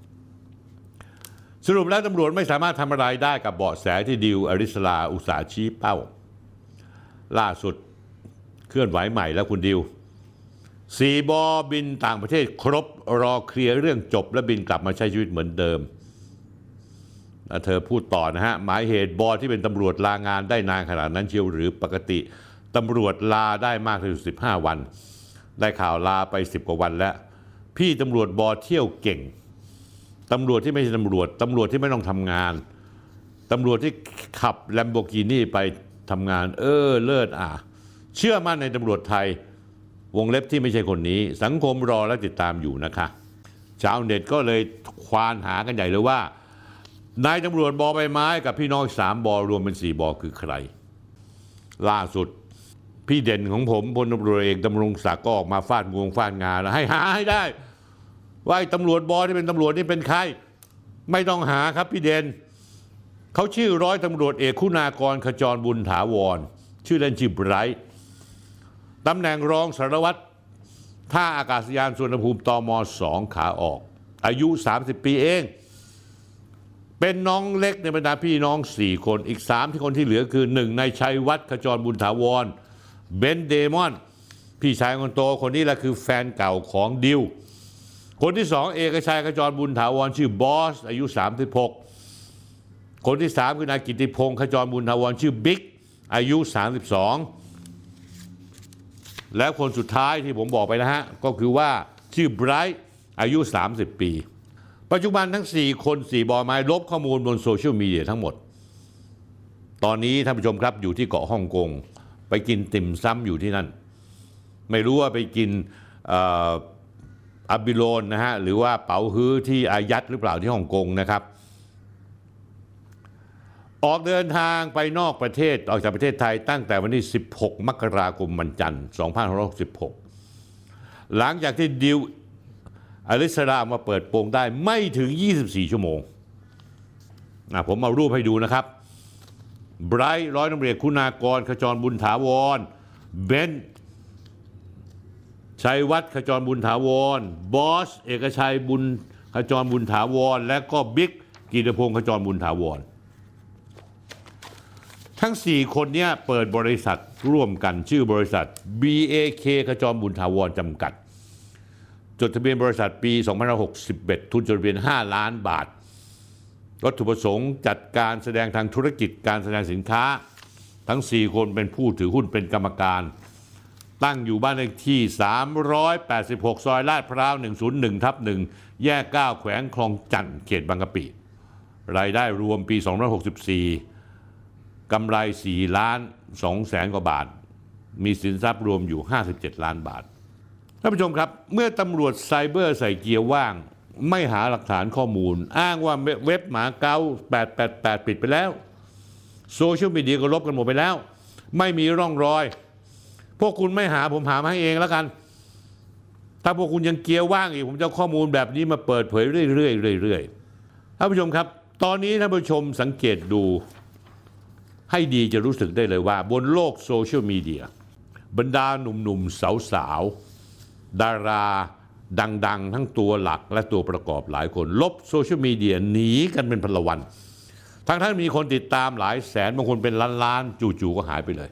[SPEAKER 1] สรุปแล้วตำรวจไม่สามารถทำอะไรได้กับเบาะแสที่ดิวอริสลาอุตสาห์ชี้เป้าล่าสุดเคลื่อนไหวใหม่แล้วคุณดิว4 บอบินต่างประเทศครบรอเคลียร์เรื่องจบและบินกลับมาใช้ชีวิตเหมือนเดิมเธอพูดต่อนะฮะหมายเหตุบอที่เป็นตำรวจลางานได้นานขนาดนั้นเชียวหรือปกติตำรวจลาได้มากถึง15 วันได้ข่าวลาไป10 กว่าวันแล้วพี่ตำรวจบอเที่ยวเก่งตำรวจที่ไม่ใช่ตำรวจที่ไม่ต้องทำงานตำรวจที่ขับแลมโบกินี่ไปทำงานเลิศเชื่อมั่นในตำรวจไทยวงเล็บที่ไม่ใช่คนนี้สังคมรอและติดตามอยู่นะคะชาวเน็ตก็เลยควานหากันใหญ่เลยว่านายตำรวจบอใบไม้กับพี่น้อง3 บอรวมเป็น4 บอคือใครล่าสุดพี่เด่นของผมพลตำรวจเอกดำรงศักดิ์ก็ออกมาฟาดงานแล้วให้หาให้ได้ว่าตำรวจบอที่เป็นตำรวจนี่เป็นใครไม่ต้องหาครับพี่เด่นเขาชื่อร้อยตำรวจเอกคุณากรขจรบุญถาวรชื่อเล่นชื่อไบรท์ตำแหน่งรองสารวัตรท่าอากาศยานสุวรรณภูมิตม2ขาออกอายุ30 ปีเองเป็นน้องเล็กในบรรดาพี่น้อง4 คนอีก3คนที่เหลือคือ1นายชัยวัฒน์ขจรบุญถาวรเบนเดมอนพี่ชายคนโตคนนี้แหละคือแฟนเก่าของดิวคนที่2เอกชัยขจรบุญถาวรชื่อบอสอายุ36คนที่3คือนายกิติพงศ์ขจรบุญถาวรชื่อบิ๊กอายุ32แล้วคนสุดท้ายที่ผมบอกไปนะฮะก็คือว่าชื่อไบรท์อายุ30 ปีปัจจุบันทั้ง4 คน4 บอไม้ลบข้อมูลบนโซเชียลมีเดียทั้งหมดตอนนี้ท่านผู้ชมครับอยู่ที่เกาะฮ่องกงไปกินติ่มซ้ำอยู่ที่นั่นไม่รู้ว่าไปกินอับบิโลนนะฮะหรือว่าเป๋าฮื้อที่อายัดหรือเปล่าที่ฮ่องกงนะครับออกเดินทางไปนอกประเทศออกจากประเทศไทยตั้งแต่วันที่16 มกราคมวันจันทร์2566หลังจากที่ดิวอริสรามาเปิดโปงได้ไม่ถึง24 ชั่วโมงผมเอารูปให้ดูนะครับไบรท์ร้อยตำรวจเอกคุณากรขจรบุญถาวรเบนชัยวัฒน์ขจรบุญถาวรบอสเอกชัยบุญขจรบุญถาวรและก็บิ๊กกิติพงศ์ขจรบุญถาวรทั้ง4 คนนี้เปิดบริษัทร่วมกันชื่อบริษัท BAK ขจรบุญถาวรจำกัดจดทะเบียนบริษัทปี2561ทุนจดทะเบียน5 ล้านบาทวัตถุประสงค์จัดการแสดงทางธุรกิจการแสดงสินค้าทั้ง4 คนเป็นผู้ถือหุ้นเป็นกรรมการตั้งอยู่บ้านเลขที่386ซอยลาดพร้าว101/1แยก9แขวงคลองจันทน์เขตบางกะปิรายได้รวมปี2564กำไร4,200,000 กว่าบาทมีสินทรัพย์รวมอยู่57 ล้านบาทท่านผู้ชมครับเมื่อตำรวจไซเบอร์ใส่เกียร์ว่างไม่หาหลักฐานข้อมูลอ้างว่าเว็บหมาเก๊า888ปิดไปแล้วโซเชียลมีเดียก็ลบกันหมดไปแล้วไม่มีร่องรอยพวกคุณไม่หาผมหามาให้เองแล้วกันถ้าพวกคุณยังเกียร์ว่างอีกผมจะเอาข้อมูลแบบนี้มาเปิดเผยเรื่อยๆท่านผู้ชมครับตอนนี้ท่านผู้ชมสังเกตดูให้ดีจะรู้สึกได้เลยว่าบนโลกโซเชียลมีเดียบรรดาหนุ่มๆสาวๆดาราดังๆทั้งตัวหลักและตัวประกอบหลายคนลบโซเชียลมีเดียหนีกันเป็นพลวันทั้งมีคนติดตามหลายแสนบางคนเป็นล้านๆจู่ๆก็หายไปเลย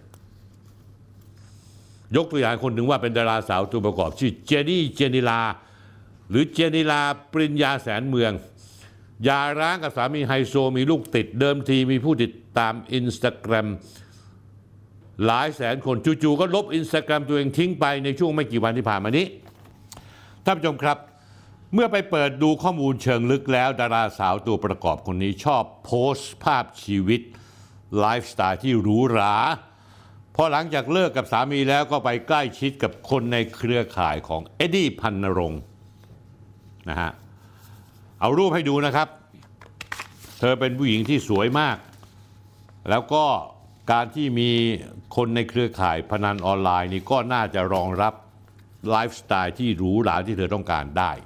[SPEAKER 1] ยกตัวอย่างคนหนึ่งว่าเป็นดาราสาวตัวประกอบชื่อเจนิลาหรือเจนิลาปริญญาแสนเมืองหย่าร้างกับสามีไฮโซมีลูกติดเดิมทีมีผู้ติดตาม Instagram หลายแสนคนจู่ๆก็ลบ Instagram ตัวเองทิ้งไปในช่วงไม่กี่วันที่ผ่านมานี้ท่านผู้ชมครับเมื่อไปเปิดดูข้อมูลเชิงลึกแล้วดาราสาวตัวประกอบคนนี้ชอบโพสต์ภาพชีวิตไลฟ์สไตล์ที่หรูหราพอหลังจากเลิกกับสามีแล้วก็ไปใกล้ชิดกับคนในเครือข่ายของเอ็ดดี้พันนรงค์นะฮะเอารูปให้ดูนะครับเธอเป็นผู้หญิงที่สวยมากแล้วก็การที่มีคนในเครือข่ายพนันออนไลน์นี่ก็น่าจะรองรับไลฟ์สไตล์ที่หรูหราที่เธอต้องการได้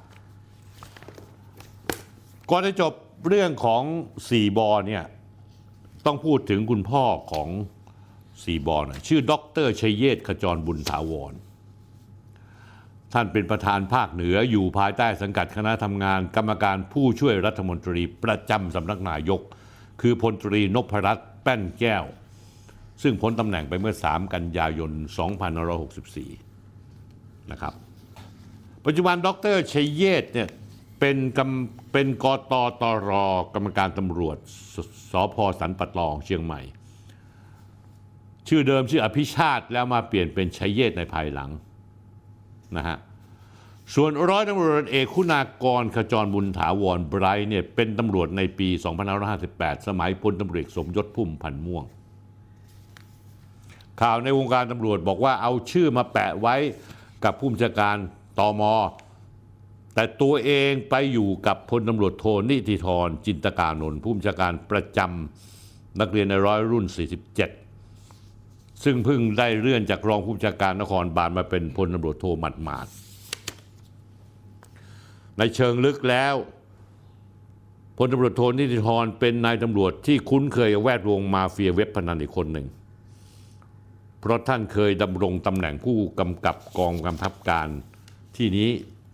[SPEAKER 1] ก่อนจะจบเรื่องของ4บอเนี่ยต้องพูดถึงคุณพ่อของ4บอนะชื่อดร.ชัยเยศขจรบุญถาวรท่านเป็นประธานภาคเหนืออยู่ภายใต้สังกัดคณะทำงานกรรมการผู้ช่วยรัฐมนตรีประจำสำนักนายกคือพลตรีนพรัตน์แป้นแก้วซึ่งพ้นตำแหน่งไปเมื่อ3 กันยายน 2564นะครับปัจจุบันดร.ชัยเยศเนี่ยเป็นกตตร.กรรมการตำรวจสพ.สันป่าตองเชียงใหม่ชื่อเดิมชื่ออภิชาติแล้วมาเปลี่ยนเป็นชัยเยศในภายหลังนะฮะส่วนร้อยตำรวจเอกคุณากรขจรบุญถาวรไบรท์เนี่ยเป็นตำรวจในปี 2558 สมัยพลตำรวจเอกสมยศพุ่มพันธ์ม่วงข่าวในวงการตำรวจบอกว่าเอาชื่อมาแปะไว้กับผู้บัญชาการตม.แต่ตัวเองไปอยู่กับพลตำรวจโทนิติธรจินตกานนท์ผู้บัญชาการประจำนักเรียนในร้อยรุ่น 47ซึ่งเพิ่งได้เลื่อนจากรองผู้บัญชาการนครบาลมาเป็นพลตำรวจโทหมาดๆในเชิงลึกแล้วพลตำรวจโทนิติธรเป็นนายตำรวจที่คุ้นเคยกับแวดวงมาเฟียเว็บพนันอีกคนหนึ่งเพราะท่านเคยดำรงตำแหน่งผู้กำกับกองกำกับการที่นี้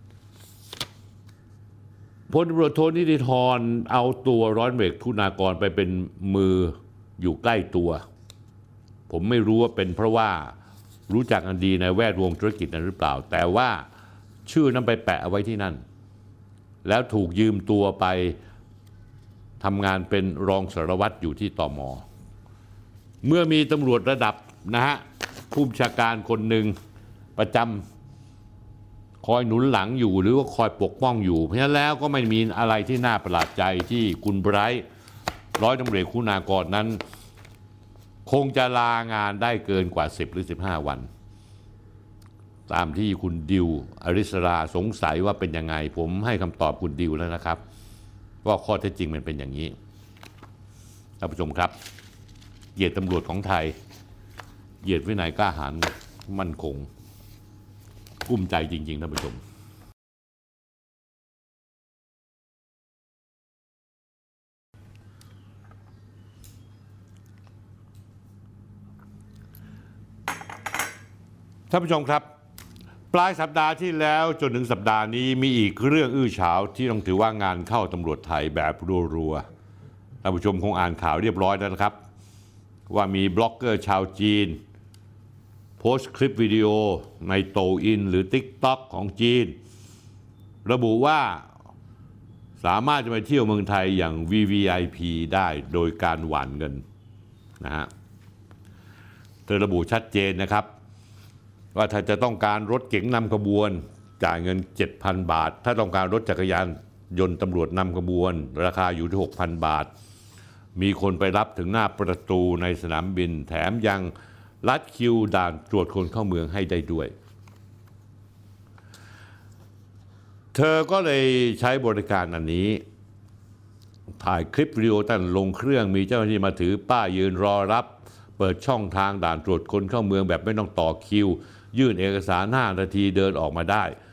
[SPEAKER 1] พลตำรวจโทนิติธรเอาตัวร้อยตำรวจเอกคุณากรไปเป็นมืออยู่ใกล้ตัวผมไม่รู้ว่าเป็นเพราะว่ารู้จักกันดีในแวดวงธุรกิจนั้นหรือเปล่าแต่ว่าชื่อนั้นไปแปะเอาไว้ที่นั่นแล้วถูกยืมตัวไปทำงานเป็นรองสารวัตรอยู่ที่ตม.เมื่อมีตำรวจระดับนะฮะผู้บัญชาการคนหนึ่งประจำคอยหนุนหลังอยู่หรือว่าคอยปกป้องอยู่เพราะฉะนั้นแล้วก็ไม่มีอะไรที่น่าประหลาดใจที่คุณไบรท์ร้อยตำรวจคุณากรนั้นคงจะลางานได้เกินกว่า10 หรือ 15 วันตามที่คุณดิวอริสราสงสัยว่าเป็นยังไงผมให้คำตอบคุณดิวแล้วนะครับว่าข้อเท็จจริงมันเป็นอย่างนี้ท่านผู้ชมครับเหยียดตำรวจของไทยเหยียดวินัยกล้าหาญมั่นคงกุ้มใจจริงๆท่านผู้ชมท่านผู้ชมครับปลายสัปดาห์ที่แล้วจนถึงสัปดาห์นี้มีอีกเรื่องอื้อฉาวที่ต้องถือว่างานเข้าตำรวจไทยแบบรัวๆท่านผู้ชมคงอ่านข่าวเรียบร้อยแล้วนะครับว่ามีบล็อกเกอร์ชาวจีนโพสต์คลิปวิดีโอในโตอินหรือ TikTok ของจีนระบุว่าสามารถจะไปเที่ยวเมืองไทยอย่าง VVIP ได้โดยการหว่านเงินนะฮะเธอระบุชัดเจนนะครับว่าถ้าจะต้องการรถเก๋งนำขบวนจ่ายเงิน 7,000 บาทถ้าต้องการรถจักรยานยนต์ตำรวจนำขบวนราคาอยู่ที่ 6,000 บาทมีคนไปรับถึงหน้าประตูในสนามบินแถมยังลัดคิวด่านตรวจคนเข้าเมืองให้ได้ด้วยเธอก็เลยใช้บริการอันนี้ถ่ายคลิปวิดีโอตั้งลงเครื่องมีเจ้าหน้าที่มาถือป้ายยืนรอรับเปิดช่องทางด่านตรวจคนเข้าเมืองแบบไม่ต้องต่อคิวยื่นเอกสาร5 นาทีเดินออกมาได้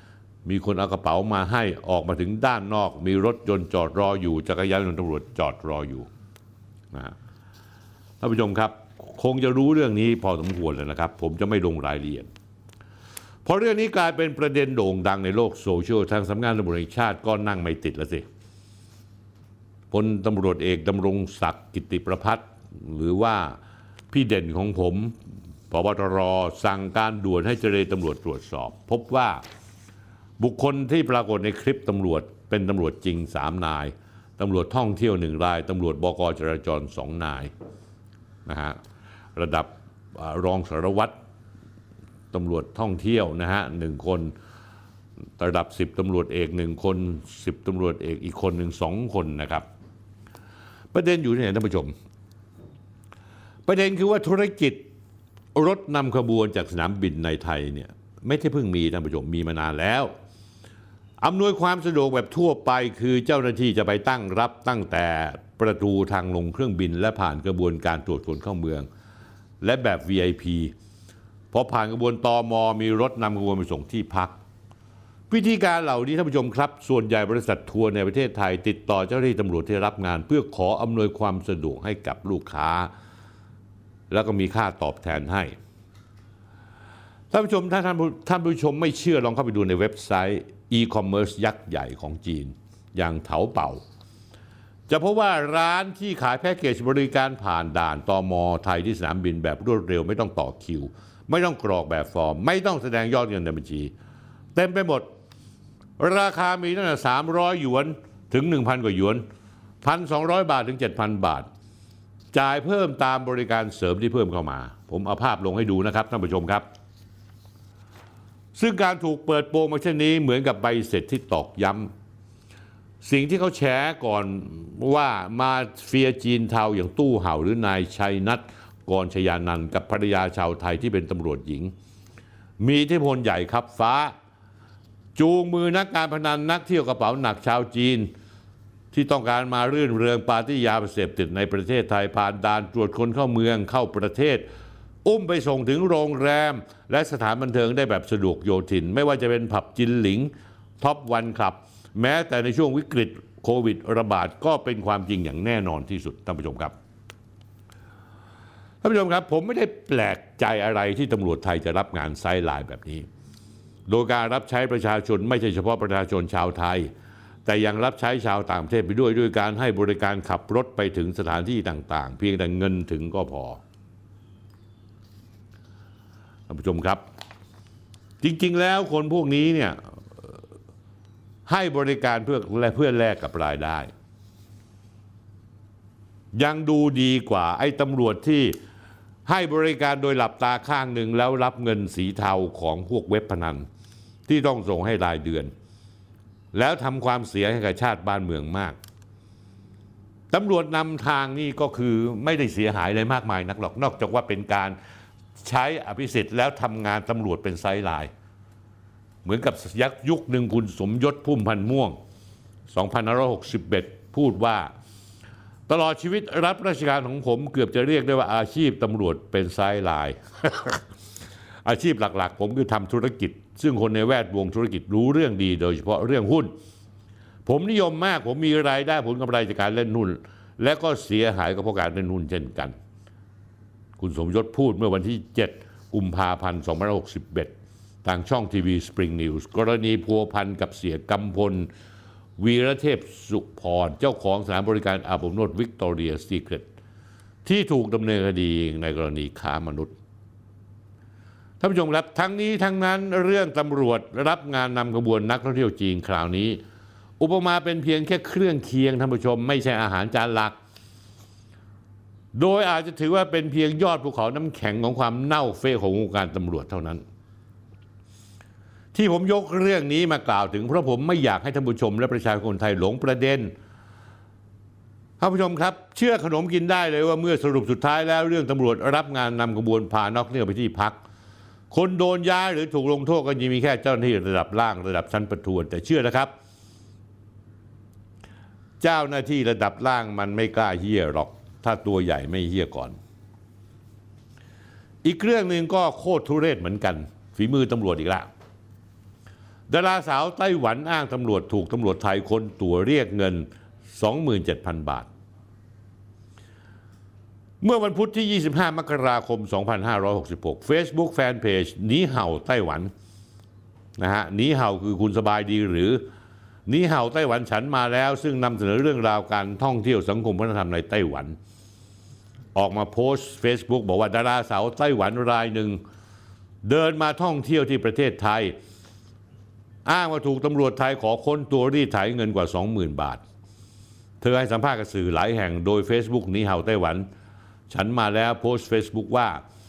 [SPEAKER 1] มีคนเอากระเป๋ามาให้ออกมาถึงด้านนอกมีรถยนต์จอดรออยู่จักรยานยนต์ตำรวจจอดรออยู่นะท่านผู้ชมครับคงจะรู้เรื่องนี้พอสมควรเลยนะครับผมจะไม่ลงรายละเอียดพอเรื่องนี้กลายเป็นประเด็นโด่งดังในโลกโซเชียลทางสำนักงานตำรวจแห่งชาติก็นั่งไม่ติดแล้วสิพลตำรวจเอกดำรงศักดิ์กิติประภัสหรือว่าพี่เด่นของผมผบ.ตร.สั่งการด่วนให้เจรตำรวจตรวจสอบพบว่าบุคคลที่ปรากฏในคลิปตำรวจเป็นตำรวจจริง3 นายตำรวจท่องเที่ยว1 รายตำรวจบก.จราจร2 นายนะฮะระดับรองสารวัตรตำรวจท่องเที่ยวนะฮะ1 คนระดับ10 ตำรวจเอก1 คน10 ตำรวจเอกอีกคนหนึ่ง2 คนนะครับประเด็นอยู่ที่ไหนท่านผู้ชมประเด็นคือว่าธุรกิจรถนำขบวนจากสนามบินในไทยเนี่ยไม่ใช่เพิ่งมีท่านผู้ชมมีมานานแล้วอำนวยความสะดวกแบบทั่วไปคือเจ้าหน้าที่จะไปตั้งรับตั้งแต่ประตูทางลงเครื่องบินและผ่านกระบวนการตรวจคนเข้าเมืองและแบบ VIP พอผ่านกระบวนตม.มีรถนำขบวนไปส่งที่พักวิธีการเหล่านี้ท่านผู้ชมครับส่วนใหญ่บริษัททัวร์ในประเทศไทยติดต่อเจ้าหน้าที่ตำรวจที่รับงานเพื่อขออำนวยความสะดวกให้กับลูกค้าแล้วก็มีค่าตอบแทนให้ท่านผู้ชมถ้าท่านผู้ชมไม่เชื่อลองเข้าไปดูในเว็บไซต์ e-commerce ยักษ์ใหญ่ของจีนอย่างเถาเป่าจะพบว่าร้านที่ขายแพ็กเกจบริการผ่านด่านตม.ไทยที่สนามบินแบบรวดเร็วไม่ต้องต่อคิวไม่ต้องกรอกแบบฟอร์มไม่ต้องแสดงยอดเงินในบัญชีเต็มไปหมดราคามีตั้งแต่300 หยวนถึง 1,000 กว่าหยวน 1,200 บาทถึง 7,000 บาทจ่ายเพิ่มตามบริการเสริมที่เพิ่มเข้ามาผมเอาภาพลงให้ดูนะครับท่านผู้ชมครับซึ่งการถูกเปิดโปงมาเช่นนี้เหมือนกับใบเสร็จที่ตอกย้ำสิ่งที่เขาแฉก่อนว่ามาเฟียจีนเทาอย่างตู้เห่าหรือนายชัยนัทกรชยานันท์กับภรรยาชาวไทยที่เป็นตำรวจหญิงมีอิทธิพลใหญ่ครับฟ้าจูงมือนักการพนันนักเที่ยวกระเป๋าหนักชาวจีนที่ต้องการมารื่นเริงปาร์ตี้ยาเสพติดในประเทศไทยผ่านด่านตรวจคนเข้าเมืองเข้าประเทศอุ้มไปส่งถึงโรงแรมและสถานบันเทิงได้แบบสะดวกโยทินไม่ว่าจะเป็นผับจินหลิงท็อปวันคลับแม้แต่ในช่วงวิกฤตโควิดระบาดก็เป็นความจริงอย่างแน่นอนที่สุดท่านผู้ชมครับท่านผู้ชมครับผมไม่ได้แปลกใจอะไรที่ตำรวจไทยจะรับงานไซด์ไลน์แบบนี้โดยการรับใช้ประชาชนไม่ใช่เฉพาะประชาชนชาวไทยแต่ยังรับใช้ชาวต่างประเทศไปด้วยการให้บริการขับรถไปถึงสถานที่ต่างๆเพียงแต่เงินถึงก็พอท่านผู้ชมครับจริงๆแล้วคนพวกนี้เนี่ยให้บริการเพื่อแลกกับรายได้ยังดูดีกว่าไอ้ตำรวจที่ให้บริการโดยหลับตาข้างหนึ่งแล้วรับเงินสีเทาของพวกเว็บพนันที่ต้องส่งให้รายเดือนแล้วทำความเสียให้กับชาติบ้านเมืองมากตำรวจนำทางนี่ก็คือไม่ได้เสียหายอะไรมากมายนักหรอกนอกจากว่าเป็นการใช้อภิสิทธิ์แล้วทำงานตำรวจเป็นไซด์ไลน์เหมือนกับยุคหนึ่งคุณสมยศพุ่มพันธ์ม่วง 2561 พูดว่าตลอดชีวิตรับราชการของผมเกือบจะเรียกได้ว่าอาชีพตำรวจเป็นไซด์ไลน์ อาชีพหลักๆผมคือทำธุรกิจซึ่งคนในแวดวงธุรกิจรู้เรื่องดีโดยเฉพาะเรื่องหุ้นผมนิยมมากผมมีรายได้ผลกำไรจากการเล่นหุ้นและก็เสียหายกับเพราะการเล่นหุ้นเช่นกันคุณสมยศพูดเมื่อวันที่ 7 กุมภาพันธ์ 2561 ทางช่องทีวีสปริงนิวส์กรณีพัวพันกับเสียกำพลวีรเทพสุพรเจ้าของสถานบริการอาบอบนวดวิกตอเรียซีเครตที่ถูกดำเนินคดีในกรณีค้ามนุษย์ท่านผู้ชมครับทั้งนี้ทั้งนั้นเรื่องตำรวจรับงานนำขบวนนักท่องเที่ยวจีนคราวนี้อุปมาเป็นเพียงแค่เครื่องเคียงท่านผู้ชมไม่ใช่อาหารจานหลักโดยอาจจะถือว่าเป็นเพียงยอดภูเขาน้ำแข็งของความเน่าเฟะของวงการตำรวจเท่านั้นที่ผมยกเรื่องนี้มากล่าวถึงเพราะผมไม่อยากให้ท่านผู้ชมและประชาชนคนไทยหลงประเด็นท่านผู้ชมครับเชื่อขนมกินได้เลยว่าเมื่อสรุปสุดท้ายแล้วเรื่องตำรวจรับงานนำขบวนพานักท่องเที่ยวไปที่พักคนโดนย้ายหรือถูกลงโทษก็ยังมีแค่เจ้าหน้าที่ระดับล่างระดับชั้นประทวนแต่เชื่อนะครับเจ้าหน้าที่ระดับล่างมันไม่กล้าเหี้ยหรอกถ้าตัวใหญ่ไม่เหี้ยก่อนอีกเรื่องหนึ่งก็โคตรทุเรศเหมือนกันฝีมือตำรวจอีกแล้วดาราสาวไต้หวันอ้างตำรวจถูกตำรวจไทยค้นตัวเรียกเงิน 27,000 บาทเมื่อวันพุธที่ 25 มกราคม 2566 Facebook Fanpage หนีเห่าไต้หวันนะฮะหนีเห่าคือคุณสบายดีหรือหนีเห่าไต้หวันฉันมาแล้วซึ่งนำเสนอเรื่องราวการท่องเที่ยวสังคมวัฒนธรรมในไต้หวันออกมาโพสต์ Facebook บอกว่าดาราสาวไต้หวันรายหนึ่งเดินมาท่องเที่ยวที่ประเทศไทยอ้างว่าถูกตำรวจไทยขอค้นตัวรีดไถเงินกว่า 20,000 บาทเธอให้สัมภาษณ์กับสื่อหลายแห่งโดย Facebook หนีเห่าไต้หวันฉันมาแล้วโพสต์ Facebook ว่า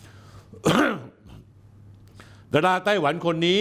[SPEAKER 1] ดาราไต้หวันคนนี้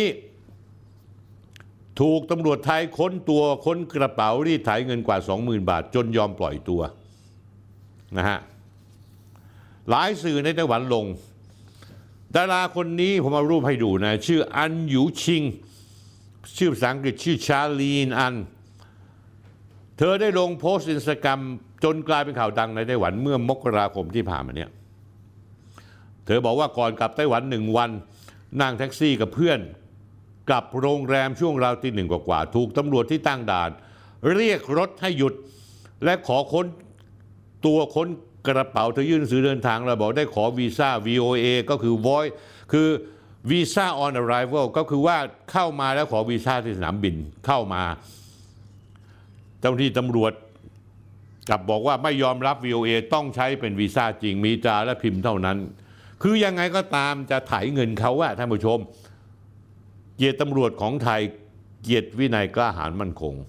[SPEAKER 1] ถูกตำรวจไทยค้นตัวค้นกระเป๋ารีดไถเงินกว่า 20,000 บาทจนยอมปล่อยตัวนะฮะหลายสื่อในไต้หวันลงดาราคนนี้ผมเอารูปให้ดูนะชื่ออันหยูชิงชื่อภาษาอังกฤษชื่อชาลีนอันเธอได้ลงโพสต์อินสตาแกรมจนกลายเป็นข่าวดังในไต้หวันเมื่อมกราคมที่ผ่านมาเนี่ยเธอบอกว่าก่อนกลับไต้หวัน1 วันนั่งแท็กซี่กับเพื่อนกลับโรงแรมช่วงราวตี 1กว่าถูกตำรวจที่ตั้งด่านเรียกรถให้หยุดและขอค้นตัวค้นกระเป๋าเธอยื่นหนังสือเดินทางเราบอกได้ขอวีซ่า VOA ก็คือ Voice คือ Visa on Arrival ก็คือว่าเข้ามาแล้วขอวีซ่าที่สนามบินเข้ามาเจ้าหน้าที่ตำรวจกลับบอกว่าไม่ยอมรับ VOA ต้องใช้เป็นวีซ่าจริงมีตราและพิมพ์เท่านั้นคือยังไงก็ตามจะไถเงินเขาว่าท่านผู้ชมเกียรติตำรวจของไทยเกียรติวินัยกล้าหาญมั่นคง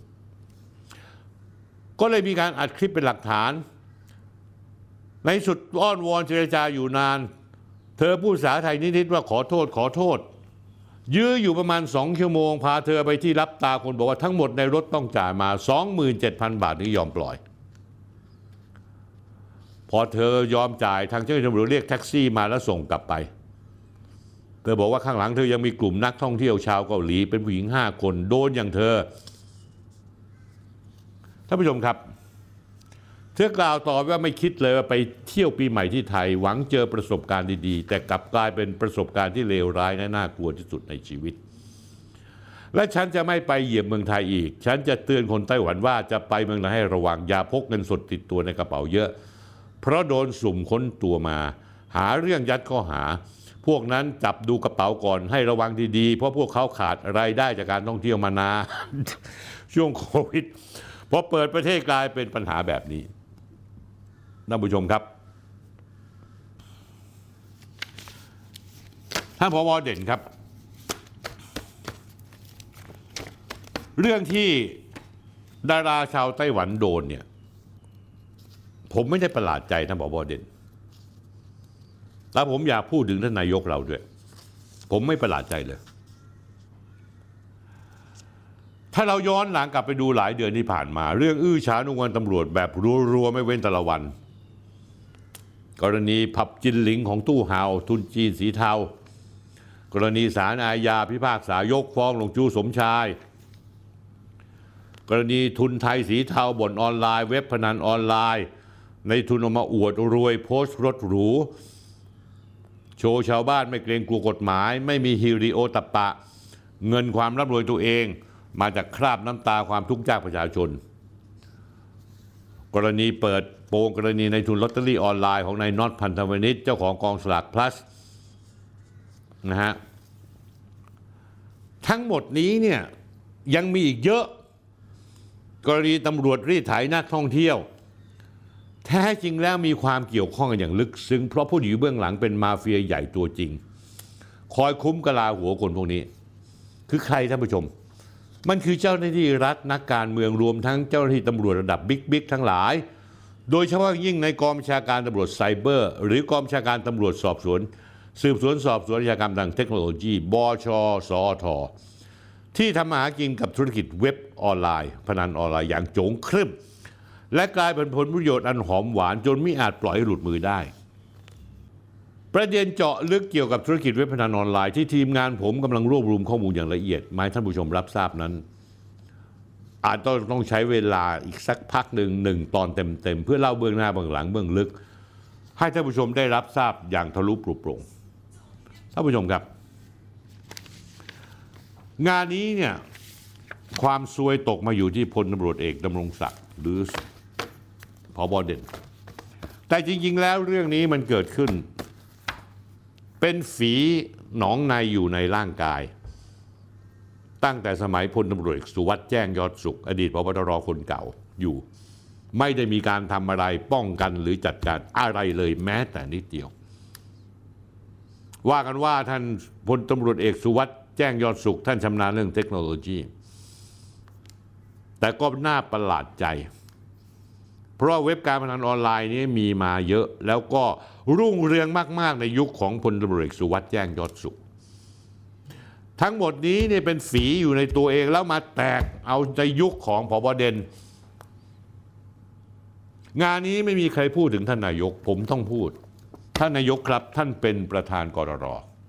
[SPEAKER 1] ก็เลยมีการอัดคลิปเป็นหลักฐานในสุดอ้อนวอนเจรจาอยู่นานเธอพูดภาษาไทยนิดๆว่าขอโทษยื้ออยู่ประมาณ2 ชั่วโมงพาเธอไปที่รับตาคนบอกว่าทั้งหมดในรถต้องจ่ายมา 27,000 บาทถึงยอมปล่อยพอเธอยอมจ่ายทางเจ้าหน้าที่ตำรวจเรียกแท็กซี่มาแล้วส่งกลับไปเธอบอกว่าข้างหลังเธอยังมีกลุ่มนักท่องเที่ยวชาวเกาหลีเป็นผู้หญิง5 คนโดนอย่างเธอท่านผู้ชมครับเธอกล่าวต่อว่าไม่คิดเลยว่าไปเที่ยวปีใหม่ที่ไทยหวังเจอประสบการณ์ดีๆแต่กลับกลายเป็นประสบการณ์ที่เลวร้ายและน่ากลัวที่สุดในชีวิตและฉันจะไม่ไปเหยียบเมืองไทยอีกฉันจะเตือนคนไต้หวันว่าจะไปเมืองไหนให้ระวังอย่าพกเงินสดติดตัวในกระเป๋าเยอะเพราะโดนสุ่มค้นตัวมาหาเรื่องยัดข้อหาพวกนั้นจับดูกระเป๋าก่อนให้ระวังดีๆเพราะพวกเขาขาดรายได้จากการท่องเที่ยวมานานช่วงโควิดพอเปิดประเทศกลายเป็นปัญหาแบบนี้ท่านผู้ชมครับท่านผบ.เด่นครับเรื่องที่ดาราชาวไต้หวันโดนเนี่ยผมไม่ได้ประหลาดใจท่านผบ.เด่นแต่ผมอยากพูดถึงท่านนายกเราด้วยผมไม่ประหลาดใจเลยถ้าเราย้อนหลังกลับไปดูหลายเดือนที่ผ่านมาเรื่องอื้อฉาวนุวันตำรวจแบบรัวๆไม่เว้นแต่ละวันกรณีผับจินหลิงของตู้ห่าวทุนจีนสีเทากรณีศาลอาญาพิพากษายกฟ้องหลวงจูสมชายกรณีทุนไทยสีเทาบ่อนออนไลน์เว็บพนันออนไลน์ในทุนออกมาอวดรวยโพสต์รถหรูโชว์ชาวบ้านไม่เกรงกลัวกฎหมายไม่มีฮิริโอตปะเงินความร่ำรวยตัวเองมาจากคราบน้ำตาความทุกข์ยากประชาชนกรณีเปิดโปงกรณีในทุนลอตเตอรี่ออนไลน์ของนายน็อตพันธวณิชเจ้าของกองสลากพลัสนะฮะทั้งหมดนี้เนี่ยยังมีอีกเยอะกรณีตำรวจรีดไถนักท่องเที่ยวแท้จริงแล้วมีความเกี่ยวข้องกันอย่างลึกซึ้งเพราะผู้อยู่เบื้องหลังเป็นมาเฟียใหญ่ตัวจริงคอยคุ้มกะลาหัวคนพวกนี้คือใครท่านผู้ชมมันคือเจ้าหน้าที่รัฐนักการเมืองรวมทั้งเจ้าหน้าที่ตำรวจระดับบิ๊กทั้งหลายโดยเฉพาะยิ่งในกองบัญชาการตำรวจไซเบอร์หรือกองบัญชาการตำรวจสอบสวนสืบสวนสอบสวนอาชญากรรมทางเทคโนโลยีบช.สอท.ที่ทำมาหากินกับธุรกิจเว็บออนไลน์พนันออนไลน์อย่างโจงครึ่มและกลายเป็นผลประโยชน์อันหอมหวานจนไม่อาจปล่อยให้หลุดมือได้ประเด็นเจาะลึกเกี่ยวกับธุรกิจเว็บพนันออนไลน์ที่ทีมงานผมกำลังรวบรวมข้อมูลอย่างละเอียดมาให้ท่านผู้ชมรับทราบนั้นอาจต้องใช้เวลาอีกสักพักหนึ่งตอนเต็มเพื่อเล่าเบื้องหน้าเบื้องหลังเบื้องลึกให้ท่านผู้ชมได้รับทราบอย่างทะลุปรุโปร่งท่านผู้ชมครับงานนี้เนี่ยความซวยตกมาอยู่ที่พลตำรวจเอกดำรงศักดิ์หรือผบ.เด่นแต่จริงๆแล้วเรื่องนี้มันเกิดขึ้นเป็นฝีหนองในอยู่ในร่างกายตั้งแต่สมัยพลตำรวจเอกสุวัสด์แจ้งยอดสุขอดีตผบ.ตร.คนเก่าอยู่ไม่ได้มีการทำอะไรป้องกันหรือจัดการอะไรเลยแม้แต่นิดเดียวว่ากันว่าท่านพลตำรวจเอกสุวัสด์แจ้งยอดสุขท่านชำนาญเรื่องเทคโนโลยีแต่ก็น่าประหลาดใจเพราะเว็บการพนันออนไลน์นี้มีมาเยอะแล้วก็รุ่งเรืองมากๆในยุคของพลตำรวจเอกสุวัสด์แจ้งยอดสุขทั้งหมดนี้เนี่ยเป็นฝีอยู่ในตัวเองแล้วมาแตกเอาในยุคของผบ.เด่นงานนี้ไม่มีใครพูดถึงท่านนายกผมต้องพูดท่านนายกครับท่านเป็นประธานกรร.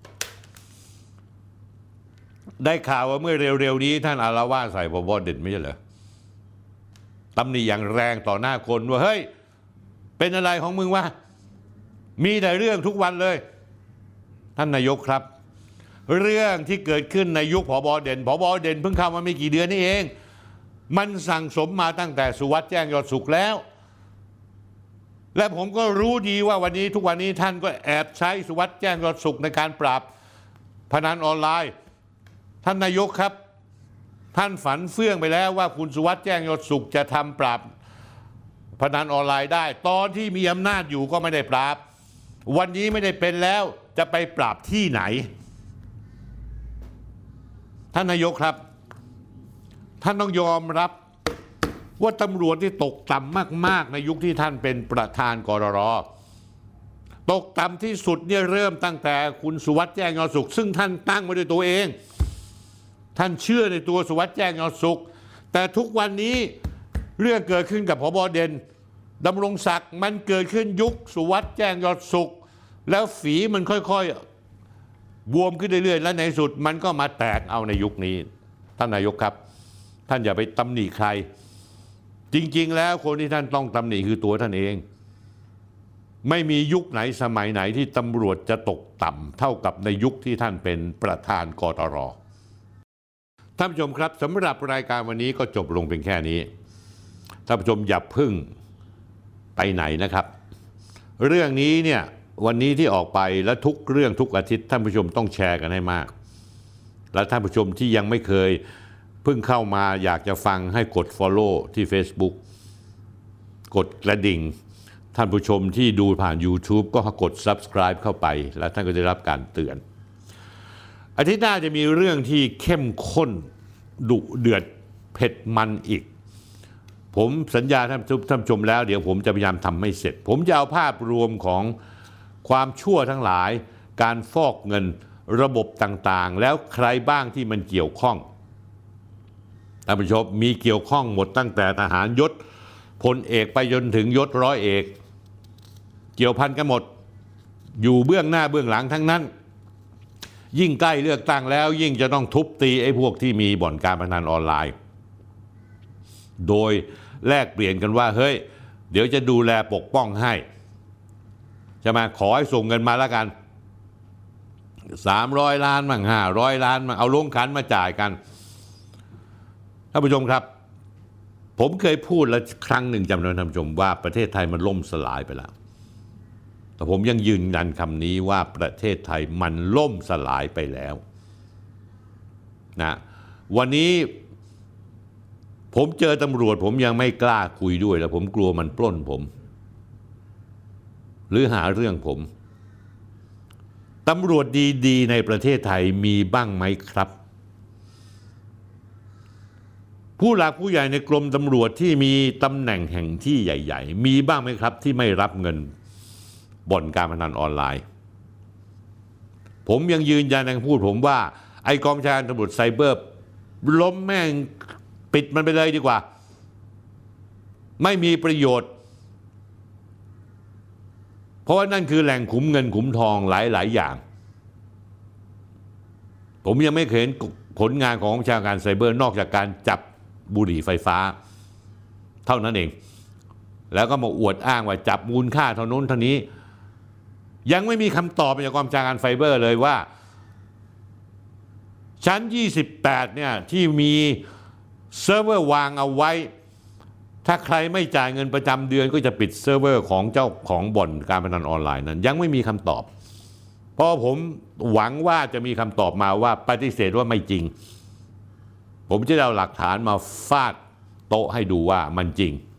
[SPEAKER 1] ได้ข่าวว่าเมื่อเร็วๆนี้ท่านอาละวาดใส่ผบ.เด่นไม่ใช่เหรอตำหนิอย่างแรงต่อหน้าคนว่าเฮ้ยเป็นอะไรของมึงวะมีแต่เรื่องทุกวันเลยท่านนายกครับเรื่องที่เกิดขึ้นในยุคผบ.เด่นเพิ่งเข้ามาไม่กี่เดือนนี่เองมันสั่งสมมาตั้งแต่สุวัสด์แจ้งยอดสุขแล้วและผมก็รู้ดีว่าทุกวันนี้ท่านก็แอบใช้สุวัสด์แจ้งยอดสุขในการปราบพนันออนไลน์ท่านนายกครับท่านฝันเฟื่องไปแล้วว่าคุณสุวัสด์แจ้งยอดสุขจะทำปราบพนันออนไลน์ได้ตอนที่มีอำนาจอยู่ก็ไม่ได้ปราบวันนี้ไม่ได้เป็นแล้วจะไปปราบที่ไหนท่านนายกครับท่านต้องยอมรับว่าตำรวจที่ตกต่ำมากๆในยุคที่ท่านเป็นประธานกรร.ตกต่ำที่สุดเนี่ยเริ่มตั้งแต่คุณสุวัสด์แจ้งยอดสุขซึ่งท่านตั้งมาด้วยตัวเองท่านเชื่อในตัวสุวัสด์แจ้งยอดสุขแต่ทุกวันนี้เรื่องเกิดขึ้นกับผบ.เด่นดำรงศักดิ์มันเกิดขึ้นยุคสุวัสด์แจ้งยอดสุขแล้วฝีมันค่อยๆบวมขึ้นเรื่อยๆและในสุดมันก็มาแตกเอาในยุคนี้ท่านนายกครับท่านอย่าไปตำหนิใครจริงๆแล้วคนที่ท่านต้องตำหนิคือตัวท่านเองไม่มียุคไหนสมัยไหนที่ตำรวจจะตกต่ำเท่ากับในยุคที่ท่านเป็นประธานกตร.ท่านผู้ชมครับสำหรับรายการวันนี้ก็จบลงเพียงแค่นี้ท่านผู้ชมอย่าพึ่งไปไหนนะครับเรื่องนี้เนี่ยวันนี้ที่ออกไปและทุกเรื่องทุกอาทิตย์ท่านผู้ชมต้องแชร์กันให้มากและท่านผู้ชมที่ยังไม่เคยเพิ่งเข้ามาอยากจะฟังให้กด Follow ที่ Facebook กดกระดิ่งท่านผู้ชมที่ดูผ่าน YouTube ก็กด Subscribe เข้าไปแล้วท่านก็จะรับการเตือนอาทิตย์หน้าจะมีเรื่องที่เข้มข้นดุเดือดเผ็ดมันอีกผมสัญญาท่านผู้ชมแล้วเดี๋ยวผมจะพยายามทำให้เสร็จผมจะเอาภาพรวมของความชั่วทั้งหลายการฟอกเงินระบบต่างๆแล้วใครบ้างที่มันเกี่ยวข้องท่านผู้ชมมีเกี่ยวข้องหมดตั้งแต่ทหารยศพลเอกไปจนถึงยศร้อยเอกเกี่ยวพันกันหมดอยู่เบื้องหน้าเบื้องหลังทั้งนั้นยิ่งใกล้เลือกตั้งแล้วยิ่งจะต้องทุบตีไอ้พวกที่มีบ่อนการพนันออนไลน์โดยแลกเปลี่ยนกันว่าเฮ้ยเดี๋ยวจะดูแลปกป้องให้ใช่ไหมขอให้ส่งเงินมาแล้วกัน300 ล้านมั่ง500 ล้านมั่งเอาลงขันมาจ่ายกันท่านผู้ชมครับผมเคยพูดแล้วครั้งหนึ่งจำได้ท่านผู้ชมว่าประเทศไทยมันล่มสลายไปแล้วแต่ผมยังยืนยันคำนี้ว่าประเทศไทยมันล่มสลายไปแล้วนะวันนี้ผมเจอตำรวจผมยังไม่กล้าคุยด้วยแล้วผมกลัวมันปล้นผมหรือหาเรื่องผมตำรวจดีๆในประเทศไทยมีบ้างไหมครับผู้หลักผู้ใหญ่ในกรมตำรวจที่มีตำแหน่งแห่งที่ใหญ่ๆมีบ้างไหมครับที่ไม่รับเงินบ่อนการพนันออนไลน์ผมยังยืนยันยังพูดผมว่าไอกองบัญชาการตำรวจไซเบอร์ล้มแม่งปิดมันไปเลยดีกว่าไม่มีประโยชน์เพราะว่านั่นคือแหล่งขุมเงินขุมทองหลายๆอย่างผมยังไม่เคยเห็นผลงานของกองบัญชาการไซเบอร์นอกจากการจับบุหรี่ไฟฟ้าเท่านั้นเองแล้วก็มาอวดอ้างว่าจับมูลค่าเท่านู้นเท่านี้ยังไม่มีคำตอบจากกองบัญชาการไซเบอร์เลยว่าชั้น 28 เนี่ยที่มีเซิร์ฟเวอร์วางเอาไว้ถ้าใครไม่จ่ายเงินประจำเดือนก็จะปิดเซิร์ฟเวอร์ของเจ้าของบ่อนการพนันออนไลน์นั้นยังไม่มีคำตอบเพราะผมหวังว่าจะมีคำตอบมาว่าปฏิเสธว่าไม่จริงผมจะเอาหลักฐานมาฟาดโต๊ะให้ดูว่ามันจริง